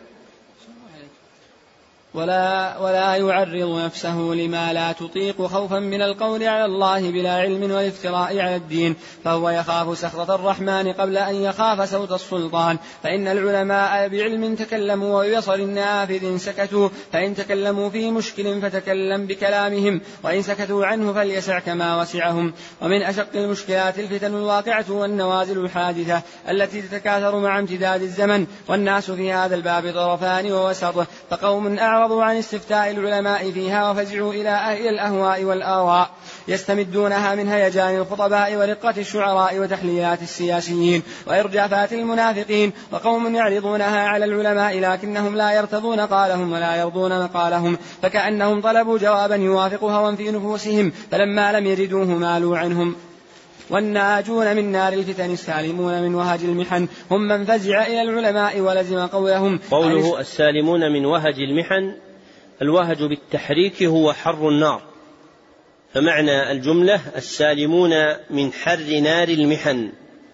ولا, ولا يعرض نفسه لما لا تطيق خوفا من القول على الله بلا علم والافتراء على الدين، فهو يخاف سخطة الرحمن قبل أن يخاف سوط السلطان. فإن العلماء بعلم تكلموا وببصر نافذ سكتوا، فإن تكلموا في مشكل فتكلم بكلامهم، وإن سكتوا عنه فليسع كما وسعهم. ومن أشق المشكلات الفتن الواقعة والنوازل الحادثة التي تتكاثر مع امتداد الزمن، والناس في هذا الباب طرفان ووسطه، فقوم أعرضوا عن استفتاء العلماء فيها وفزعوا إلى أهل الأهواء والآراء يستمدونها من هيجان الخطباء ورقة الشعراء وتحليلات السياسيين وإرجافات المنافقين، وقوم يعرضونها على العلماء لكنهم لا يرتضون قالهم ولا يرضون مقالهم، فكأنهم طلبوا جوابا يوافق هوى في نفوسهم، فلما لم يجدوه مالوا عنهم. والناجون من نار الفتن السالمون من وهج المحن هم من فزع إلى العلماء ولزم قولهم. قوله السالمون من وهج المحن، الوهج بالتحريك هو حر النار، فمعنى الجملة السالمون من حر نار المحن.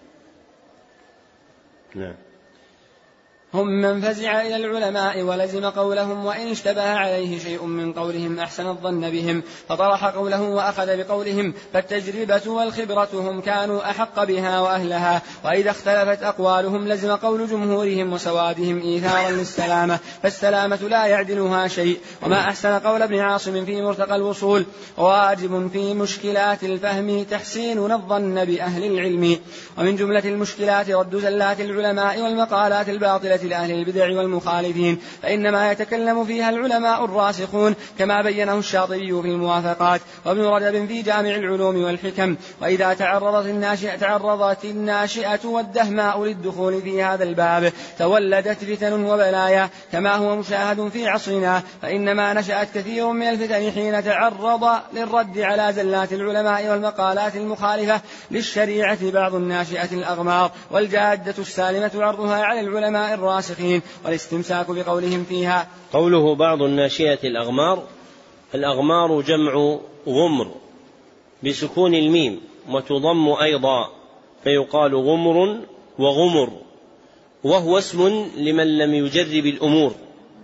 نعم. هم من فزع إلى العلماء ولزم قولهم، وإن اشتبه عليه شيء من قولهم أحسن الظن بهم فطرح قوله وأخذ بقولهم، فالتجربة والخبرة هم كانوا أحق بها وأهلها، وإذا اختلفت أقوالهم لزم قول جمهورهم وسوادهم إيثارا للسلامة، فالسلامة لا يعدلها شيء. وما أحسن قول ابن عاصم في مرتقى الوصول، واجب في مشكلات الفهم تحسين الظن بأهل العلم. ومن جملة المشكلات رد زلات العلماء والمقالات الباطلة لأهل البدع والمخالفين، فإنما يتكلم فيها العلماء الراسخون كما بينه الشاطبي في الموافقات وابن رجب في جامع العلوم والحكم. وإذا تعرضت الناشئة, تعرضت الناشئة والدهماء للدخول في هذا الباب تولدت فتن وبلايا كما هو مشاهد في عصرنا، فإنما نشأت كثير من الفتن حين تعرض للرد على زلات العلماء والمقالات المخالفة للشريعة بعض الناشئة الأغمار، والجادة السالمة عرضها على العلماء الراسخين والاستمساك بقولهم فيها. قوله بعض الناشئة الأغمار، الأغمار جمع غمر بسكون الميم وتضم أيضا فيقال غمر وغمر، وهو اسم لمن لم يجرب الأمور.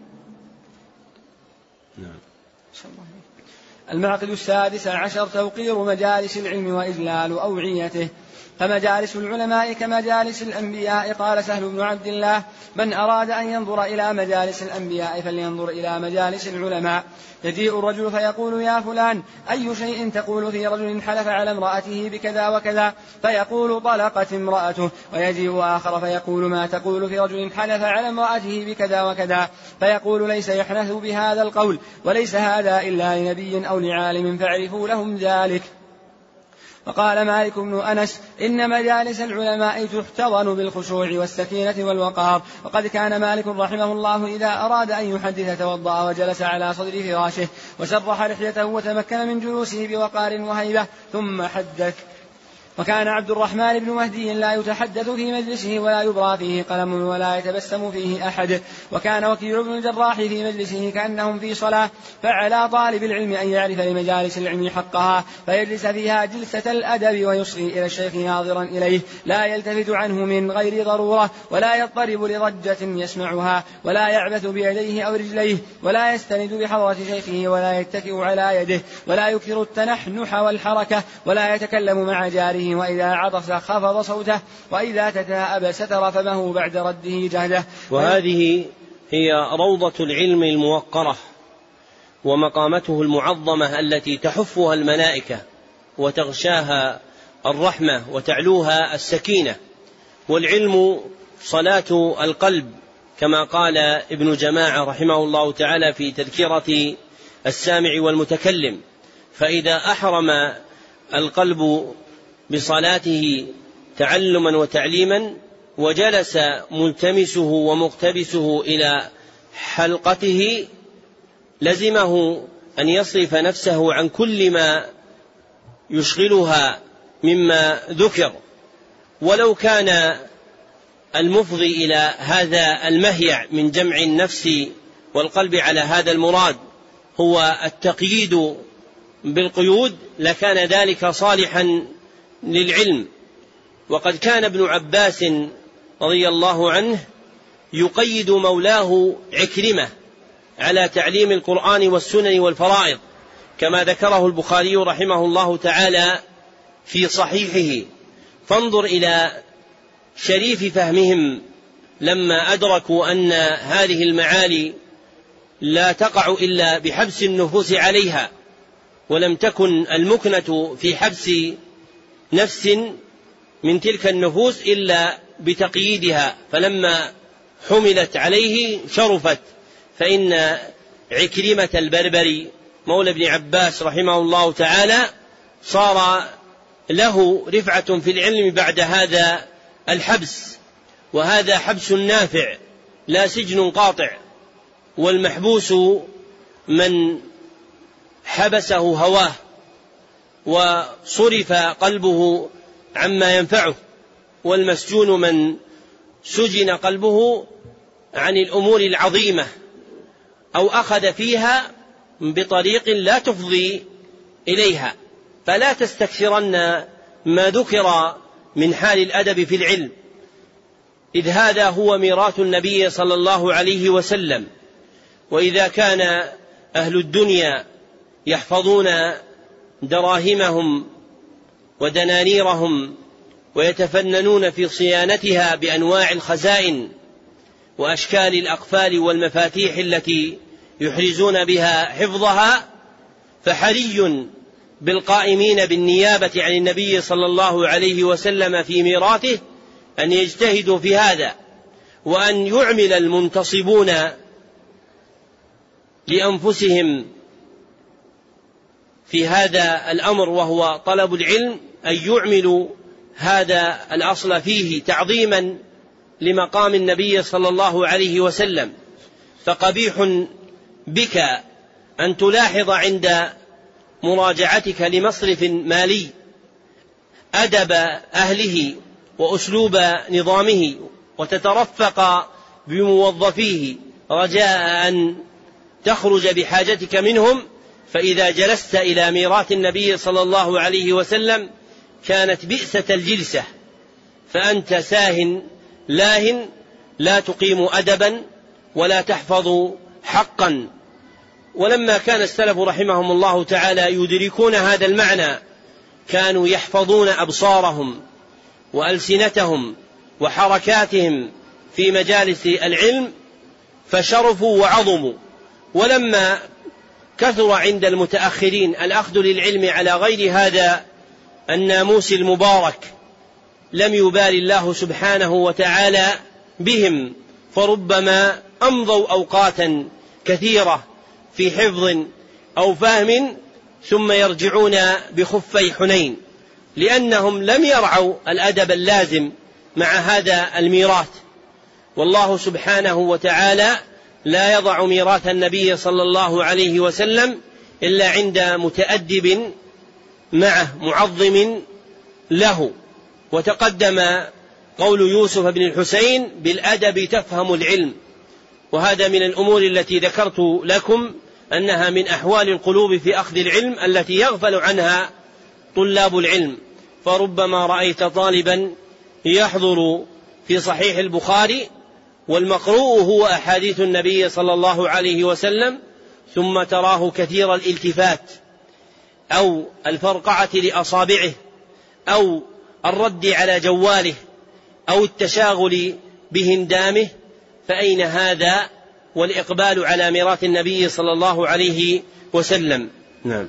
نعم. المعقد السادس عشر توقير مجالس العلم وإجلال أوعيته، فمجالس العلماء كمجالس الأنبياء. قال سهل بن عبد الله: من أراد أن ينظر إلى مجالس الأنبياء فلينظر إلى مجالس العلماء. يجيء الرجل فيقول: يا فلان، أي شيء تقول في رجل حلف على امرأته بكذا وكذا؟ فيقول: طلقت امرأته. ويجيء آخر فيقول: ما تقول في رجل حلف على امرأته بكذا وكذا؟ فيقول: ليس يحنث بهذا القول، وليس هذا إلا لنبي أو لعالم فاعرفوا لهم ذلك. وقال مالك بن أنس: إن مجالس العلماء تحتضن بالخشوع والسكينة والوقار. وقد كان مالك رحمه الله إذا أراد أن يحدث توضأ وجلس على صدر فراشه وسرح لحيته وتمكن من جلوسه بوقار وهيبة ثم حدث. وكان عبد الرحمن بن مهدي لا يتحدث في مجلسه ولا يبرى فيه قلم ولا يتبسم فيه أحد. وكان وكيع بن الجراح في مجلسه كأنهم في صلاة. فعلى طالب العلم أن يعرف لمجالس العلم حقها فيجلس فيها جلسة الأدب ويصغي إلى الشيخ ناظرا إليه، لا يلتفت عنه من غير ضرورة، ولا يضطرب لضجة يسمعها، ولا يعبث بيديه أو رجليه، ولا يستند بحضرة شيخه، ولا يتكئ على يده، ولا يكثر التنحنح والحركة، ولا يتكلم مع جاره، وإذا عطس خفض صوته، وإذا تثاءب ستر فمه بعد رده جهده. وهذه هي روضة العلم الموقرة ومقامته المعظمة التي تحفها الملائكة وتغشاها الرحمة وتعلوها السكينة. والعلم صلاة القلب كما قال ابن جماعة رحمه الله تعالى في تذكرة السامع والمتكلم: فإذا أحرم القلب بصلاته تعلما وتعليما وجلس ملتمسه ومقتبسه إلى حلقته لزمه أن يصرف نفسه عن كل ما يشغلها مما ذكر، ولو كان المفضي إلى هذا المهيع من جمع النفس والقلب على هذا المراد هو التقييد بالقيود لكان ذلك صالحا للعلم. وقد كان ابن عباس رضي الله عنه يقيد مولاه عكرمة على تعليم القرآن والسنن والفرائض كما ذكره البخاري رحمه الله تعالى في صحيحه. فانظر إلى شريف فهمهم لما أدركوا أن هذه المعالي لا تقع إلا بحبس النفوس عليها، ولم تكن المكنة في حبس نفس من تلك النفوس إلا بتقييدها، فلما حملت عليه شرفت. فإن عكرمة البربري مولى ابن عباس رحمه الله تعالى صار له رفعة في العلم بعد هذا الحبس، وهذا حبس نافع لا سجن قاطع. والمحبوس من حبسه هواه وصرف قلبه عما ينفعه، والمسجون من سجن قلبه عن الأمور العظيمة أو أخذ فيها بطريق لا تفضي إليها. فلا تستكثرن ما ذكر من حال الأدب في العلم، إذ هذا هو ميراث النبي صلى الله عليه وسلم. وإذا كان أهل الدنيا يحفظون دراهمهم ودنانيرهم ويتفننون في صيانتها بأنواع الخزائن وأشكال الأقفال والمفاتيح التي يحرزون بها حفظها، فحري بالقائمين بالنيابة عن النبي صلى الله عليه وسلم في ميراثه أن يجتهدوا في هذا وأن يعمل المنتصبون لأنفسهم في هذا الأمر وهو طلب العلم أن يعملوا هذا الأصل فيه تعظيما لمقام النبي صلى الله عليه وسلم. فقبيح بك أن تلاحظ عند مراجعتك لمصرف مالي أدب أهله وأسلوب نظامه وتترفق بموظفيه رجاء أن تخرج بحاجتك منهم، فإذا جلست إلى ميراث النبي صلى الله عليه وسلم كانت بئسة الجلسة، فأنت ساه لاه لا تقيم أدبا ولا تحفظ حقا. ولما كان السلف رحمهم الله تعالى يدركون هذا المعنى كانوا يحفظون أبصارهم وألسنتهم وحركاتهم في مجالس العلم فشرفوا وعظموا. ولما كثر عند المتأخرين الأخذ للعلم على غير هذا الناموس المبارك لم يبال الله سبحانه وتعالى بهم، فربما أمضوا أوقاتا كثيرة في حفظ أو فهم ثم يرجعون بخفي حنين، لأنهم لم يرعوا الأدب اللازم مع هذا الميراث. والله سبحانه وتعالى لا يضع ميراث النبي صلى الله عليه وسلم إلا عند متأدب معه معظم له. وتقدم قول يوسف بن الحسين: بالأدب تفهم العلم. وهذا من الأمور التي ذكرت لكم أنها من أحوال القلوب في أخذ العلم التي يغفل عنها طلاب العلم. فربما رأيت طالبا يحضر في صحيح البخاري والمقروء هو أحاديث النبي صلى الله عليه وسلم، ثم تراه كثير الالتفات أو الفرقعة لأصابعه أو الرد على جواله أو التشاغل بهندامه، فأين هذا والإقبال على ميراث النبي صلى الله عليه وسلم؟ نعم.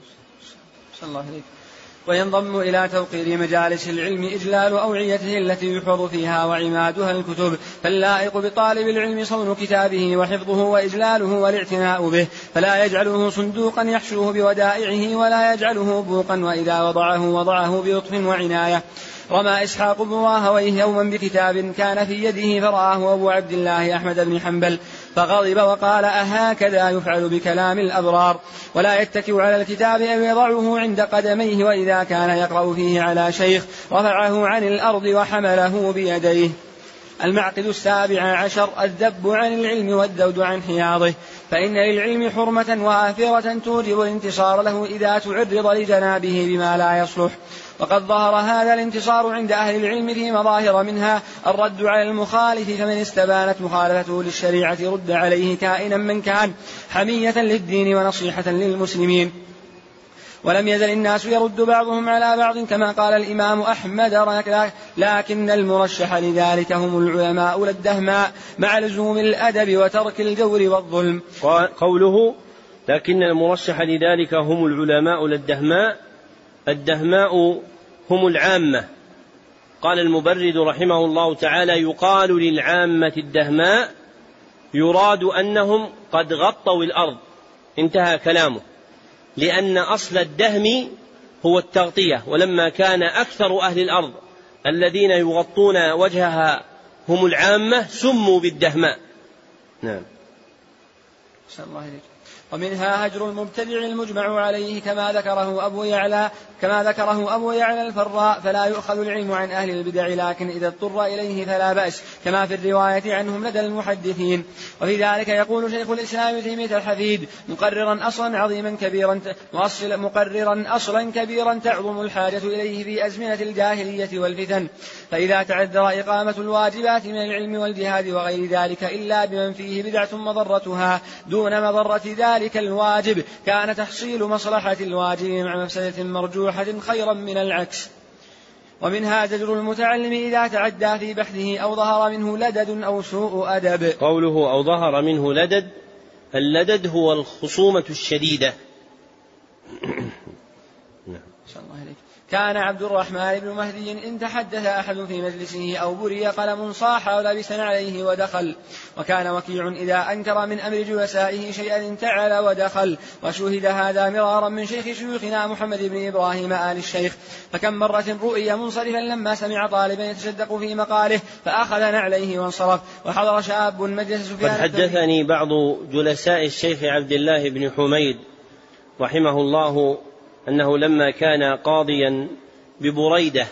صلى الله عليه. وينضم إلى توقير مجالس العلم إجلال أوعيته التي يحفظ فيها وعمادها الكتب، فاللائق بطالب العلم صون كتابه وحفظه وإجلاله والاعتناء به، فلا يجعله صندوقا يحشوه بودائعه ولا يجعله بوقا، وإذا وضعه وضعه بلطف وعناية. رمى إسحاق بن راهويه يوما بكتاب كان في يده فرآه أبو عبد الله أحمد بن حنبل فغضب وقال: أهكذا يفعل بكلام الأبرار؟ ولا يتكئ على الكتاب أو يضعه عند قدميه، وإذا كان يقرأ فيه على شيخ رفعه عن الأرض وحمله بيديه. المعقد السابع عشر: الذب عن العلم والذود عن حياضه، فإن للعلم حرمة وآثرة توجب الانتصار له إذا تعرض لجنابه بما لا يصلح. وقد ظهر هذا الانتصار عند أهل العلم في مظاهر، منها الرد على المخالف، فمن استبانت مخالفته للشريعة رد عليه كائنا من كان، حمية للدين ونصيحة للمسلمين. ولم يزل الناس يرد بعضهم على بعض كما قال الإمام أحمد، لكن المرشح لذلك هم العلماء لا الدهماء، مع لزوم الأدب وترك الجور والظلم. قوله لكن المرشح لذلك هم العلماء لا الدهماء، الدهماء هم العامة. قال المبرد رحمه الله تعالى: يقال للعامة الدهماء، يراد أنهم قد غطوا الأرض. انتهى كلامه، لأن أصل الدهم هو التغطية، ولما كان أكثر أهل الأرض الذين يغطون وجهها هم العامة سموا بالدهماء. نعم. الله عليك. ومنها هجر المبتدع المجمع عليه كما ذكره أبو يعلى كما ذكره أبو يعلى الفراء، فلا يؤخذ العلم عن أهل البدع، لكن إذا اضطر إليه فلا بأس، كما في الرواية عنهم لدى المحدثين. وفي ذلك يقول شيخ الإسلام ابن تيمية الحفيد: مقررا أصلا عظيما كبيرا مؤصل مقررا أصلا كبيرا تعظم الحاجة إليه في أزمنة الجاهلية والفتن، فإذا تعذر إقامة الواجبات من العلم والجهاد وغير ذلك إلا بمن فيه بدعة مضرتها دون مضرة ذلك الواجب، كان تحصيل مصلحة الواجب مع مفسدة مرجوحة خيرا من العكس. ومنها زجر المتعلم إذا تعدى في بحثه أو ظهر منه لدد أو سوء أدب. قوله أو ظهر منه لدد، اللدد هو الخصومة الشديدة. كان عبد الرحمن بن مهدي إن تحدث أحد في مجلسه أو بري قلم صاح ولبس عليه ودخل. وكان وكيع إذا أنكر من أمر جلسائه شيئا انتعل ودخل. وشهد هذا مرارا من شيخ شيوخنا محمد بن إبراهيم آل الشيخ. فكم مرة رؤي منصرفا لما سمع طالبا يتشدق في مقاله فأخذ نعليه وانصرف. وحضر شاب مجلس سفيان. قد حدثني بعض جلساء الشيخ عبد الله بن حميد رحمه الله أنه لما كان قاضيا ببريدة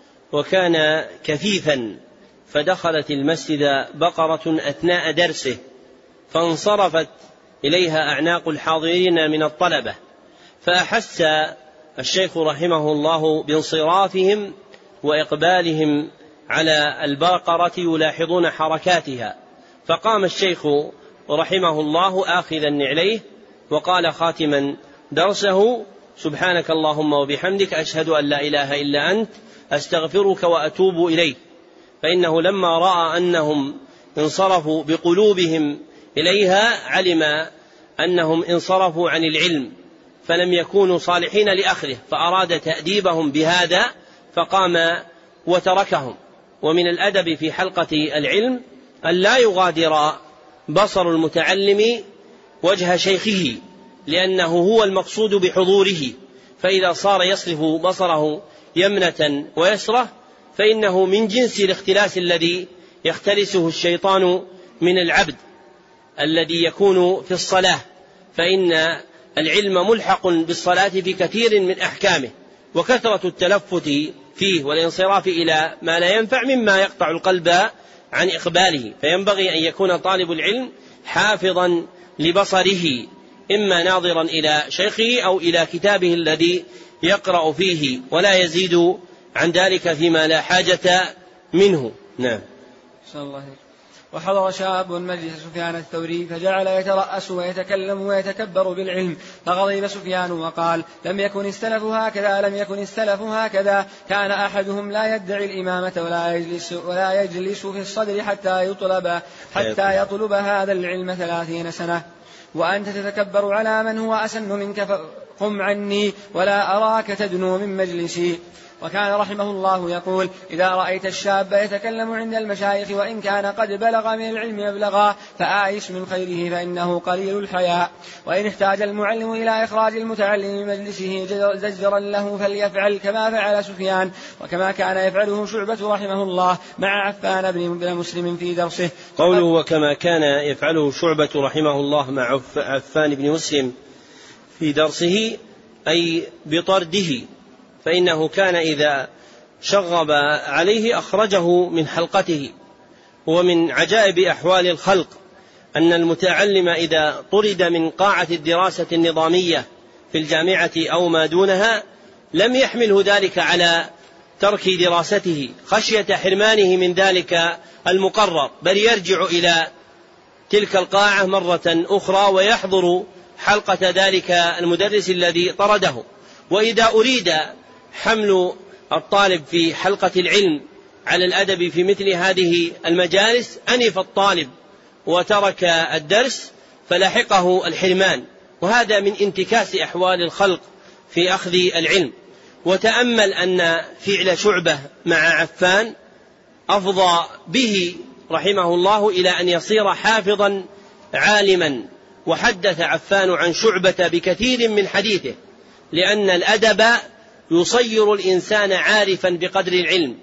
وكان كفيفا فدخلت المسجد بقرة أثناء درسه فانصرفت إليها أعناق الحاضرين من الطلبة فأحس الشيخ رحمه الله بانصرافهم وإقبالهم على البقرة يلاحظون حركاتها فقام الشيخ رحمه الله آخذا نعليه وقال خاتما درسه سبحانك اللهم وبحمدك أشهد أن لا إله إلا أنت أستغفرك وأتوب إليك. فإنه لما رأى أنهم انصرفوا بقلوبهم إليها علم أنهم انصرفوا عن العلم فلم يكونوا صالحين لأخذه فأراد تأديبهم بهذا فقام وتركهم. ومن الأدب في حلقة العلم أن لا يغادر بصر المتعلم وجه شيخه لأنه هو المقصود بحضوره فإذا صار يصرف بصره يمنة ويسرة فإنه من جنس الاختلاس الذي يختلسه الشيطان من العبد الذي يكون في الصلاة فإن العلم ملحق بالصلاة في كثير من أحكامه وكثرة التلفت فيه والانصراف إلى ما لا ينفع مما يقطع القلب عن إقباله فينبغي أن يكون طالب العلم حافظا لبصره إما ناظرا إلى شيخه أو إلى كتابه الذي يقرأ فيه ولا يزيد عن ذلك فيما لا حاجة منه. نعم. وحضر شاب مجلس سفيان الثوري فجعل يترأس ويتكلم ويتكبر بالعلم فغضب سفيان وقال لم يكن السلف هكذا لم يكن السلف هكذا كان أحدهم لا يدعي الإمامة ولا يجلس, ولا يجلس في الصدر حتى يطلب, حتى يطلب هذا العلم ثلاثين سنة وأنت تتكبر على من هو أسن منك قم عني ولا أراك تدنو من مجلسي. وكان رحمه الله يقول إذا رأيت الشاب يتكلم عند المشايخ وإن كان قد بلغ من العلم مبلغا فآيس من خيره فإنه قليل الحياء. وإن احتاج المعلم إلى إخراج المتعلم من مجلسه زجرا له فليفعل كما فعل سفيان وكما كان يفعله شعبة رحمه الله مع عفان بن مسلم في درسه. قوله وكما كان يفعله شعبة رحمه الله مع عفان بن مسلم في درسه أي بطرده فإنه كان إذا شغب عليه أخرجه من حلقته. ومن عجائب أحوال الخلق أن المتعلم إذا طرد من قاعة الدراسة النظامية في الجامعة أو ما دونها لم يحمله ذلك على ترك دراسته خشية حرمانه من ذلك المقرر بل يرجع إلى تلك القاعة مرة أخرى ويحضر حلقة ذلك المدرس الذي طرده. وإذا أريد حمل الطالب في حلقة العلم على الأدب في مثل هذه المجالس أنف الطالب وترك الدرس فلحقه الحرمان وهذا من انتكاس أحوال الخلق في أخذ العلم. وتأمل أن فعل شعبة مع عفان أفضى به رحمه الله إلى أن يصير حافظا عالما. وحدث عفان عن شعبة بكثير من حديثه لأن الأدب يصير الإنسان عارفا بقدر العلم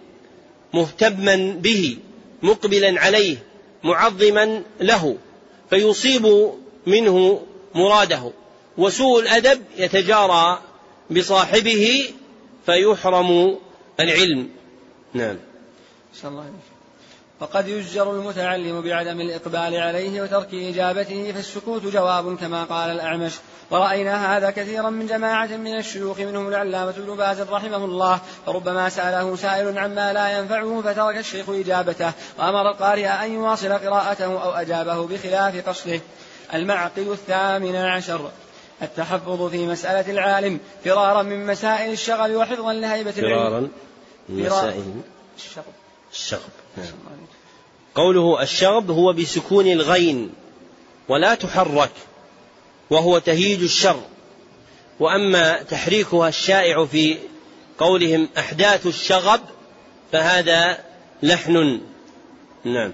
مهتما به مقبلا عليه معظما له فيصيب منه مراده. وسوء الأدب يتجارى بصاحبه فيحرم العلم. نعم. وقد يزجر المتعلم بعدم الإقبال عليه وترك إجابته فالسكوت جواب كما قال الأعمش. ورأينا هذا كثيرا من جماعة من الشيوخ منهم العلامة ابن باز رحمه الله فربما سأله سائل عما لا ينفعه فترك الشيخ إجابته وأمر القارئ أن يواصل قراءته أو أجابه بخلاف قصده. المعقد الثامن عشر التحفظ في مسألة العالم فرارا من مسائل الشغب وحفظا لهيبة العلم. فرارا من مسائل الشغب. الشغب. قوله الشغب هو بسكون الغين ولا تحرك وهو تهيج الشر. وأما تحريكها الشائع في قولهم أحداث الشغب فهذا لحن. نعم.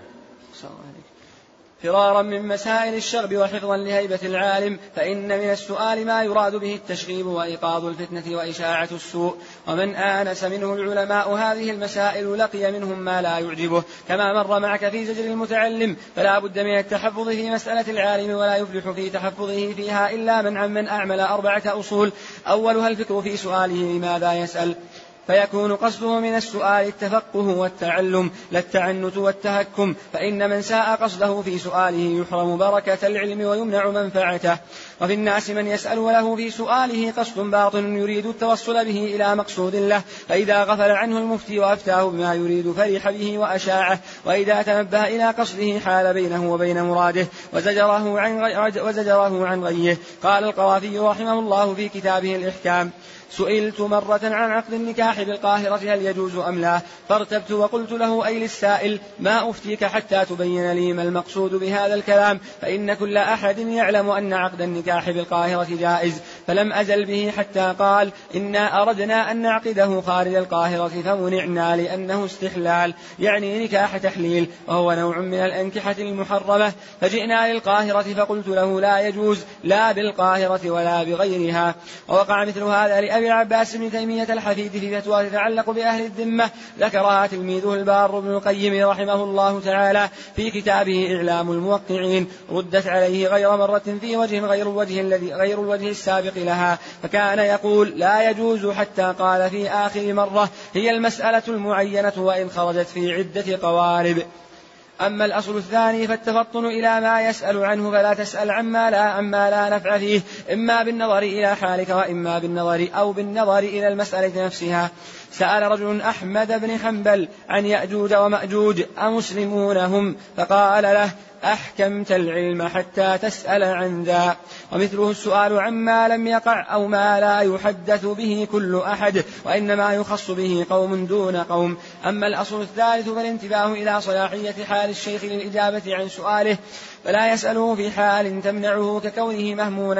فرارا من مسائل الشغب وحفظا لهيبة العالم، فإن من السؤال ما يراد به التشغيب وإيقاظ الفتنة وإشاعة السوء، ومن آنس منه العلماء هذه المسائل لقي منهم ما لا يعجبه، كما مر معك في زجر المتعلم. فلا بد من التحفظ في مسألة العالم، ولا يفلح في تحفظه فيها إلا من عمن أعمل أربعة أصول. أولها الفكر في سؤاله لماذا يسأل، فيكون قصده من السؤال التفقه والتعلم لا التعنت والتهكم، فإن من ساء قصده في سؤاله يحرم بركة العلم ويمنع منفعته. وفي الناس من يسأل وله في سؤاله قصد باطن يريد التوصل به إلى مقصود له، فإذا غفل عنه المفتي وأفتاه بما يريد فرح به وأشاعه، وإذا تنبه إلى قصده حال بينه وبين مراده وزجره عن, غي... وزجره عن غيه. قال القرافي رحمه الله في كتابه الإحكام: سئلت مرة عن عقد النكاح بالقاهرة هل يجوز أم لا، فارتبت وقلت له أي للسائل ما أفتيك حتى تبين لي ما المقصود بهذا الكلام، فإن كل أحد يعلم أن عقد النكاح بالقاهرة جائز، فلم أزل به حتى قال إنا أردنا أن نعقده خارج القاهرة فمنعنا لأنه استحلال، يعني نكاح تحليل، وهو نوع من الأنكحة المحرمة، فجئنا للقاهرة فقلت له لا يجوز لا بالقاهرة ولا بغيرها. ووقع مثل هذا لأبي العباس بن تيمية الحفيد في فتوى تتعلق بأهل الذمة، ذكرها تلميذه البار ابن القيم رحمه الله تعالى في كتابه إعلام الموقعين، ردت عليه غير مرة في وجه غير الوجه الذي غير الوجه السابق لها، فكان يقول لا يجوز حتى قال في آخر مرة هي المسألة المعينة وإن خرجت في عدة قوارب. أما الأصل الثاني فالتفطن إلى ما يسأل عنه، فلا تسأل عما لا, عما لا نفع فيه، إما بالنظر إلى حالك وإما بالنظر أو بالنظر إلى المسألة نفسها. سأل رجل أحمد بن حنبل عن يأجوج ومأجوج أمسلمون هم، فقال له أحكمت العلم حتى تسأل عن ذا. ومثله السؤال عما لم يقع أو ما لا يحدث به كل أحد، وإنما يخص به قوم دون قوم. أما الأصل الثالث فالانتباه إلى صلاحية حال الشيخ للإجابة عن سؤاله، فلا يسأله في حال تمنعه ككونه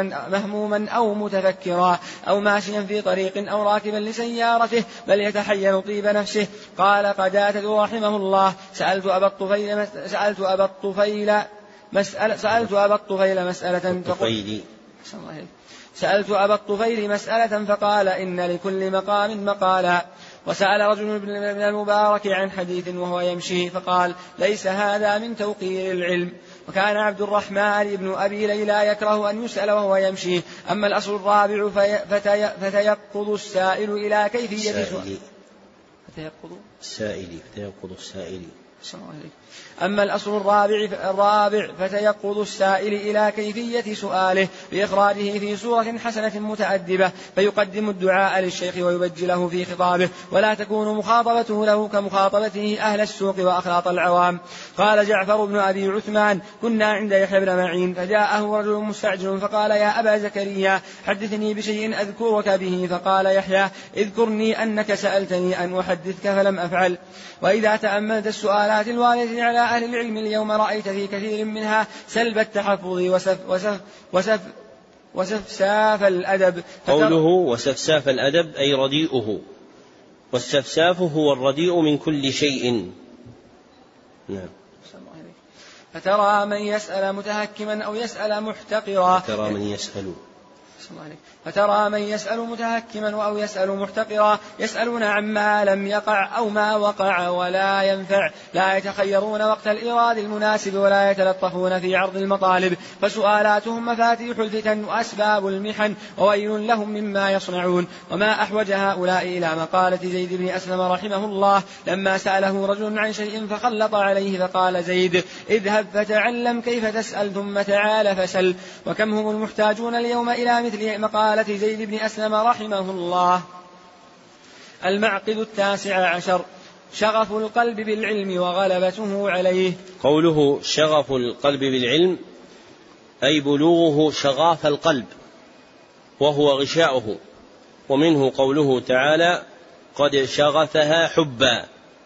مهموما أو متفكرا أو ماشيا في طريق أو راكبا لسيارته، بل يتحين طيب نفسه. قال قتادة رحمه الله: سألت أبا الطفيل سألت أبا الطفيل مسألة سألت أبا الطفيل مسألة فقال سألت أبا الطفيل مسألة فقال إن لكل مقام مقالا. وسأل رجل ابن المبارك عن حديث وهو يمشي فقال ليس هذا من توقير العلم. وكان عبد الرحمن بن أبي ليلى يكره أن يسأل وهو يمشي. أما الأصل الرابع فتي... فتيقظ السائل إلى كيفية سؤال فتيقظ السائل فتيقظ السائل أما الأصل الرابع, الرابع فتيقظ السائل إلى كيفية سؤاله بإخراجه في صورة حسنة متأدبة، فيقدم الدعاء للشيخ ويبجله في خطابه، ولا تكون مخاطبته له كمخاطبته أهل السوق وأخلاط العوام. قال جعفر بن أبي عثمان: كنا عند يحيى بن معين فجاءه رجل مستعجل فقال يا أبا زكريا حدثني بشيء أذكرك به، فقال يحيى اذكرني أنك سألتني أن أحدثك فلم أفعل. وإذا تأملت السؤالات الواردة على أهل العلم اليوم رأيت في كثير منها سلب التحفظ وسف وسف وسف وسفساف الأدب. قوله وسفساف الأدب أي رديئه، والسفساف هو الرديء من كل شيء. نعم. فترى من يسأل متهكما أو يسأل محتقرا فترى من يسأل فترى من يسأل متهكما أو يسأل محتقرا يسألون عما لم يقع أو ما وقع ولا ينفع، لا يتخيرون وقت الإيراد المناسب ولا يتلطفون في عرض المطالب، فسؤالاتهم مفاتيح الفتن وأسباب المحن، وويل لهم مما يصنعون. وما أحوج هؤلاء إلى مقالة زيد بن أسلم رحمه الله لما سأله رجل عن شيء فخلط عليه فقال زيد اذهب فتعلم كيف تسأل ثم تعال فسل. وكم هم المحتاجون اليوم إلى مثل مقالة زيد بن أسلم رحمه الله. المعقد التاسع عشر شغف القلب بالعلم وغلبته عليه. قوله شغف القلب بالعلم أي بلوغه شغاف القلب وهو غشاؤه، ومنه قوله تعالى قد شغفها حبا.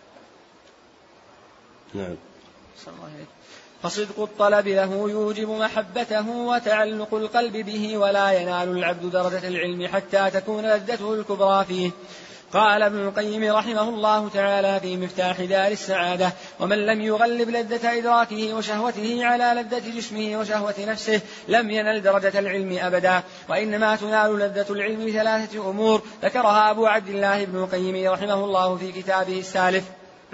نعم. فصدق الطلب له يوجب محبته وتعلق القلب به، ولا ينال العبد درجة العلم حتى تكون لذته الكبرى فيه. قال ابن القيم رحمه الله تعالى في مفتاح دار السعادة: ومن لم يغلب لذة إدراكه وشهوته على لذة جسمه وشهوة نفسه لم ينل درجة العلم أبدا، وإنما تنال لذة العلم بثلاثة أمور ذكرها أبو عبد الله ابن القيم رحمه الله في كتابه السالف: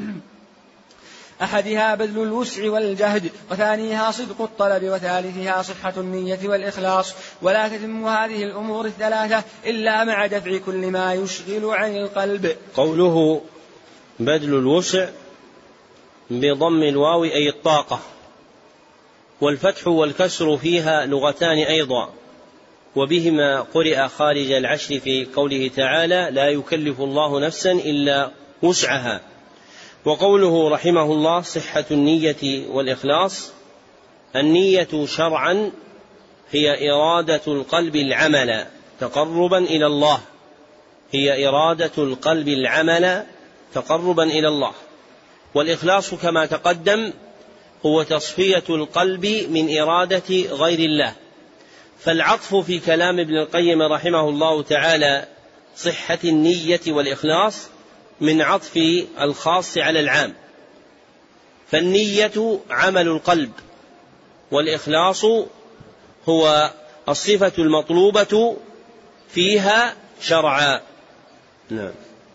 أحدها بذل الوسع والجهد، وثانيها صدق الطلب، وثالثها صحة النية والإخلاص. ولا تتم هذه الأمور الثلاثة إلا مع دفع كل ما يشغل عن القلب. قوله بذل الوسع بضم الواو أي الطاقة، والفتح والكسر فيها لغتان أيضا، وبهما قرئ خارج العشر في قوله تعالى: لا يكلف الله نفسا إلا وسعها. وقوله رحمه الله صحة النية والإخلاص: النية شرعا هي إرادة القلب العمل تقربا إلى الله، هي إرادة القلب العمل تقربا إلى الله. والإخلاص كما تقدم هو تصفية القلب من إرادة غير الله. فالعطف في كلام ابن القيم رحمه الله تعالى صحة النية والإخلاص من عطف الخاص على العام، فالنية عمل القلب، والإخلاص هو الصفة المطلوبة فيها شرعا. نعم.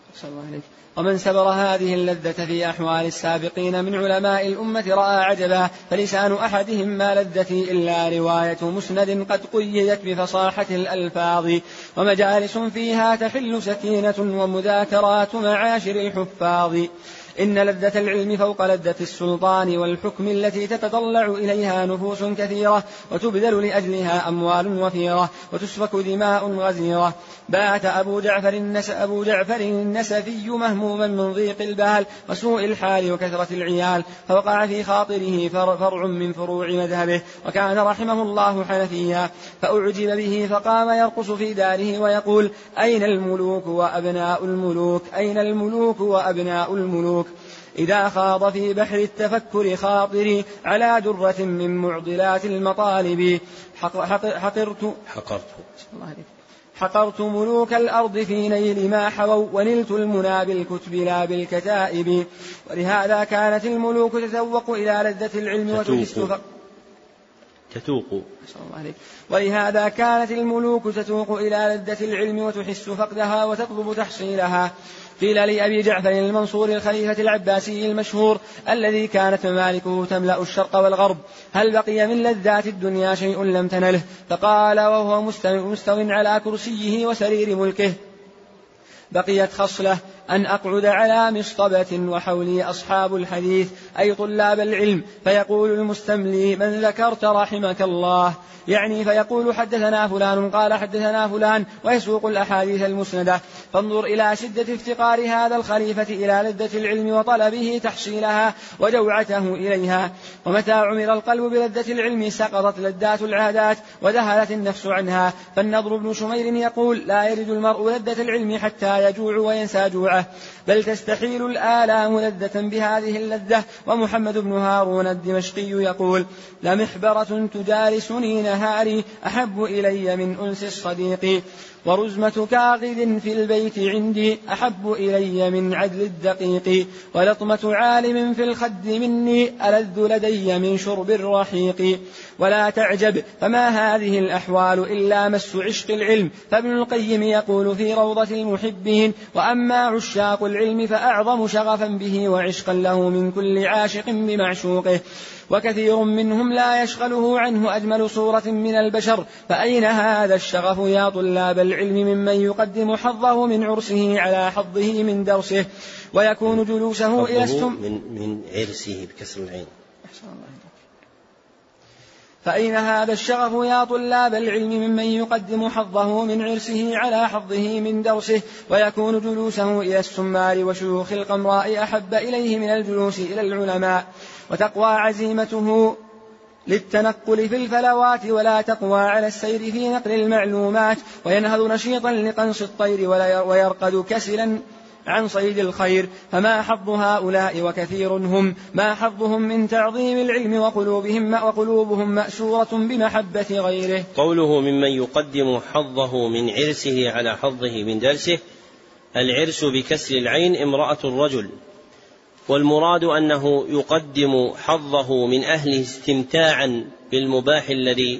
ومن سبر هذه اللذة في أحوال السابقين من علماء الأمة رأى عجبا، فلسان أحدهم ما لذتي إلا رواية مسند قد قيدت بفصاحة الألفاظ، ومجالس فيها تحل سكينة ومذاكرات معاشر الحفاظ. إن لذة العلم فوق لذة السلطان والحكم التي تتطلع إليها نفوس كثيرة، وتبذل لأجلها أموال وفيرة، وتسفك دماء غزيرة. بات أبو جعفر النس أبو جعفر النسفي مهموما من ضيق البال وسوء الحال وكثرة العيال، فوقع في خاطره فرع من فروع مذهبه، وكان رحمه الله حنفيا، فأعجب به فقام يرقص في داره ويقول: أين الملوك وأبناء الملوك، أين الملوك وأبناء الملوك. إذا خاض في بحر التفكر خاطري على درة من معضلات المطالب، حقرت حقرت حقرت ملوك الأرض في نيل ما حووا، ونلت المنى بالكتب لا بالكتائب. ولهذا كانت الملوك تتوق إلى لذة العلم وتحس تتوق ولهذا كانت الملوك تتوق إلى لذة العلم وتحس فقدها وتطلب تحصيلها. قيل لأبي جعفر المنصور الخليفة العباسي المشهور الذي كانت ممالكه تملأ الشرق والغرب: هل بقي من لذات الدنيا شيء لم تنله؟ فقال وهو مستو على كرسيه وسرير ملكه: بقيت خصلة، أن أقعد على مصطبة وحولي أصحاب الحديث أي طلاب العلم، فيقول المستملي: من ذكرت رحمك الله، يعني فيقول حدثنا فلان قال حدثنا فلان، ويسوق الأحاديث المسندة. فانظر إلى شدة افتقار هذا الخليفة إلى لذة العلم وطلبه تحصيلها وجوعته إليها. ومتى عمر القلب بلذة العلم سقطت لذات العادات وذهلت النفس عنها. فالنضر بن شمير يقول: لا يرد المرء لذة العلم حتى يجوع وينسى جوعه، بل تستحيل الآلام لذة بهذه اللذة. ومحمد بن هارون الدمشقي يقول: لمحبرة تجالسني نهاري أحب إلي من أنس الصديق، ورزمة كاغد في البيت عندي أحب إلي من عدل الدقيق، ولطمة عالم في الخد مني ألذ لدي من شرب الرحيق. ولا تعجب، فما هذه الأحوال إلا مس عشق العلم. فابن القيم يقول في روضة المحبين: وأما عشاق العلم فأعظم شغفا به وعشقا له من كل عاشق بمعشوقه، وكثير منهم لا يشغله عنه أجمل صورة من البشر. فأين هذا الشغف يا طلاب العلم ممن يقدم حظه من عرسه على حظه من درسه، ويكون جلوسه إلى السم من, من عرسه بكسر العين. فأين هذا الشغف يا طلاب العلم ممن يقدم حظه من عرسه على حظه من درسه، ويكون جلوسه إلى السمار وشيوخ القمراء أحب إليه من الجلوس إلى العلماء، وتقوى عزيمته للتنقل في الفلوات ولا تقوى على السير في نقل المعلومات، وينهض نشيطا لقنص الطير ويرقد كسلا عن صيد الخير. فما حظ هؤلاء وكثير هم ما حظهم من تعظيم العلم وقلوبهم وقلوبهم مأسورة بمحبة غيره. قوله ممن يقدم حظه من عرسه على حظه من درسه، العرس بكسر العين امرأة الرجل، والمراد أنه يقدم حظه من أهله استمتاعا بالمباح الذي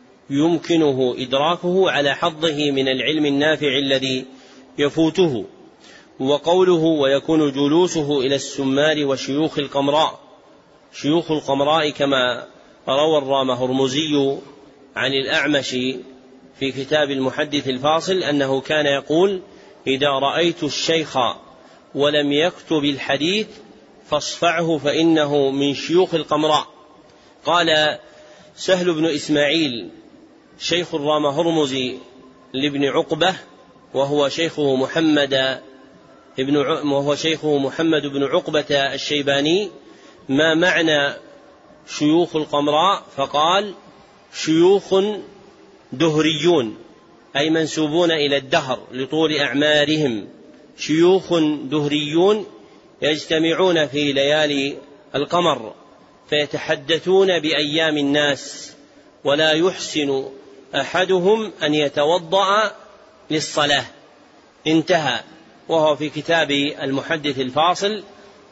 يمكنه إدراكه على حظه من العلم النافع الذي يفوته. وقوله ويكون جلوسه إلى السمار وشيوخ القمراء، شيوخ القمراء كما روى الرامهرمزي عن الأعمش في كتاب المحدث الفاصل أنه كان يقول: إذا رأيت الشيخ ولم يكتب الحديث فاصفعه فإنه من شيوخ القمراء. قال سهل بن إسماعيل شيخ الرامهرمزي لابن عقبة وهو شيخه محمد ابن وهو شيخه محمد بن عقبة الشيباني: ما معنى شيوخ القمراء؟ فقال: شيوخ دهريون، أي منسوبون إلى الدهر لطول أعمارهم، شيوخ دهريون يجتمعون في ليالي القمر فيتحدثون بأيام الناس، ولا يحسن أحدهم أن يتوضأ للصلاة. انتهى. وهو في كتاب المحدث الفاصل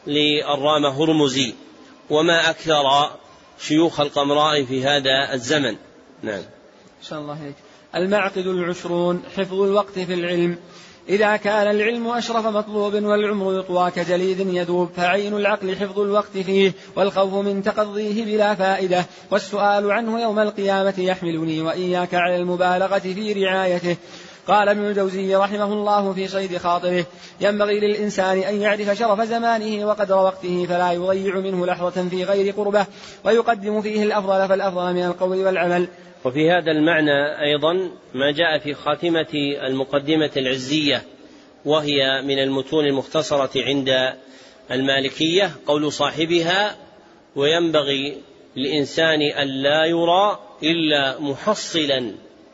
للرامهرمزي. وما أكثر شيوخ القمراء في هذا الزمن. نعم. شاء الله هيك. المعقد العشرون: حفظ الوقت في العلم. إذا كان العلم أشرف مطلوب والعمر يطوى كجليد يذوب، فعين العقل حفظ الوقت فيه، والخوف من تقضيه بلا فائدة، والسؤال عنه يوم القيامة يحملني وإياك على المبالغة في رعايته. قال ابن الجوزي رحمه الله في صيد خاطره: ينبغي للإنسان أن يعرف شرف زمانه وقدر وقته، فلا يضيع منه لحظة في غير قربه، ويقدم فيه الأفضل فالأفضل من القول والعمل. وفي هذا المعنى أيضا ما جاء في خاتمة المقدمة العزية، وهي من المتون المختصرة عند المالكية، قول صاحبها: وينبغي للإنسان أن لا يرى إلا محصلا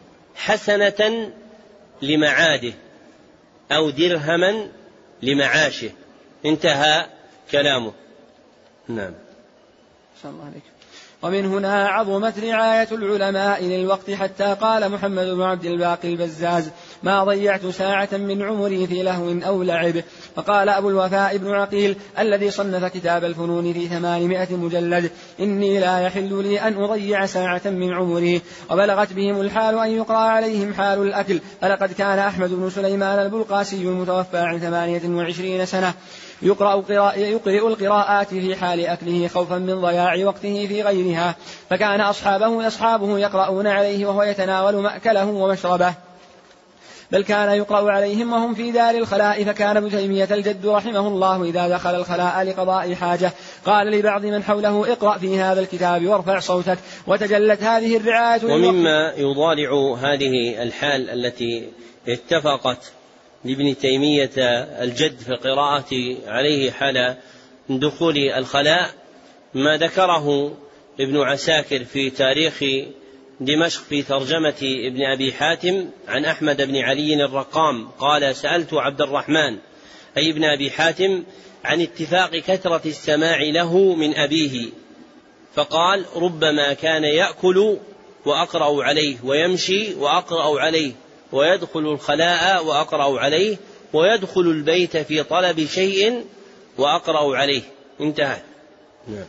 حسنة لمعاده أو درهما لمعاشه. انتهى كلامه. نعم. صلى الله عليك. ومن هنا عظمت رعاية العلماء للوقت، حتى قال محمد بن عبد الباقي البزاز: ما ضيعت ساعة من عمري في لهو أو لعب. وقال أبو الوفاء بن عقيل الذي صنف كتاب الفنون في ثمانمائة مجلد: إني لا يحل لي أن أضيع ساعة من عمري. وبلغت بهم الحال أن يقرأ عليهم حال الأكل، فلقد كان أحمد بن سليمان البلقاسي المتوفى عن ثمانية وعشرين سنة يقرأ, يقرأ القراءات في حال أكله خوفا من ضياع وقته في غيرها، فكان أصحابه أصحابه يقرؤون عليه وهو يتناول مأكله ومشربه، بل كان يقرأ عليهم وهم في دار الخلاء. فكان ابن تيمية الجد رحمه الله إذا دخل الخلاء لقضاء حاجة قال لبعض من حوله: اقرأ في هذا الكتاب وارفع صوتك. وتجلت هذه الرعاية. ومما يضارع هذه الحال التي اتفقت لابن تيمية الجد في القراءة عليه حال دخول الخلاء ما ذكره ابن عساكر في تاريخ دمشق في ترجمة ابن أبي حاتم عن أحمد بن علي الرقام قال: سألت عبد الرحمن أي ابن أبي حاتم عن اتفاق كثرة السماع له من أبيه، فقال: ربما كان يأكل وأقرأ عليه، ويمشي وأقرأ عليه، ويدخل الخلاء وأقرأ عليه، ويدخل البيت في طلب شيء وأقرأ عليه. انتهى. نعم.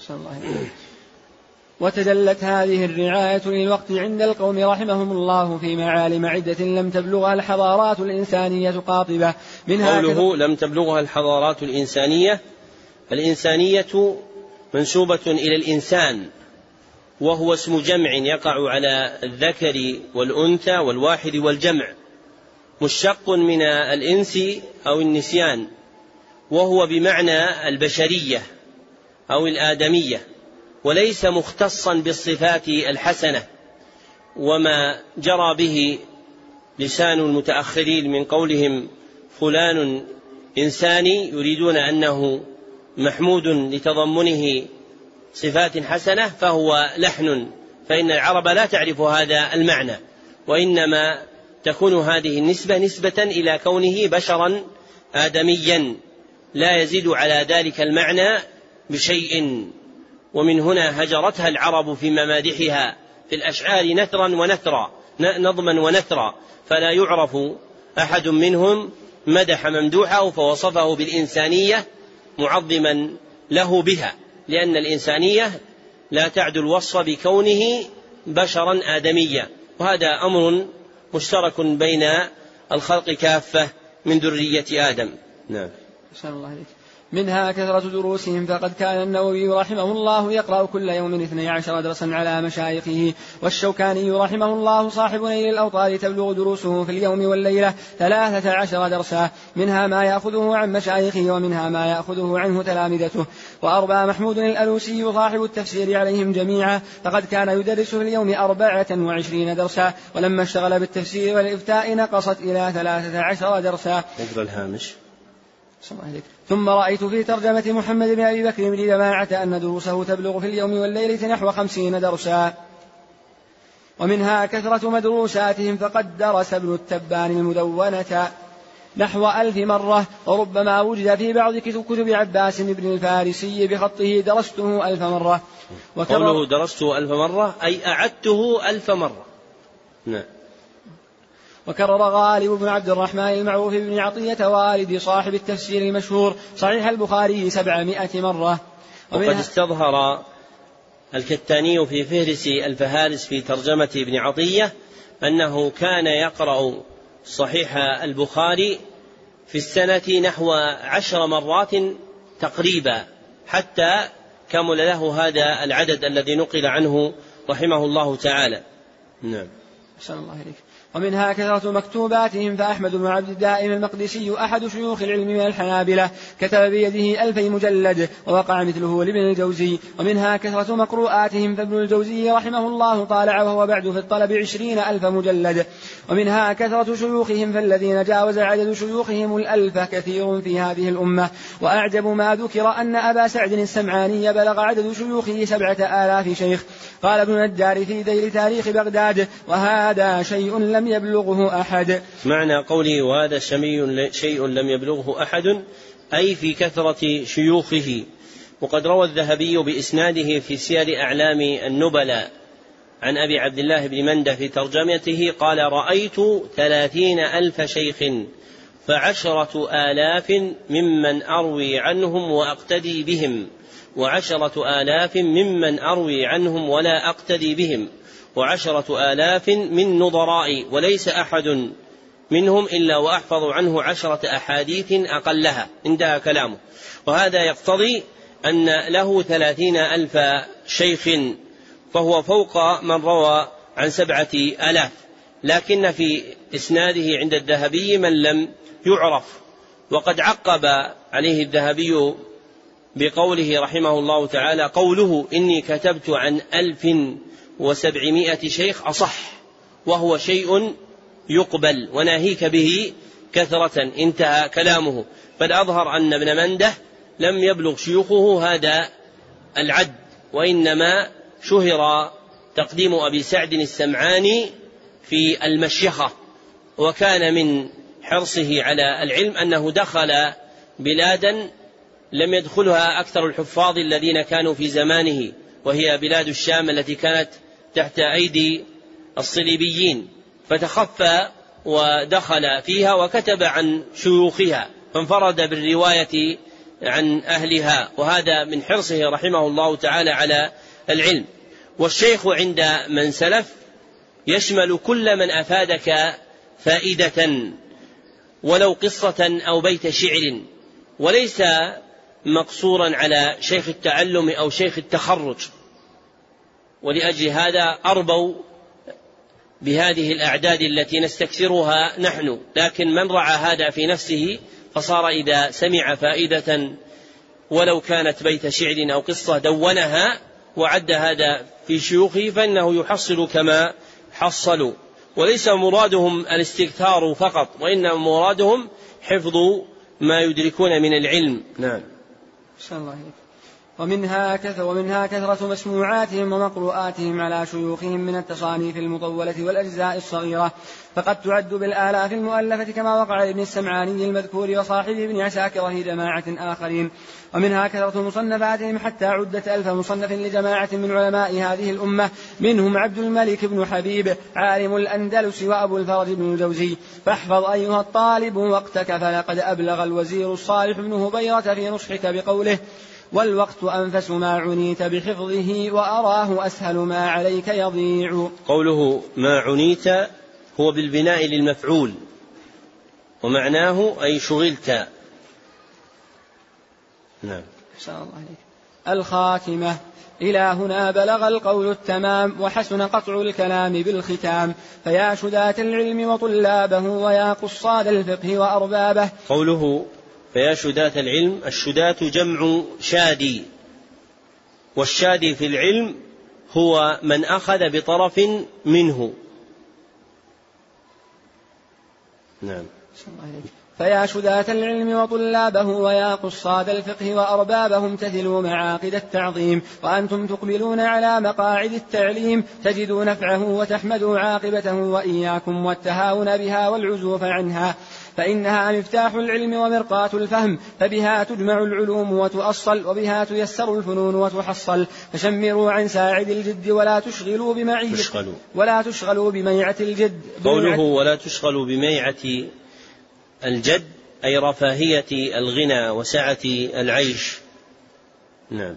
وتدلت هذه الرعاية للوقت عند القوم رحمهم الله في معالم عدة لم تبلغها الحضارات الإنسانية قاطبة. منها قوله لم تبلغها الحضارات الإنسانية، الإنسانية منسوبة إلى الإنسان، وهو اسم جمع يقع على الذكر والأنثى والواحد والجمع، مشتق من الإنس أو النسيان، وهو بمعنى البشرية أو الآدمية، وليس مختصا بالصفات الحسنة. وما جرى به لسان المتأخرين من قولهم فلان إنساني يريدون أنه محمود لتضمنه صفات حسنة فهو لحن، فإن العرب لا تعرف هذا المعنى، وإنما تكون هذه النسبة نسبة إلى كونه بشرا آدميا لا يزيد على ذلك المعنى بشيء. ومن هنا هجرتها العرب في ممادحها في الأشعار نثرا ونثرا، نظما ونثرا، فلا يعرف أحد منهم مدح ممدوحه فوصفه بالإنسانية معظما له بها، لأن الإنسانية لا تعدل الوصف بكونه بشرا آدميا، وهذا أمر مشترك بين الخلق كافة من ذرية آدم. نعم. الله عليك. منها كثرة دروسهم، فقد كان النووي رحمه الله يقرأ كل يوم اثني عشر درسا على مشايخه، والشوكاني رحمه الله صاحب نيل الأوطار تبلغ دروسه في اليوم والليلة ثلاثة عشر درسا، منها ما يأخذه عن مشايخه ومنها ما يأخذه عنه تلامذته. وأربى محمود الألوسي صاحب التفسير عليهم جميعا، فقد كان يدرس في اليوم أربعة وعشرين درسا، ولما اشتغل بالتفسير والإفتاء نقصت إلى ثلاثة عشر درسا. اقرأ الهامش. ثم رأيت في ترجمة محمد بن أبي بكر بن جماعة أن دروسه تبلغ في اليوم والليلة نحو خمسين درسا. ومنها كثرة مدروساتهم، فقد درس ابن التبان المدونة نحو ألف مرة، وربما وجد في بعض كتب عباس بن الفارسي بخطه درسته ألف مرة. قوله درسته ألف مرة أي أعدته ألف مرة. نعم. وكرر غالب بن عبد الرحمن المعروف بن عطية والد صاحب التفسير المشهور صحيح البخاري سبعمائة مرة. وقد استظهر الكتاني في فهرس الفهارس في ترجمة ابن عطية أنه كان يقرأ صحيح البخاري في السنة نحو عشر مرات تقريبا، حتى كمل له هذا العدد الذي نقل عنه رحمه الله تعالى. نعم. أحسن الله إليك. ومنها كثرة مكتوباتهم، فأحمد بن عبد الدائم المقدسي أحد شيوخ العلم من الحنابلة كتب بيده ألفي مجلد، ووقع مثله لابن الجوزي. ومنها كثرة مقروءاتهم، فابن الجوزي رحمه الله طالع وهو بعد في الطلب عشرين ألف مجلد. ومنها كثرة شيوخهم، فالذين جاوز عدد شيوخهم الألف كثير في هذه الأمة. وأعجب ما ذكر أن أبا سعد السمعاني بلغ عدد شيوخه سبعة آلاف شيخ. قال ابن نجار في ذيل تاريخ بغداد: وهذا شيء لم يبلغه أحد. معنى قوله وهذا شيء لم يبلغه أحد أي في كثرة شيوخه. وقد روى الذهبي بإسناده في سير أعلام النبلاء عن أبي عبد الله بن مندة في ترجمته قال: رأيت ثلاثين ألف شيخ فعشرة آلاف ممن أروي عنهم وأقتدي بهم، وعشرة آلاف ممن أروي عنهم ولا أقتدي بهم، وعشرة آلاف من نظرائي، وليس أحد منهم إلا وأحفظ عنه عشرة أحاديث أقلها. انتهى كلامه. وهذا يقتضي أن له ثلاثين ألف شيخ، فهو فوق من روى عن سبعة آلاف، لكن في إسناده عند الذهبي من لم يعرف. وقد عقب عليه الذهبي بقوله رحمه الله تعالى: قوله إني كتبت عن ألف وسبعمائة شيخ أصح، وهو شيء يقبل وناهيك به كثرة. انتهى كلامه. فالأظهر أن ابن منده لم يبلغ شيوخه هذا العد، وإنما شهر تقديم أبي سعد السمعاني في المشيخة، وكان من حرصه على العلم أنه دخل بلادا لم يدخلها أكثر الحفاظ الذين كانوا في زمانه، وهي بلاد الشام التي كانت تحت أيدي الصليبيين، فتخفى ودخل فيها وكتب عن شيوخها، فانفرد بالرواية عن أهلها، وهذا من حرصه رحمه الله تعالى على العلم. والشيخ عند من سلف يشمل كل من أفادك فائدة ولو قصة أو بيت شعر، وليس مقصورا على شيخ التعلم أو شيخ التخرج. ولأجل هذا أربوا بهذه الأعداد التي نستكثرها نحن، لكن من رعى هذا في نفسه فصار إذا سمع فائدة ولو كانت بيت شعر أو قصة دونها وعد هذا في شيوخه فإنه يحصل كما حصلوا. وليس مرادهم الاستكثار فقط، وإنما مرادهم حفظ ما يدركون من العلم. نعم. ومنها كثرة, ومنها كثرة مسموعاتهم ومقروءاتهم على شيوخهم من التصانيف المطولة والأجزاء الصغيرة. فقد تعد بالآلاف المؤلفة كما وقع لابن السمعاني المذكور وصاحبه ابن عساكر في جماعة آخرين، ومنها كثرة مصنفاتهم حتى عدت ألف مصنف لجماعة من علماء هذه الأمة، منهم عبد الملك بن حبيب عالم الأندلس وأبو الفرج بن الجوزي. فاحفظ أيها الطالب وقتك، فلقد أبلغ الوزير الصالح بن هبيرة في نصحك بقوله: والوقت أنفس ما عنيت بحفظه وأراه أسهل ما عليك يضيع. قوله ما عنيت هو بالبناء للمفعول، ومعناه أي شغلت. نعم. الخاتمة. إلى هنا بلغ القول التمام، وحسن قطع الكلام بالختام. فيا شداة العلم وطلابه، ويا قصاد الفقه وأربابه. قوله فيا شداة العلم، الشداة جمع شادي، والشادي في العلم هو من أخذ بطرف منه. نعم. فيا شداة العلم وطلابه، ويا قصاد الفقه وأربابه، امتثلوا معاقد التعظيم، وأنتم تقبلون على مقاعد التعليم، تجدوا نفعه وتحمدوا عاقبته، وإياكم والتهاون بها والعزوف عنها، فإنها مفتاح العلم ومرقاة الفهم، فبها تجمع العلوم وتؤصل، وبها تيسر الفنون وتحصل. فشمروا عن ساعد الجد ولا تشغلوا بميعة تشغلوا ولا تشغلوا بميعة الجد. قوله ولا تشغلوا بميعة الجد أي رفاهية الغنى وسعة العيش. نعم.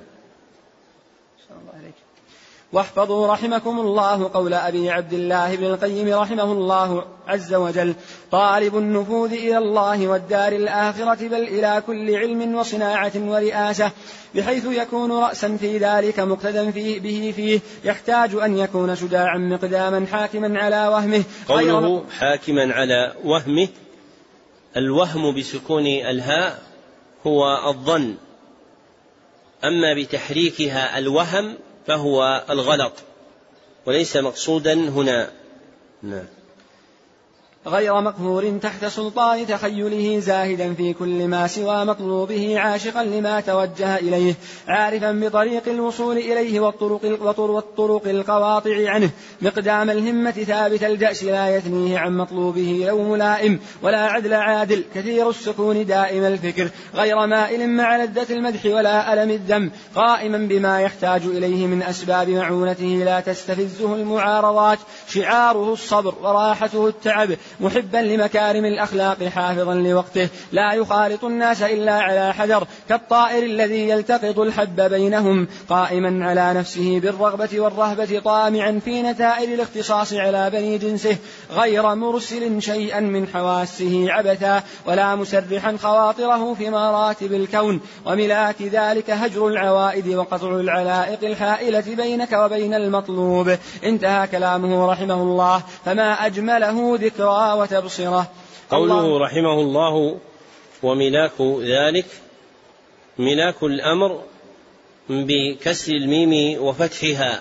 واحفظوا رحمكم الله قول أبي عبد الله بن القيم رحمه الله عز وجل: طالب النفوذ إلى الله والدار الآخرة، بل إلى كل علم وصناعة ورئاسة، بحيث يكون رأسا في ذلك مقتدا فيه به فيه، يحتاج أن يكون شجاعا مقداما حاكما على وهمه. قوله حاكما على وهمه، الوهم بسكون الهاء هو الظن، أما بتحريكها الوهم فهو الغلط، وليس مقصودا هنا. نعم. غير مقهور تحت سلطان تخيله، زاهدا في كل ما سوى مطلوبه، عاشقا لما توجه إليه، عارفا بطريق الوصول إليه والطرق, والطرق القواطع عنه، مقدام الهمة ثابت الجأش، لا يثنيه عن مطلوبه لو ملائم، ولا عدل عادل، كثير السكون دائم الفكر، غير مائل مع لذة المدح ولا ألم الذم، قائما بما يحتاج إليه من أسباب معونته، لا تستفزه المعارضات، شعاره الصبر وراحته التعب، محبا لمكارم الأخلاق، حافظا لوقته، لا يخالط الناس إلا على حذر، كالطائر الذي يلتقط الحب بينهم، قائما على نفسه بالرغبة والرهبة، طامعا في نتائج الاختصاص على بني جنسه، غير مرسل شيئا من حواسه عبثا، ولا مسرحا خواطره في مراتب الكون، وملاك ذلك هجر العوائد وقطع العلائق الحائلة بينك وبين المطلوب. انتهى كلامه رحمه الله، فما أجمله ذكرى وتبصرة. قوله رحمه الله وملاك ذلك، ملاك الأمر بكسر الميم وفتحها،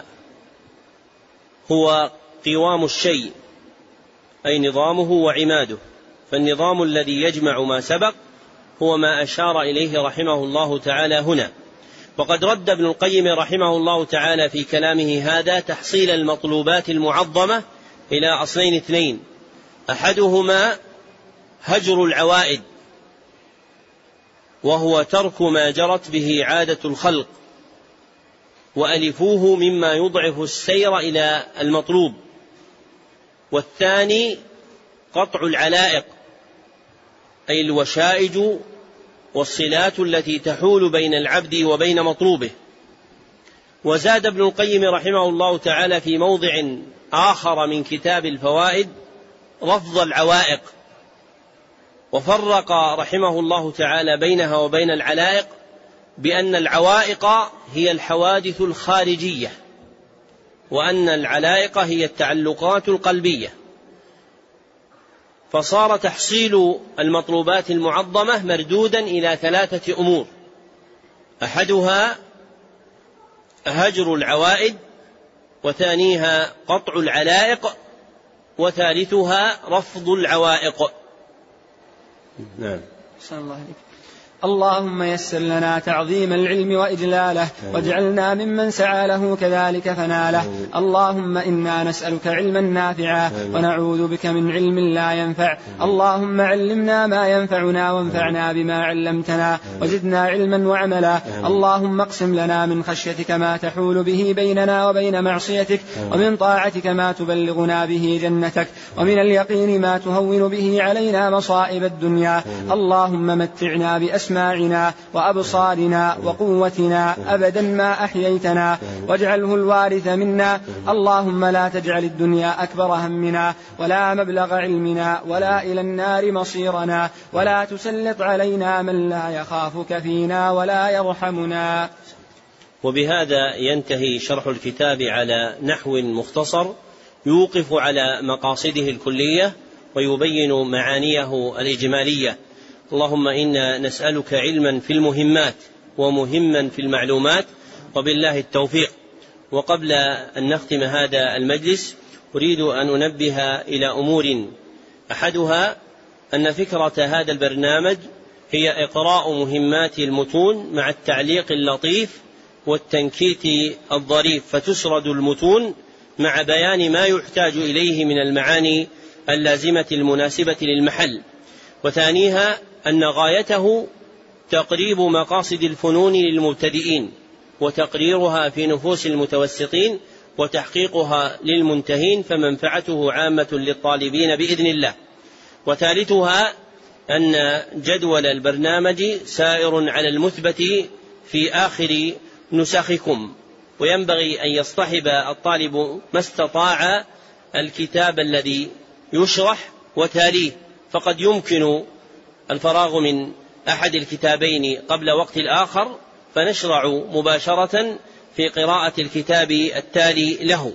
هو قوام الشيء أي نظامه وعماده، فالنظام الذي يجمع ما سبق هو ما أشار إليه رحمه الله تعالى هنا. وقد رد ابن القيم رحمه الله تعالى في كلامه هذا تحصيل المطلوبات المعظمة إلى أصلين اثنين، أحدهما هجر العوائد، وهو ترك ما جرت به عادة الخلق وألفوه مما يضعف السير إلى المطلوب، والثاني قطع العلائق أي الوشائج والصلات التي تحول بين العبد وبين مطلوبه. وزاد ابن القيم رحمه الله تعالى في موضع آخر من كتاب الفوائد رفض العوائق، وفرق رحمه الله تعالى بينها وبين العلائق بأن العوائق هي الحوادث الخارجية، وأن العلائق هي التعلقات القلبية. فصار تحصيل المطلوبات المعظمة مردودا إلى ثلاثة أمور: أحدها هجر العوائد، وثانيها قطع العلائق، وثالثها رفض العوائق. نعم. اللهم يسر لنا تعظيم العلم وإجلاله واجعلنا ممن سعى له كذلك فناله. اللهم إنا نسألك علما نافعا ونعوذ بك من علم لا ينفع. اللهم علمنا ما ينفعنا وانفعنا بما علمتنا وزدنا علما وعملا. اللهم اقسم لنا من خشيتك ما تحول به بيننا وبين معصيتك ومن طاعتك ما تبلغنا به جنتك ومن اليقين ما تهون به علينا مصائب الدنيا. اللهم متعنا بأسماعنا وأبصارنا وقوتنا أبدا ما أحييتنا واجعله الوارث منا. اللهم لا تجعل الدنيا أكبر همنا ولا مبلغ علمنا ولا إلى النار مصيرنا ولا تسلط علينا من لا يخافك فينا ولا يرحمنا. وبهذا ينتهي شرح الكتاب على نحو مختصر يوقف على مقاصده الكلية ويبين معانيه الإجمالية. اللهم إنا نسألك علما في المهمات ومهما في المعلومات وبالله التوفيق. وقبل أن نختم هذا المجلس أريد أن أنبه إلى أمور. أحدها أن فكرة هذا البرنامج هي إقراء مهمات المتون مع التعليق اللطيف والتنكيت الظريف، فتسرد المتون مع بيان ما يحتاج إليه من المعاني اللازمة المناسبة للمحل. وثانيها أن غايته تقريب مقاصد الفنون للمبتدئين وتقريرها في نفوس المتوسطين وتحقيقها للمنتهين، فمنفعته عامة للطالبين بإذن الله. وثالثها أن جدول البرنامج سائر على المثبت في آخر نسخكم، وينبغي أن يصطحب الطالب ما استطاع الكتاب الذي يشرح وتاليه، فقد يمكن الفراغ من أحد الكتابين قبل وقت الآخر فنشرع مباشرة في قراءة الكتاب التالي له.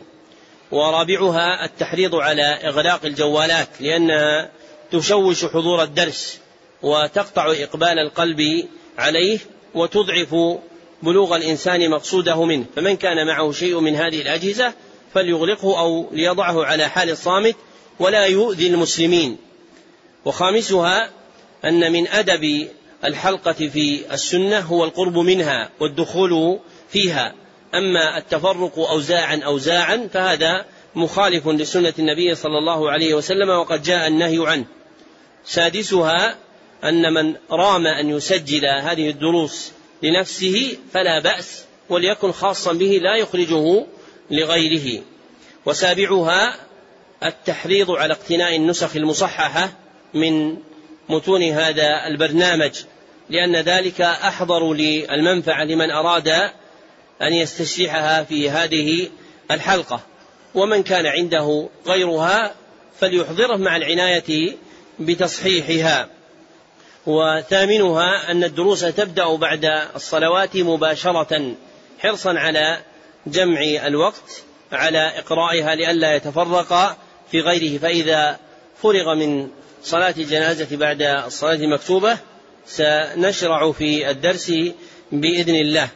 ورابعها التحريض على إغلاق الجوالات لأنها تشوش حضور الدرس وتقطع إقبال القلب عليه وتضعف بلوغ الإنسان مقصوده منه، فمن كان معه شيء من هذه الأجهزة فليغلقه أو ليضعه على حال الصامت ولا يؤذي المسلمين. وخامسها أن من أدب الحلقة في السنة هو القرب منها والدخول فيها، أما التفرق أوزاعا أوزاعا فهذا مخالف لسنة النبي صلى الله عليه وسلم وقد جاء النهي عنه. سادسها أن من رام أن يسجل هذه الدروس لنفسه فلا بأس، وليكن خاصا به لا يخرجه لغيره. وسابعها التحريض على اقتناء النسخ المصححة من متون هذا البرنامج، لأن ذلك أحضر للمنفعة لمن أراد أن يستشيحها في هذه الحلقة، ومن كان عنده غيرها فليحضره مع العناية بتصحيحها. وثامنها أن الدروس تبدأ بعد الصلوات مباشرة حرصا على جمع الوقت على إقرائها لئلا يتفرق في غيره، فإذا فرغ من صلاة الجنازة بعد الصلاة المكتوبة سنشرع في الدرس بإذن الله.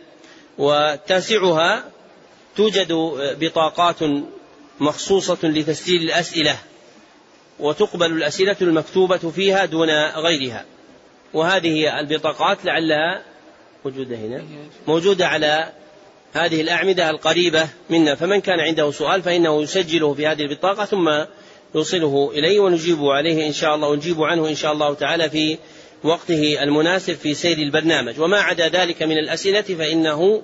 وتاسعها توجد بطاقات مخصوصة لتسجيل الأسئلة وتقبل الأسئلة المكتوبة فيها دون غيرها، وهذه البطاقات لعلها موجودة هنا موجودة على هذه الأعمدة القريبة منا، فمن كان عنده سؤال فإنه يسجله في هذه البطاقة ثم يوصله إليه ونجيب عليه إن شاء الله ونجيب عنه إن شاء الله تعالى في وقته المناسب في سير البرنامج. وما عدا ذلك من الأسئلة فإنه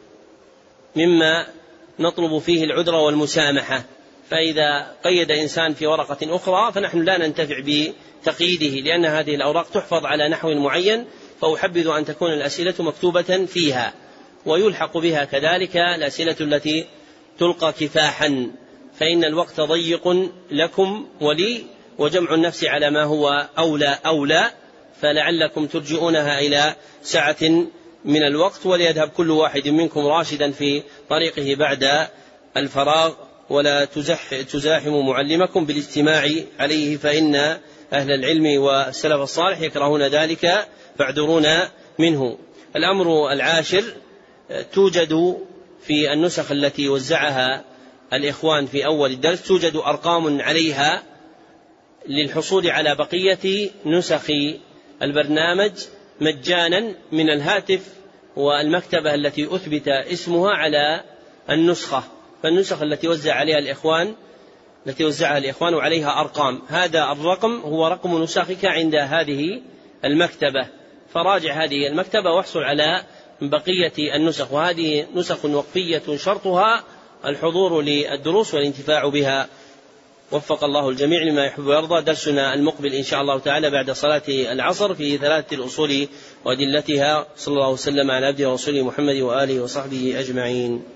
مما نطلب فيه العذر والمسامحة، فإذا قيد إنسان في ورقة أخرى فنحن لا ننتفع بتقييده، لأن هذه الأوراق تحفظ على نحو معين، فأحبذ أن تكون الأسئلة مكتوبة فيها، ويلحق بها كذلك الأسئلة التي تلقى كفاحا، فإن الوقت ضيق لكم ولي وجمع النفس على ما هو أولى أولى، فلعلكم ترجعونها إلى ساعة من الوقت، وليذهب كل واحد منكم راشدا في طريقه بعد الفراغ، ولا تزح تزاحموا معلمكم بالاجتماع عليه، فإن أهل العلم والسلف الصالح يكرهون ذلك فاعذرونا منه. الأمر العاشر توجد في النسخ التي وزعها الإخوان في أول الدرس توجد أرقام عليها للحصول على بقية نسخ البرنامج مجانا من الهاتف والمكتبة التي أثبت اسمها على النسخة، فالنسخ التي وزع عليها الإخوان التي وزعها الإخوان وعليها أرقام، هذا الرقم هو رقم نسخك عند هذه المكتبة، فراجع هذه المكتبة واحصل على بقية النسخ، وهذه نسخ وقفية شرطها الحضور للدروس والانتفاع بها. وفق الله الجميع لما يحب ويرضى. درسنا المقبل إن شاء الله تعالى بعد صلاة العصر في ثلاثة الأصول وأدلتها. صلى الله وسلم على عبده ورسوله محمد وآله وصحبه أجمعين.